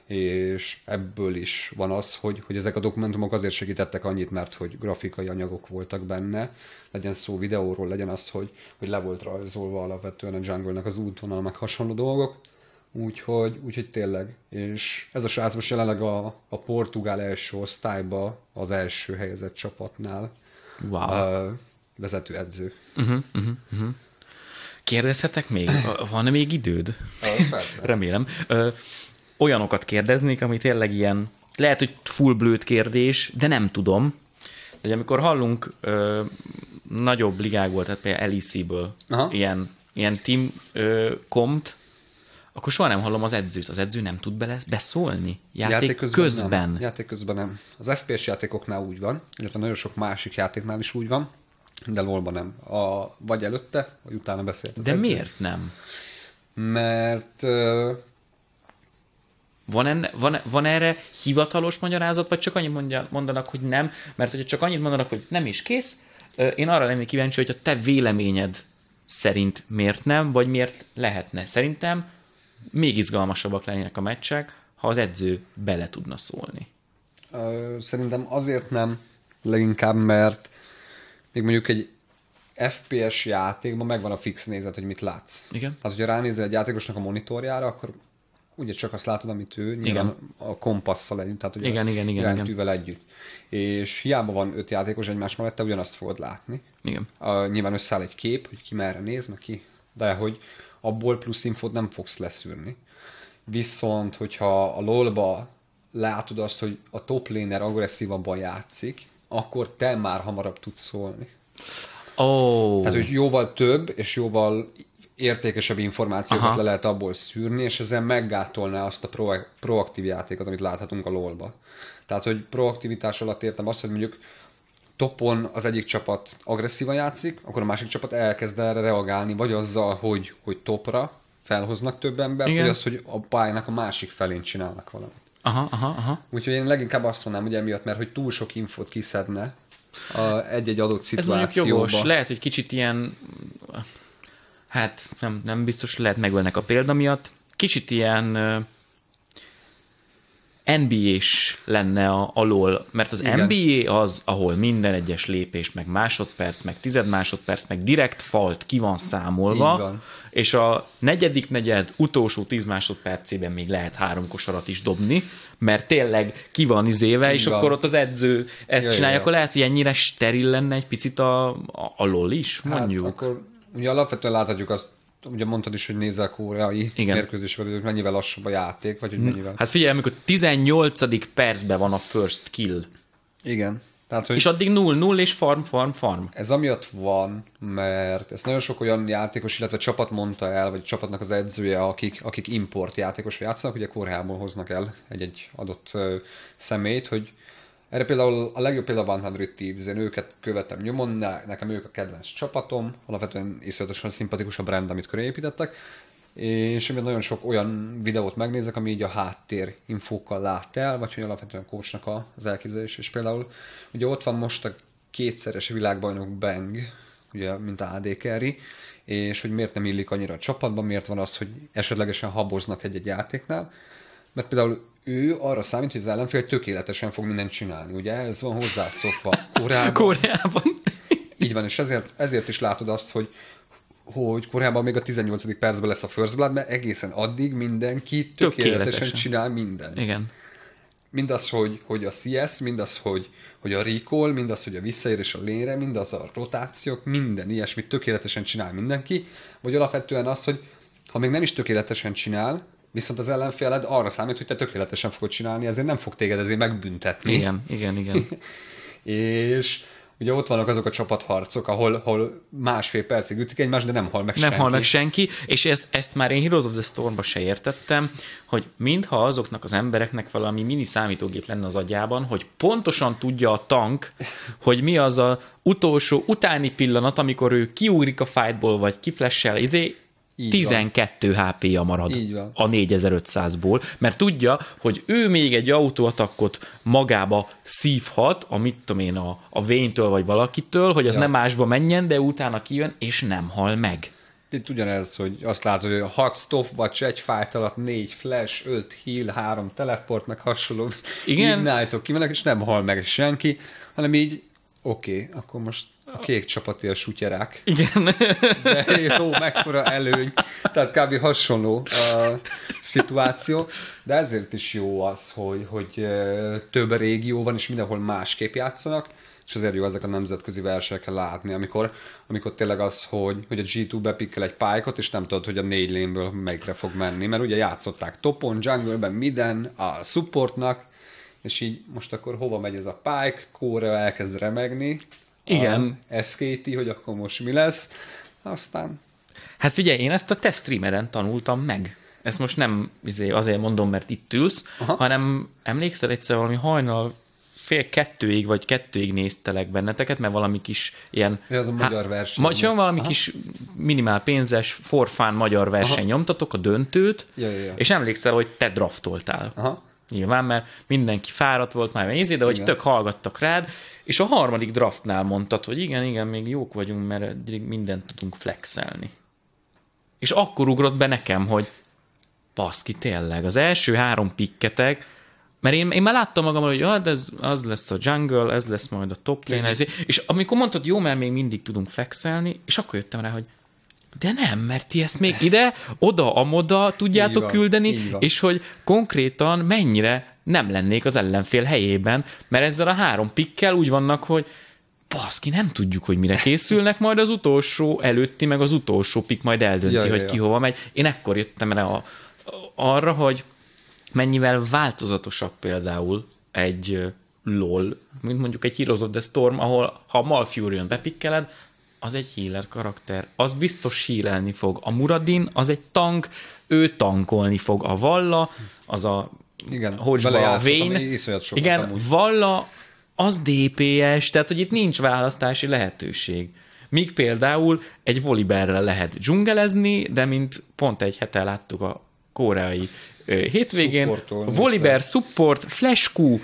A: És ebből is van az, hogy, hogy ezek a dokumentumok azért segítettek annyit, mert hogy grafikai anyagok voltak benne, legyen szó videóról, legyen az, hogy, hogy le volt rajzolva alapvetően a jungle-nek az útvonal, meg hasonló dolgok. Úgyhogy, úgyhogy tényleg. És ez a srác most jelenleg a, a portugál első osztályba az első helyezett csapatnál
B: Wow.
A: a vezető edző.
B: Uh-huh, uh-huh, uh-huh. Kérdezhetek még? Van még időd?
A: Persze.
B: Remélem. Ö, olyanokat kérdeznék, ami tényleg ilyen, lehet, hogy full blőtt kérdés, de nem tudom. De amikor hallunk ö, nagyobb ligákból, tehát például el í cé-ből ilyen, ilyen team ö, komt, akkor soha nem hallom az edzőt. Az edző nem tud bele beszólni? Játék, játék közben? közben.
A: Nem. Játék közben nem. Az ef pé es játékoknál úgy van, illetve nagyon sok másik játéknál is úgy van, de LoL-ban nem. A, vagy előtte, vagy utána beszélt az
B: De
A: edző.
B: miért nem?
A: Mert... Uh,
B: van, enne, van, van erre hivatalos magyarázat, vagy csak annyit mondja, mondanak, hogy nem? Mert hogyha csak annyit mondanak, hogy nem is kész, én arra lennék kíváncsi, hogy a te véleményed szerint miért nem, vagy miért lehetne. Szerintem még izgalmasabbak lennének a meccsek, ha az edző bele tudna szólni.
A: Szerintem azért nem, leginkább, mert még mondjuk egy ef pé es játékban megvan a fix nézet, hogy mit látsz.
B: Igen.
A: Tehát, hogyha ránézel egy játékosnak a monitorjára, akkor ugye csak azt látod, amit ő, nyilván igen. a kompasszal együtt, tehát ugye
B: igen, igen, igen,
A: iránytűvel együtt. És hiába van öt játékos egymás mellett, te ugyanazt fogod látni.
B: Igen.
A: Uh, nyilván összeáll egy kép, hogy ki merre néz, meg ki, de hogy abból plusz infót nem fogsz leszűrni. Viszont, hogyha a LoL-ba látod azt, hogy a top laner agresszívabban játszik, akkor te már hamarabb tudsz szólni.
B: Oh.
A: Tehát, hogy jóval több és jóval értékesebb információkat
B: Aha.
A: le lehet abból szűrni, és ezzel meggátolná azt a pro- proaktív játékot, amit láthatunk a LoL-ba. Tehát, hogy proaktivitás alatt értem azt, hogy mondjuk topon az egyik csapat agresszívan játszik, akkor a másik csapat elkezd erre reagálni, vagy azzal, hogy, hogy topra felhoznak több embert, igen. vagy az, hogy a pályának a másik felén csinálnak valamit.
B: Aha, aha, aha.
A: Úgyhogy én leginkább azt mondanám, hogy emiatt, mert hogy túl sok infót kiszedne a egy-egy adott szituációba.
B: Ez mondjuk jogos. Lehet, hogy kicsit ilyen, hát nem, nem biztos, lehet megölnek a példa miatt. Kicsit ilyen en bé á-s lenne a, a LoL, mert az igen. en bé á az, ahol minden egyes lépés, meg másodperc, meg tized másodperc, meg direkt falt ki van számolva, van. És a negyedik negyed utolsó tíz másodpercében még lehet három kosarat is dobni, mert tényleg ki van izéve, és akkor ott az edző ezt jaj, csinálja, akkor lehet, hogy ennyire steril lenne egy picit a, a, a LoL is, mondjuk. Hát
A: akkor ugye alapvetően láthatjuk azt, ugye mondtad is, hogy nézel koreai mérkőzésben, hogy mennyivel lassabb a játék, vagy hogy mennyivel...
B: Hát figyelj, amikor tizennyolcadik percben van a first kill.
A: Igen. Tehát, hogy
B: és addig null null és farm, farm, farm.
A: Ez amiatt van, mert ezt nagyon sok olyan játékos, illetve csapat mondta el, vagy csapatnak az edzője, akik, akik import játékosra játszanak, ugye Koreából hoznak el egy-egy adott uh, személyt, hogy erre például a legjobb például a száz Thieves, én őket követem nyomon, nekem ők a kedvenc csapatom, alapvetően iszonyatosan szimpatikus a brand, amit köré építettek, és én nagyon sok olyan videót megnézek, ami így a háttér infókkal lát el, vagy hogy alapvetően coachnak az elképzelés, és például ugye ott van most a kétszeres világbajnok Bang, ugye, mint á dé carry, és hogy miért nem illik annyira a csapatban, miért van az, hogy esetlegesen haboznak egy-egy játéknál, mert például ő arra számít, hogy az ellenfél tökéletesen fog mindent csinálni. Ugye ez van hozzászokva Koreában.
B: Koreában.
A: Így van, és ezért, ezért is látod azt, hogy hogy Koreában még a tizennyolcadik percben lesz a First Blood, mert egészen addig mindenki tökéletesen, tökéletesen. csinál mindent.
B: Igen.
A: Mindaz, hogy, hogy a cé es, mindaz, hogy, hogy a recall, mindaz, hogy a visszaérés a lényre, mindaz a rotációk, minden ilyesmit tökéletesen csinál mindenki, vagy alapvetően az, hogy ha még nem is tökéletesen csinál, viszont az ellenféled arra számít, hogy te tökéletesen fogod csinálni, ezért nem fog téged ezért megbüntetni.
B: Igen, igen, igen.
A: És ugye ott vannak azok a csapatharcok, ahol, ahol másfél percig ütik egymást, de nem hal meg
B: nem
A: senki.
B: Nem hal meg senki, és ez, ezt már én Heroes of the Stormba se értettem, hogy mintha azoknak az embereknek valami mini számítógép lenne az agyában, hogy pontosan tudja a tank, hogy mi az a utolsó, utáni pillanat, amikor ő kiugrik a fightból, vagy kiflessel, izé, így tizenkettő há pé-ja marad a négyezer-ötszázból, mert tudja, hogy ő még egy autóatakot magába szívhat, a mit tudom én, a, a Vayne-től vagy valakitől, hogy az ja. nem másba menjen, de utána kijön, és nem hal meg.
A: Itt ugyanez, hogy azt látod, hogy hat stop, vagy egy fight alatt négy flash, öt heal, három teleport, meg hasonló.
B: Igen.
A: Ignite-ok kimennek, és nem hal meg senki, hanem így oké, okay, akkor most a kék csapati a sutyerák.
B: Igen.
A: De jó, mekkora előny. Tehát kb. Hasonló a szituáció. De ezért is jó az, hogy, hogy több régió van, és mindenhol másképp játszanak, és azért jó ezek a nemzetközi versenyeken látni, amikor, amikor tényleg az, hogy, hogy a gé kettő bepikkel egy pálykot, és nem tudod, hogy a négy lane-ből melyikre fog menni, mert ugye játszották topon, jungle-ben, miden, a supportnak, és így most akkor hova megy ez a pike, Korea elkezd remegni,
B: igen.
A: A es ká té, hogy akkor most mi lesz, aztán...
B: Hát figyelj, én ezt a te streameren tanultam meg. Ezt most nem azért mondom, mert itt ülsz, aha. hanem emlékszel egyszer valami hajnal fél kettőig, vagy kettőig néztelek benneteket, mert valami kis ilyen...
A: Ez a magyar verseny.
B: Majd valami aha. kis minimál pénzes, for fun magyar verseny aha. nyomtatok, a döntőt,
A: ja, ja, ja.
B: és emlékszel, hogy te draftoltál. Aha. Nyilván, mert mindenki fáradt volt már nézni, de hogy igen. tök hallgattak rád, és a harmadik draftnál mondtad, hogy igen, igen, még jók vagyunk, mert mindent tudunk flexelni. És akkor ugrott be nekem, hogy baszki, tényleg, az első három pikketek, mert én, én már láttam magamról, hogy ja, ez, az lesz a jungle, ez lesz majd a top lane, ezért. És amikor mondtad, jó, mert még mindig tudunk flexelni, és akkor jöttem rá, hogy de nem, mert ti ezt még ide, oda, amoda tudjátok van, küldeni, és hogy konkrétan mennyire nem lennék az ellenfél helyében, mert ezzel a három pikkel úgy vannak, hogy baszki, nem tudjuk, hogy mire készülnek, majd az utolsó előtti, meg az utolsó pik majd eldönti, ja, hogy ja, ki ja. hova megy. Én ekkor jöttem rá a, arra, hogy mennyivel változatosabb például egy LOL, mint mondjuk egy Heroes of the Storm, ahol ha Malfurion bepikkeled, az egy healer karakter, az biztos healelni fog. A Muradin az egy tank, ő tankolni fog. A Valla, az a
A: igen,
B: Hodge-ba a Vayne. Igen, amúgy. Valla az dé pé es, tehát hogy itt nincs választási lehetőség. Míg például egy Volibearrel lehet dzsungelezni, de mint pont egy hete láttuk a koreai hétvégén, Volibear, support, Flash Q,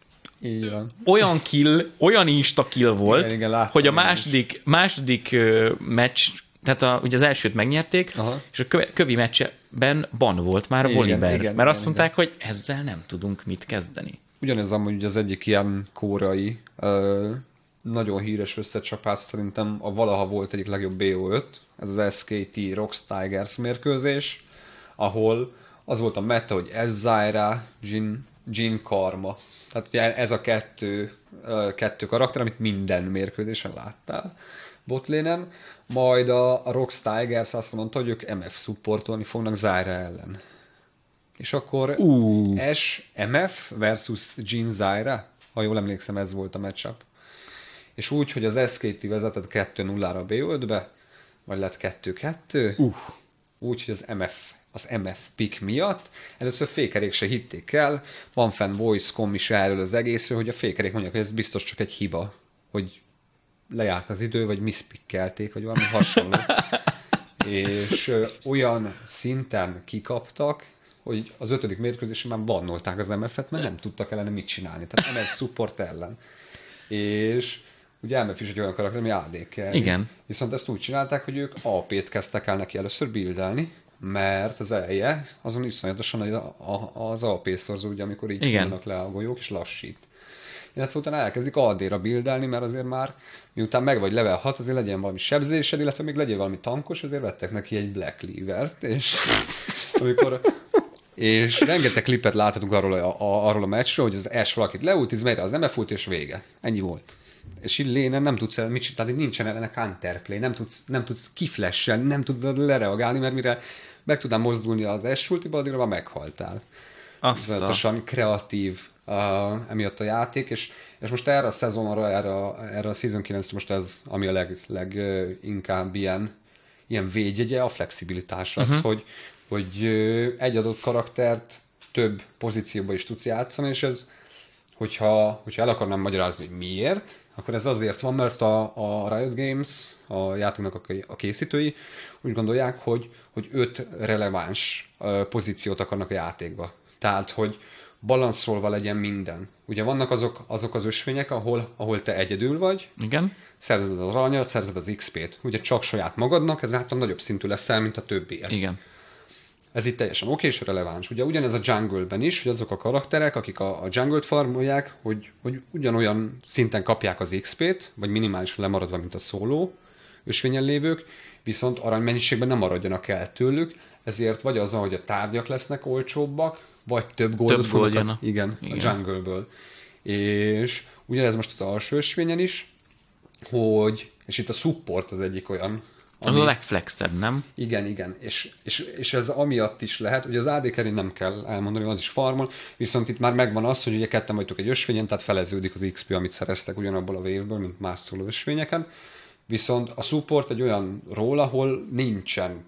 B: olyan kill, olyan insta kill volt, igen, igen, hogy a második, második uh, meccs, tehát a, ugye az elsőt megnyerték, aha. és a kövi, kövi meccsben ban volt már a Volibear, mert igen, azt mondták, igen. hogy ezzel nem tudunk mit kezdeni.
A: Ugyanez amúgy az egyik ilyen koreai, uh, nagyon híres összecsapás, szerintem a valaha volt egyik legjobb bé o öt, ez az es ká té Rocks Tigers mérkőzés, ahol az volt a meta, hogy Ez-Zyra, Jhin, Jhin Karma. Tehát ugye ez a kettő, kettő karakter, amit minden mérkőzésen láttál botlénen. Majd a, a Rocks Tigers azt mondta, hogy ők em ef supportolni fognak Zyra ellen. És akkor uh. es em ef versus Jhin Zyra, ha jól emlékszem, ez volt a matchup. És úgy, hogy az es ká té vezetett kettő nullára a bé ötbe, vagy lett kettő kettő, uh. úgy, hogy az em ef az em ef pick miatt. Először fékerék se hitték el, van fenn voice.com is erről az egészről, hogy a fékerék mondják, hogy ez biztos csak egy hiba, hogy lejárt az idő, vagy miszpikkelték, vagy valami hasonló. És ö, olyan szinten kikaptak, hogy az ötödik mérkőzésen már bannolták az em ef-et, mert nem tudtak ellene mit csinálni. Tehát em ef support ellen. És ugye em ef is egy olyan karakter, ami á dé kell.
B: Igen.
A: Viszont ezt úgy csinálták, hogy ők á pét kezdtek el neki először buildelni, mert az eleje azon iszonyatosan nagy a- a- az á pé szorzó, ugye, amikor így
B: Igen.
A: vannak le a golyók, és lassít. Illetve utána elkezdik á dé-ra buildelni, mert azért már miután meg vagy level hat, azért legyen valami sebzésed, illetve még legyen valami tankos, azért vettek neki egy Black Cleaver-t, és amikor és rengeteg klipet láthatunk arról a, a, arról a meccsről, hogy az Ash valakit leultiz, melyre az em ef ult, és vége. Ennyi volt. És így lénen nem tudsz el mit csinálni, tehát nincsen ellene counterplay, nem tudsz, nem tudsz kiflashelni, nem tudod lereagálni, mert mire meg tudnám mozdulni az Ash ultiba, addigra már meghaltál.
B: Azt a...
A: Iszonyatosan kreatív uh, emiatt a játék, és, és most erre a szezonra, erre a, erre a Season kilencre most ez, ami a leg, leg uh, inkább ilyen, ilyen védjegye, a flexibilitás az, uh-huh. hogy, hogy uh, egy adott karaktert több pozícióba is tudsz játszani, és ez, hogyha, hogyha el akarnám magyarázni, hogy miért, akkor ez azért van, mert a, a Riot Games, a játéknak a, a készítői úgy gondolják, hogy, hogy öt releváns uh, pozíciót akarnak a játékba. Tehát, hogy balanszolva legyen minden. Ugye vannak azok, azok az ösvények, ahol, ahol te egyedül vagy,
B: Igen.
A: szerzed az aranyat, szerzed az iksz pét. Ugye csak saját magadnak, ezáltal nagyobb szintű leszel, mint a többiek.
B: Igen.
A: Ez itt teljesen oké és releváns. Ugye ugyanez a jungle-ben is, hogy azok a karakterek, akik a, a jungle-t farmolják, hogy, hogy ugyanolyan szinten kapják az iksz pét, vagy minimálisan lemaradva, mint a szóló ösvényen lévők, viszont aranymennyiségben nem maradjanak el tőlük, ezért vagy az, hogy a tárgyak lesznek olcsóbbak, vagy több goldot fognak a, igen, igen. a jungle-ből. És ugyanez most az alsó ösvényen is, hogy, és itt a support az egyik olyan,
B: ami... Az a legflexebb, nem?
A: Igen, igen. És, és, és ez amiatt is lehet, hogy az á dé carry nem kell elmondani, az is farmol, viszont itt már megvan az, hogy ugye ketten vagytok egy ösvényen, tehát feleződik az iksz pé, amit szereztek ugyanabból a wave-ből, mint más szóló ösvényeken. Viszont a support egy olyan ról, ahol nincsen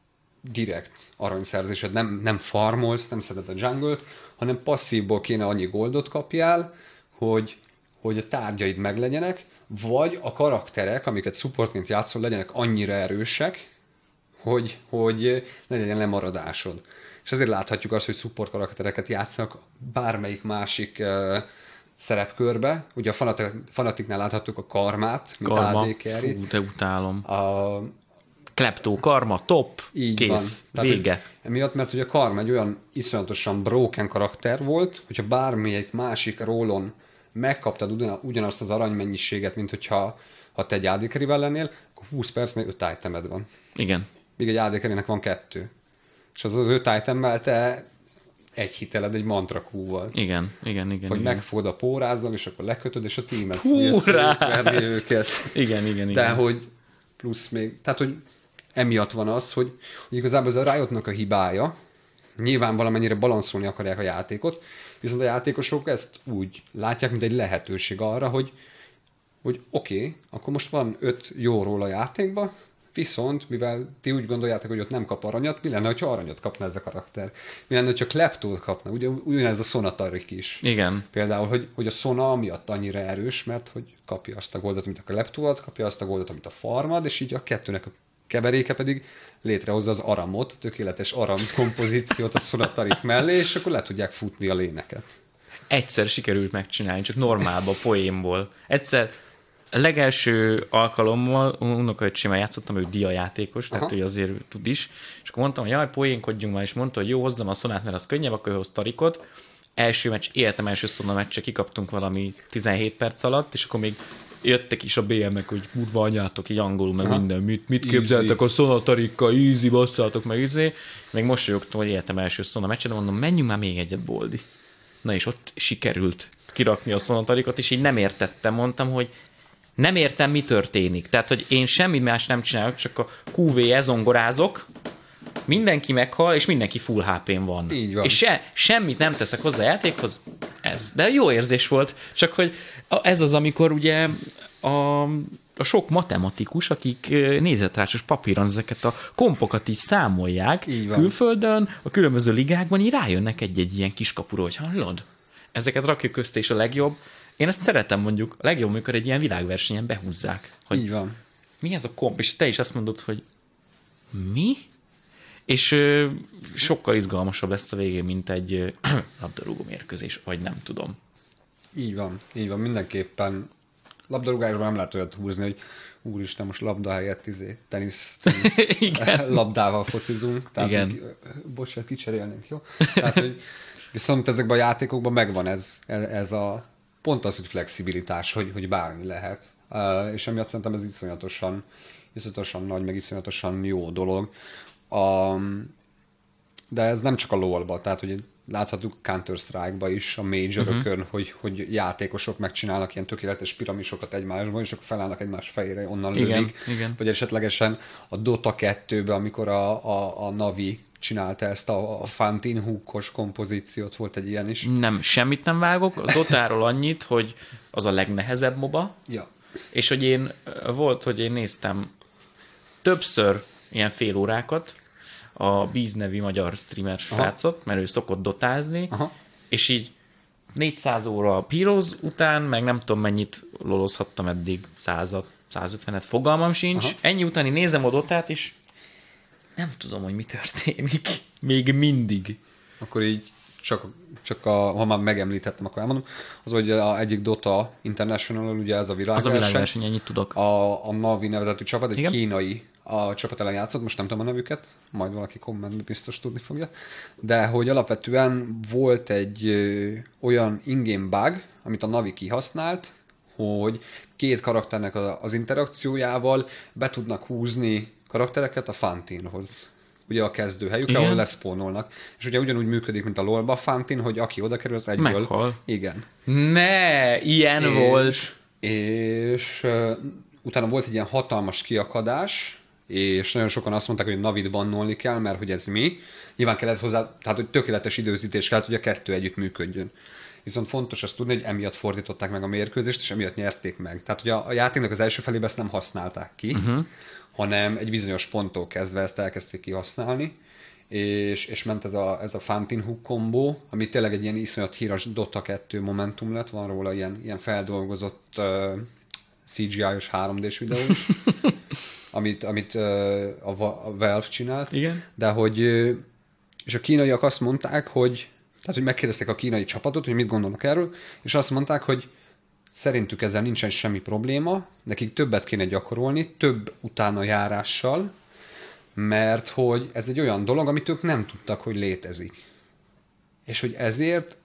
A: direkt aranyszerzésed, nem, nem farmolsz, nem szeded a jungle-t, hanem passzívból kéne annyi goldot kapjál, hogy, hogy a tárgyaid meglegyenek, vagy a karakterek, amiket supportként játszol, legyenek annyira erősek, hogy, hogy ne legyen lemaradásod. És ezért láthatjuk azt, hogy support karaktereket játszanak bármelyik másik uh, szerepkörbe. Ugye a fanatik, fanatiknál láthattuk a karmát, mint
B: Karma.
A: á dé carry.
B: Fú, de utálom.
A: A...
B: Kleptó, karma, top,
A: így
B: kész,
A: van.
B: vége.
A: Tehát, emiatt, mert ugye a karma egy olyan iszonyatosan broken karakter volt, hogyha bármelyik másik rólon megkaptad ugyan, ugyanazt az aranymennyiséget, mint hogyha ha te egy á dé carry-vel lennél, akkor húsz percnél öt itemed van.
B: Igen.
A: Míg egy á dé carry-nek van kettő. És az az öt itemmel te egy hiteled egy mantra kúval.
B: Igen, igen, igen.
A: Vagy
B: igen.
A: megfogod a pórázzal, és akkor lekötöd, és a tímet
B: Póráz!
A: őket.
B: Igen, igen, igen.
A: De hogy plusz még, tehát hogy emiatt van az, hogy, hogy igazából ez a Riotnak a hibája, nyilván valamennyire balanszolni akarják a játékot, viszont a játékosok ezt úgy látják, mint egy lehetőség arra, hogy, hogy oké, okay, akkor most van öt jó ról a játékba, viszont mivel ti úgy gondoljátok, hogy ott nem kap aranyat, mi lenne, hogyha aranyat kapna ez a karakter? Mi lenne, hogyha Kleptót kapna? Ugye ugyanez a Sona Taric is.
B: Igen.
A: Például, hogy, hogy a Sona miatt annyira erős, mert hogy kapja azt a goldot, amit a Kleptót, kapja azt a goldot, amit a farmad, és így a kettőnek a keveréke pedig létrehozza az aramot, a tökéletes aram kompozíciót a Sona Taric mellé, és akkor le tudják futni a léneket.
B: Egyszer sikerült megcsinálni, csak normálba, poénból. Egyszer a legelső alkalommal unokaöcsémmel játszottam, ő diajátékos, tehát ő azért tud is, és akkor mondtam, hogy jaj, poénkodjunk már, és mondta, hogy jó, hozzam a Sonát, mert az könnyebb, akkor ő hoz Taricot. Első meccs, életem első Sona meccse, kikaptunk valami tizenhét perc alatt, és akkor még jöttek is a bé em-ek, hogy kurva anyátok, így angolul, meg Aha. minden, mit, mit képzeltek a Sona Tariccal, easy, basszátok meg, izé. Még mosolyogtam, hogy életem első Sona meccse, de mondom, menjünk már még egyet, Boldi. Na és ott sikerült kirakni a Sona Taricot, és így nem értettem, mondtam, hogy nem értem, mi történik. Tehát, hogy én semmi más nem csinálok, csak a kú vé zongorázok, mindenki meghal, és mindenki full há pén van.
A: Így van.
B: És se, semmit nem teszek hozzá a játékhoz, ez. De jó érzés volt, csak hogy ez az, amikor ugye a, a sok matematikus, akik nézetrácsos papíron ezeket a kompokat is számolják külföldön, a különböző ligákban, így rájönnek egy-egy ilyen kiskapura, hogy hallod? Ezeket rakjuk közte, és a legjobb. Én ezt szeretem mondjuk, a legjobb, amikor egy ilyen világversenyen behúzzák. Hogy
A: így van.
B: Mi ez a komp? És te is azt mondod, hogy mi? És ö, sokkal izgalmasabb lesz a végén, mint egy ö, labdarúgó mérkőzés, vagy nem tudom.
A: Így van, így van, mindenképpen labdarúgásban nem lehet olyat húzni, hogy úristen, most labda helyett izé, tenisz, tenisz labdával focizunk. Tehát,
B: Igen.
A: Hogy, bocsánat, kicserélnénk, jó? Tehát, hogy viszont ezekben a játékokban megvan ez, ez a pont az, hogy flexibilitás, hogy, hogy bármi lehet. Uh, és emiatt szerintem ez iszonyatosan, iszonyatosan nagy, meg iszonyatosan jó dolog. Um, de ez nem csak a lolba, tehát hogy láthatjuk Counter-Strike-ba is, a Major-ökön, uh-huh. hogy, hogy játékosok megcsinálnak ilyen tökéletes piramisokat egymásban, és akkor felállnak egymás fejére, onnan
B: igen,
A: lövik.
B: igen.
A: Vagy esetlegesen a Dota kettőben, amikor a, a, a Navi csinálta ezt a, a Fantin Hookos kompozíciót, volt egy ilyen is.
B: Nem, semmit nem vágok. A Dotáról annyit, hogy az a legnehezebb moba,
A: Ja.
B: és hogy én, volt, hogy én néztem többször ilyen fél órákat, a Biz nevű magyar streamer srácot, mert ő szokott dotázni,
A: Aha.
B: és így négyszáz óra Heroes után, meg nem tudom mennyit lolozhattam eddig, százat, százötvenet, fogalmam sincs.
A: Aha.
B: Ennyi után én nézem a dotát, és nem tudom, hogy mi történik. Még mindig.
A: Akkor így csak, csak a, ha már megemlítettem, akkor elmondom, az, hogy a egyik Dota International, ugye ez a világverseny.
B: Az a világverseny, ennyit tudok.
A: A, a Navi nevezetű csapat, egy
B: Igen?
A: kínai a csapat ellen játszott, most nem tudom a nevüket, majd valaki kommentben biztos tudni fogja, de hogy alapvetően volt egy ö, olyan in-game bug, amit a Navi kihasznált, hogy két karakternek a, az interakciójával be tudnak húzni karaktereket a Fantinhoz. Ugye a kezdőhelyükre,
B: Igen.
A: ahol leszpónolnak. És ugye ugyanúgy működik, mint a LoL-ba a Fantin, hogy aki oda kerül, az egyből...
B: Meghal.
A: Igen.
B: Ne, ilyen
A: És,
B: volt.
A: és uh, utána volt egy ilyen hatalmas kiakadás, és nagyon sokan azt mondták, hogy Navit bannolni kell, mert hogy ez mi. Nyilván kellett hozzá, tehát hogy tökéletes időzítés kellett, hogy a kettő együtt működjön. Viszont fontos azt tudni, hogy emiatt fordították meg a mérkőzést, és emiatt nyerték meg. Tehát, hogy a, a játéknak az első felében ezt nem használták ki, uh-huh. hanem egy bizonyos ponttól kezdve ezt elkezdték kihasználni, és, és ment ez a, ez a Fantin Hook kombó, ami tényleg egy ilyen iszonyat híres Dota kettő momentum lett, van róla ilyen, ilyen feldolgozott uh, cé gé í-os három dés videó is, amit, amit uh, a, a Valve csinált.
B: Igen.
A: De hogy, uh, és a kínaiak azt mondták, hogy, tehát, hogy megkérdezték a kínai csapatot, hogy mit gondolnak erről, és azt mondták, hogy szerintük ezzel nincsen semmi probléma, nekik többet kéne gyakorolni, több utána járással, mert hogy ez egy olyan dolog, amit ők nem tudtak, hogy létezik. És hogy ezért,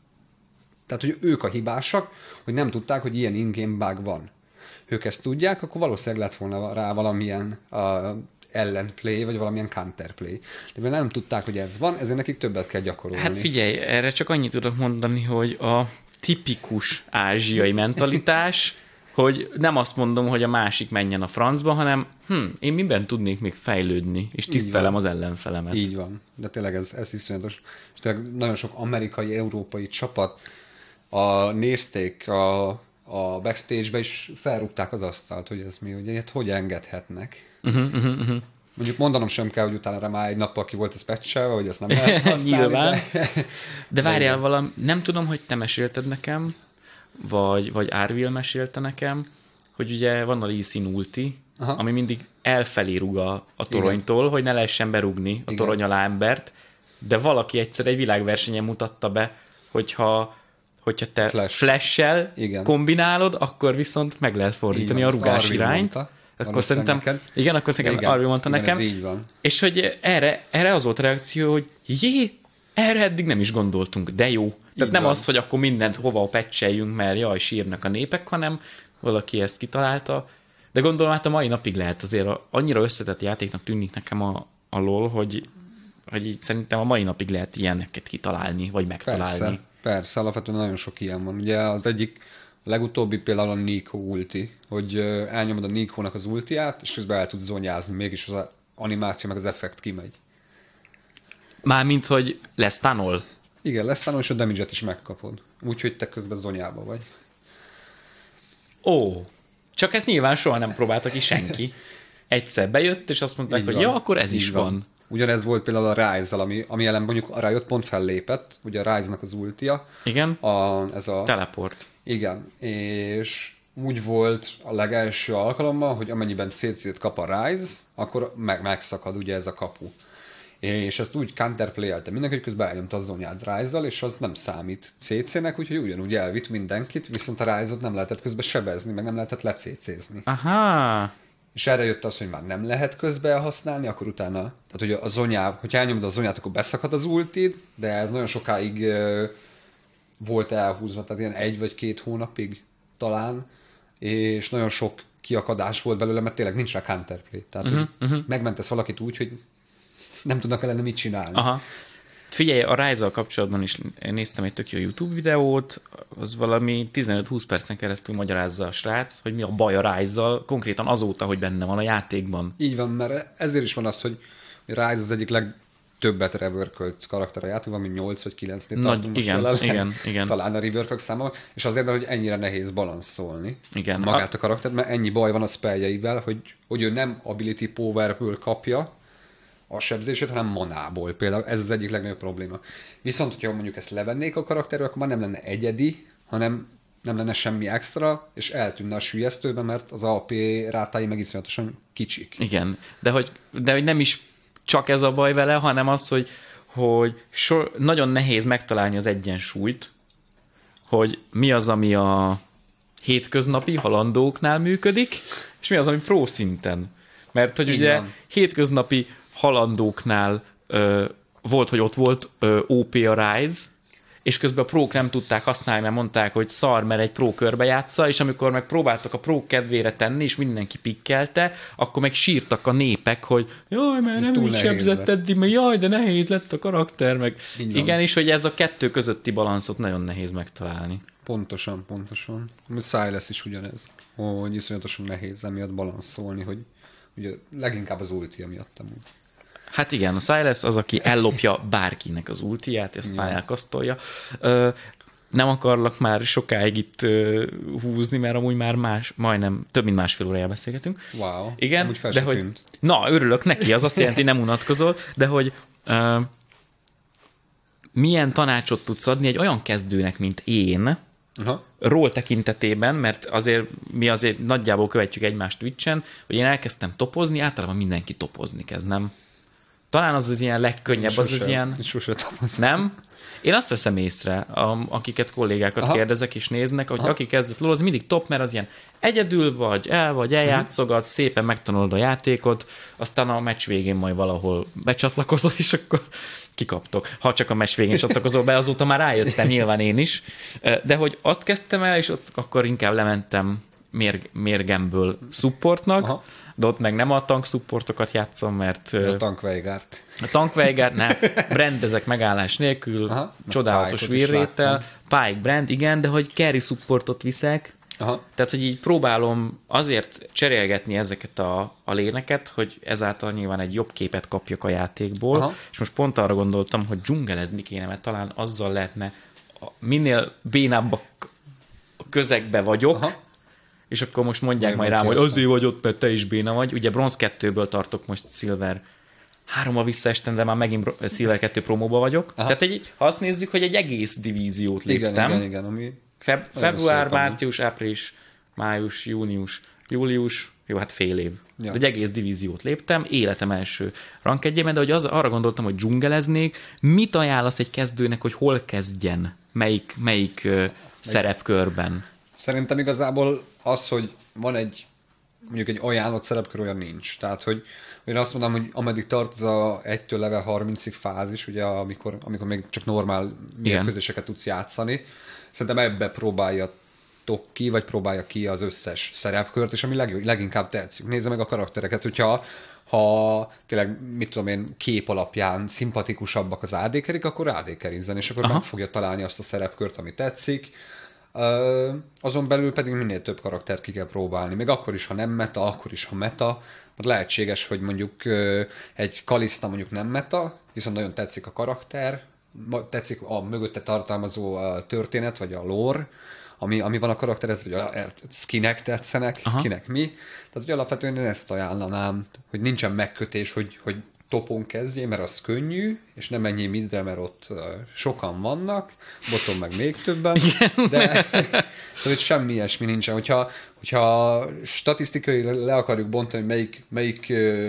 A: tehát hogy ők a hibásak, hogy nem tudták, hogy ilyen in-game bug van. Ők ezt tudják, akkor valószínűleg lett volna rá valamilyen uh, ellenplay, vagy valamilyen counterplay. De mivel nem tudták, hogy ez van, ezért nekik többet kell gyakorolni.
B: Hát figyelj, erre csak annyit tudok mondani, hogy a tipikus ázsiai mentalitás, hogy nem azt mondom, hogy a másik menjen a francba, hanem hm, én miben tudnék még fejlődni, és tisztelem az ellenfelemet.
A: Így van, de tényleg ez, ez iszonyatos. És tényleg nagyon sok amerikai, európai csapat a, nézték a, a backstage-be, és felrúgták az asztalt, hogy ez mi, hogy ilyet hogy engedhetnek. Uh-huh, uh-huh, uh-huh. Mondjuk mondanom sem kell, hogy utána már egy nappal ki volt ez patchelve, hogy ezt nem lehet használni.
B: Nyilván.
A: De,
B: de várjál valami, nem tudom, hogy te mesélted nekem, vagy, vagy Árvil mesélte nekem, hogy ugye van a Lee Sin ulti, aha. ami mindig elfelé rúg a, a toronytól, igen. hogy ne lehessen berúgni a igen. torony alá embert, de valaki egyszer egy világversenyen mutatta be, hogyha, hogyha te Flash. flash-sel igen. kombinálod, akkor viszont meg lehet fordítani igen, a rugás irányt. Mondta. Akkor szerintem, neked. igen, akkor szerintem igen, Arvil mondta igen, nekem.
A: Így van.
B: És hogy erre, erre az volt a reakció, hogy jé, erre eddig nem is gondoltunk, de jó. Tehát így nem van. Az, hogy akkor mindent hova patcheljünk, mert jaj, sírnak a népek, hanem valaki ezt kitalálta. De gondolom, hát a mai napig lehet azért annyira összetett játéknak tűnik nekem a, a LoL, hogy, hogy így szerintem a mai napig lehet ilyeneket kitalálni, vagy megtalálni.
A: Persze, persze, alapvetően nagyon sok ilyen van. Ugye az egyik legutóbbi például a Nico ulti, hogy elnyomod a Nico-nak az ultiát, és közben el tudsz zonyázni, mégis az animáció meg az effekt kimegy.
B: Mármint, hogy lesz tunnel?
A: Igen, lesz tunnel, és a damage-et is megkapod. Úgyhogy te közben zonyába vagy.
B: Ó, csak ezt nyilván soha nem próbálta ki senki. Egyszer bejött, és azt mondták, így hogy van. Ja, akkor ez így is van. van.
A: Ugyanez volt például a Ryze-zal, ami, ami ellen mondjuk a Riot pont fellépett, ugye a Ryze-nak az ultia.
B: Igen,
A: a, ez a
B: teleport.
A: Igen, és úgy volt a legelső alkalommal, hogy amennyiben cé cét kap a Ryze, akkor meg, megszakad ugye ez a kapu. és ezt úgy counterplay-elte mindenki, hogy közben elnyomta a zonyát Ryze-zal, és az nem számít cé cé-nek, úgyhogy ugyanúgy elvitt mindenkit, viszont a Ryze-ot nem lehetett közben sebezni, meg nem lehetett lecécézni.
B: Aha.
A: És erre jött az, hogy már nem lehet közben használni, akkor utána, tehát hogy a zonyá, hogyha elnyomod a zonyát, akkor beszakad az ultid, de ez nagyon sokáig uh, volt elhúzva, tehát ilyen egy vagy két hónapig talán, és nagyon sok kiakadás volt belőle, mert tényleg nincs rá counterplay. Tehát, uh-huh, hogy uh-huh. megmentesz valakit úgy, hogy nem tudnak ellene mit csinálni.
B: Aha. Figyelj, a Ryze-zal kapcsolatban is néztem egy tök jó YouTube videót, az valami tizenöt-húsz percen keresztül magyarázza a srác, hogy mi a baj a Ryze-zal, konkrétan azóta, hogy benne van a játékban.
A: Így van, mert ezért is van az, hogy Ryze az egyik legtöbbet reworkölt karakter a játékban, mint nyolc vagy kilencnél tartunk most
B: igen,
A: jelenleg,
B: igen, igen.
A: talán a reworkök száma, és azért, mert hogy ennyire nehéz balanszolni
B: igen.
A: magát a karaktert, mert ennyi baj van a spelljeivel, hogy, hogy ő nem ability powerből kapja a sebzését, hanem manából. Például ez az egyik legnagyobb probléma. Viszont, hogyha mondjuk ezt levennék a karakterről, akkor már nem lenne egyedi, hanem nem lenne semmi extra, és eltűnne a süllyesztőben, mert az á pé rátái meg iszonyatosan kicsik.
B: Igen, de hogy, de hogy nem is csak ez a baj vele, hanem az, hogy, hogy so, nagyon nehéz megtalálni az egyensúlyt, hogy mi az, ami a hétköznapi halandóknál működik, és mi az, ami pro szinten. Mert hogy
A: Így
B: ugye
A: van.
B: hétköznapi halandóknál ö, volt, hogy ott volt ö, ó pé a Ryze, és közben a prók nem tudták használni, mert mondták, hogy szar, mert egy pró körbe játsza, és amikor meg próbáltak a prók kedvére tenni, és mindenki pikkelte, akkor meg sírtak a népek, hogy jaj, mert nem úgy sebzett eddig, meg jaj, de nehéz lett a karakter, meg igen, és hogy ez a kettő közötti balanszot nagyon nehéz megtalálni.
A: Pontosan, pontosan. Sylas is ugyanez, hogy iszonyatosan nehéz emiatt balanszolni, hogy ugye leginkább az ulti miatt amúgy.
B: Hát igen, a Sylas az, aki ellopja bárkinek az ultiját, ezt már elkasztolja. Ö, nem akarlak már sokáig itt ö, húzni, mert amúgy már más, majdnem több mint másfél órája beszélgetünk.
A: Wow,
B: igen,
A: amúgy fel
B: de hogy,
A: tűnt.
B: na, örülök neki, az azt jelenti, hogy nem unatkozol, de hogy ö, milyen tanácsot tudsz adni egy olyan kezdőnek, mint én,
A: Aha.
B: ról tekintetében, mert azért mi azért nagyjából követjük egymást Twitchen, hogy én elkezdtem topozni, általában mindenki topozni kezd, nem? Talán az az ilyen legkönnyebb,
A: Sose,
B: az az ilyen...
A: Sose tapasztal.
B: Nem? Én azt veszem észre, a, akiket kollégákat Aha. kérdezek és néznek, hogy Aha. aki kezdett lol, az mindig top, mert az ilyen egyedül vagy, el vagy, eljátszogat, uh-huh. szépen megtanulod a játékot, aztán a meccs végén majd valahol becsatlakozol, és akkor kikaptok. Ha csak a meccs végén csatlakozol be, azóta már rájöttem, nyilván én is. De hogy azt kezdtem el, és azt akkor inkább lementem mérg, mérgemből supportnak, Aha. de ott meg nem a tank supportokat játszom, mert...
A: A tank Veigárt.
B: A tank Veigárt, ne, brandezek megállás nélkül, Aha. csodálatos virréttel, Pike brand, igen, de hogy carry supportot viszek, Aha. tehát, hogy így próbálom azért cserélgetni ezeket a, a léneket, hogy ezáltal nyilván egy jobb képet kapjak a játékból, Aha. és most pont arra gondoltam, hogy dzsungelezni kéne, mert talán azzal lehetne, minél bénább a közegbe vagyok, Aha. és akkor most mondják Még majd rám, hogy azért vagy ott, mert te is béna vagy. Ugye bronz kettőből tartok most Silver háromba visszaestem, de már megint Silver kettő promóba vagyok. Aha. Tehát egy, ha azt nézzük, hogy egy egész divíziót léptem.
A: Igen, igen, igen. Ami
B: Feb- február, március, április, május, június, július, jó, hát fél év. Ja. De egy egész divíziót léptem, életem első rankegyében, de hogy az, arra gondoltam, hogy dzsungeleznék. Mit ajánlasz egy kezdőnek, hogy hol kezdjen? Melyik, melyik uh, szerepkörben?
A: Szerintem igazából az, hogy van egy mondjuk egy ajánlott szerepkör, olyan nincs. Tehát, hogy én azt mondom, hogy ameddig tart az a egytől level harmincig fázis, ugye, amikor, amikor még csak normál mérkőzéseket tudsz játszani, szerintem ebbe próbáljatok ki, vagy próbálja ki az összes szerepkört, és ami leg, leginkább tetszik. Nézze meg a karaktereket, hogyha ha tényleg, mit tudom én, kép alapján szimpatikusabbak az á dé kerik, akkor á dé kerizzen, és akkor Aha. meg fogja találni azt a szerepkört, ami tetszik. Uh, azon belül pedig minél több karaktert ki kell próbálni. Még akkor is, ha nem meta, akkor is, ha meta. Mert lehetséges, hogy mondjuk uh, egy Kalista mondjuk nem meta, viszont nagyon tetszik a karakter, tetszik a mögötte tartalmazó a történet, vagy a lore, ami, ami van a karakterhez, vagy a skinek tetszenek, Aha. kinek mi. Tehát, hogy alapvetően én ezt ajánlanám, hogy nincsen megkötés, hogy, hogy topon kezdjél, mert az könnyű, és nem menjél midre, mert ott uh, sokan vannak, boton meg még többen, de, de hogy semmi ilyesmi nincsen. Hogyha, hogyha statisztikai le akarjuk bontani, hogy melyik, melyik uh,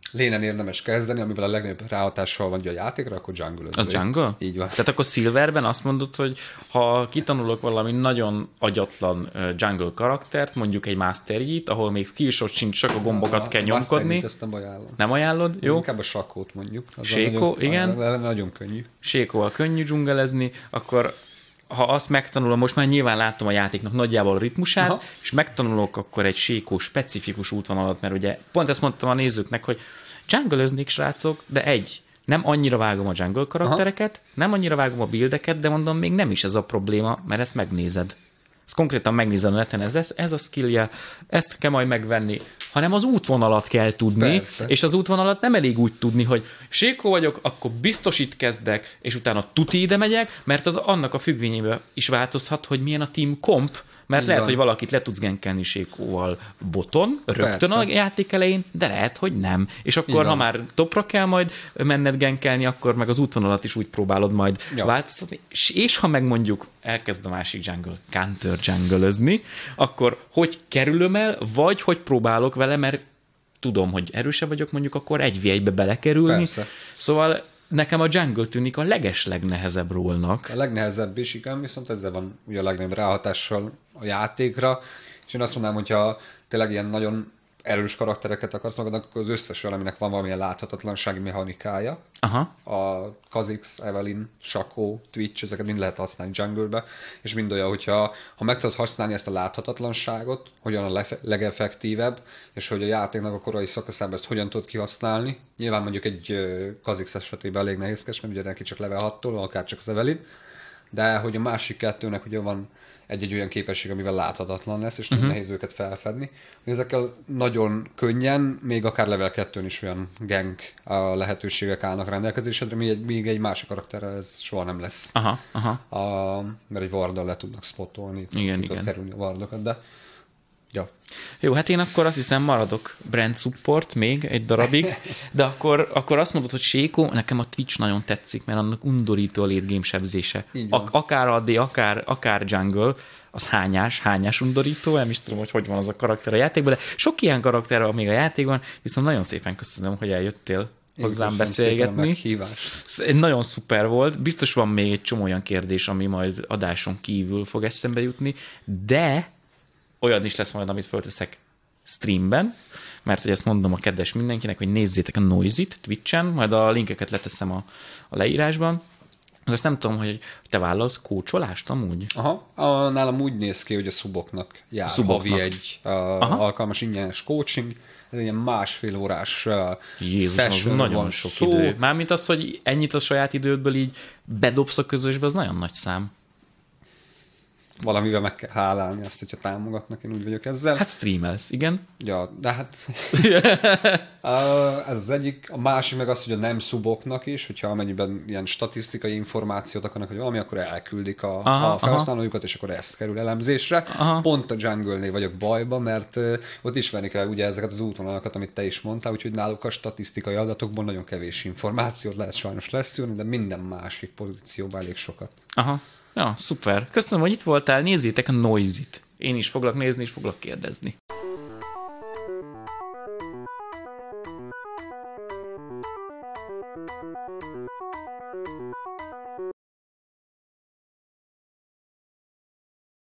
A: lénen érdemes kezdeni, amivel a legnagyobb ráhatással van a játékra, akkor jungle-özni.
B: Az jungle?
A: Így van.
B: Tehát akkor Silverben azt mondod, hogy ha kitanulok valami nagyon agyatlan jungle karaktert, mondjuk egy Master Yi-t, ahol még skillshot sincs, csak a gombokat a, kell a nyomkodni.
A: Ezt nem ajánlom.
B: Nem ajánlod? Jó.
A: Inkább a Shaco-t mondjuk.
B: Shaco, igen.
A: Az nagyon könnyű.
B: Shaco-val könnyű dzsungelezni, akkor ha azt megtanulom, most már nyilván látom a játéknak nagyjából a ritmusát, aha, és megtanulok akkor egy Shaco specifikus útvonalat, mert ugye pont ezt mondtam a nézőknek, hogy jungle-öznék, srácok, de egy, nem annyira vágom a jungle karaktereket, aha, nem annyira vágom a buildeket, de mondom, még nem is ez a probléma, mert ezt megnézed. Ezt konkrétan megnézed a neten, ez, ez a skillje, ezt kell majd megvenni, hanem az útvonalat kell tudni, persze, és az útvonalat nem elég úgy tudni, hogy Shaco vagyok, akkor biztos itt kezdek, és utána tuti ide megyek, mert az annak a függvényében is változhat, hogy milyen a team comp, mert igen, lehet, hogy valakit le tudsz genkelni Shaco-val boton, rögtön persze, a játék elején, de lehet, hogy nem. És akkor, igen, ha már topra kell majd menned genkelni, akkor meg az útvonalat is úgy próbálod majd ja, változtatni. És, és ha meg mondjuk elkezd a másik jungle counter jungle-özni, akkor hogy kerülöm el, vagy hogy próbálok vele, mert tudom, hogy erősebb vagyok, mondjuk akkor egy vé egybe belekerülni. Persze. Szóval nekem a jungle tűnik a leges legnehezebb rólnak. A
A: legnehezebb is, igen, viszont ezzel van ugye a legnagyobb ráhatással a játékra, és én azt mondanám, hogyha tényleg ilyen nagyon erős karaktereket akarsz magadnak, akkor az összes olyan, aminek van valamilyen láthatatlansági mechanikája. Aha. A Kha'Zix, Evelynn, Shaco, Twitch, ezeket mind lehet használni jungle-be, és mind olyan, hogyha ha meg tudod használni ezt a láthatatlanságot, hogyan a legeffektívebb, és hogy a játéknak a korai szakaszában ezt hogyan tudod kihasználni. Nyilván mondjuk egy Kha'Zix esetében elég nehézkes, mert ugye neki csak level hattól, akár csak az Evelynn, de hogy a másik kettőnek ugye van egy-egy olyan képesség, amivel láthatatlan lesz, és uh-huh, nagyon nehéz őket felfedni. Ezekkel nagyon könnyen, még akár level kettőn is olyan gank lehetőségek állnak rendelkezésedre, még egy, még egy másik karakterrel ez soha nem lesz. Aha, aha. A, mert egy warddal le tudnak spotolni,
B: igen,
A: tudod kerülni a wardokat, de ja.
B: Jó, hát én akkor azt hiszem maradok brand support még egy darabig, de akkor, akkor azt mondod, hogy Shaco, nekem a Twitch nagyon tetszik, mert annak undorító a late game sebzése. Ak- akár á dé, akár, akár jungle, az hányás, hányás undorító, nem is tudom, hogy hogy van az a karakter a játékban, de sok ilyen karakter van még a játékban, viszont nagyon szépen köszönöm, hogy eljöttél hozzám beszélgetni. Nagyon szuper volt. Biztos van még egy csomó olyan kérdés, ami majd adáson kívül fog eszembe jutni, de olyan is lesz majd, amit fölteszek streamben, mert hogy ezt mondom a kedves mindenkinek, hogy nézzétek a Noisy-t Twitchen, majd a linkeket leteszem a, a leírásban. Azt nem tudom, hogy te vállalsz kócsolást amúgy?
A: Aha, a, nálam úgy néz ki, hogy a szuboknak jár szuboknak. havi egy a, alkalmas ingyenes coaching, ez egy ilyen másfél órás
B: Jézus, az nagyon sok szó. idő. Mármint az, hogy ennyit a saját idődből így bedobsz a közösbe, az nagyon nagy szám.
A: Valamivel meg kell hálálni azt, hogyha támogatnak, én úgy vagyok ezzel.
B: Hát streamelsz, igen.
A: Ja, de hát ez az egyik. A másik meg az, hogy a nem szuboknak is, hogyha amennyiben ilyen statisztikai információt akarnak, hogy valami, akkor elküldik a, aha, a felhasználójukat, aha, és akkor ezt kerül elemzésre. Aha. Pont a jungle-nél vagyok bajba, mert uh, ott ismerni kell ugye ezeket az útvonalakat, amit te is mondtál, úgyhogy náluk a statisztikai adatokból nagyon kevés információt lehet sajnos leszűrni, de minden másik pozícióban elég sokat.
B: Aha. Ja, szuper. Köszönöm, hogy itt voltál. Nézzétek a Noisy-t. Én is foglak nézni, és foglak kérdezni.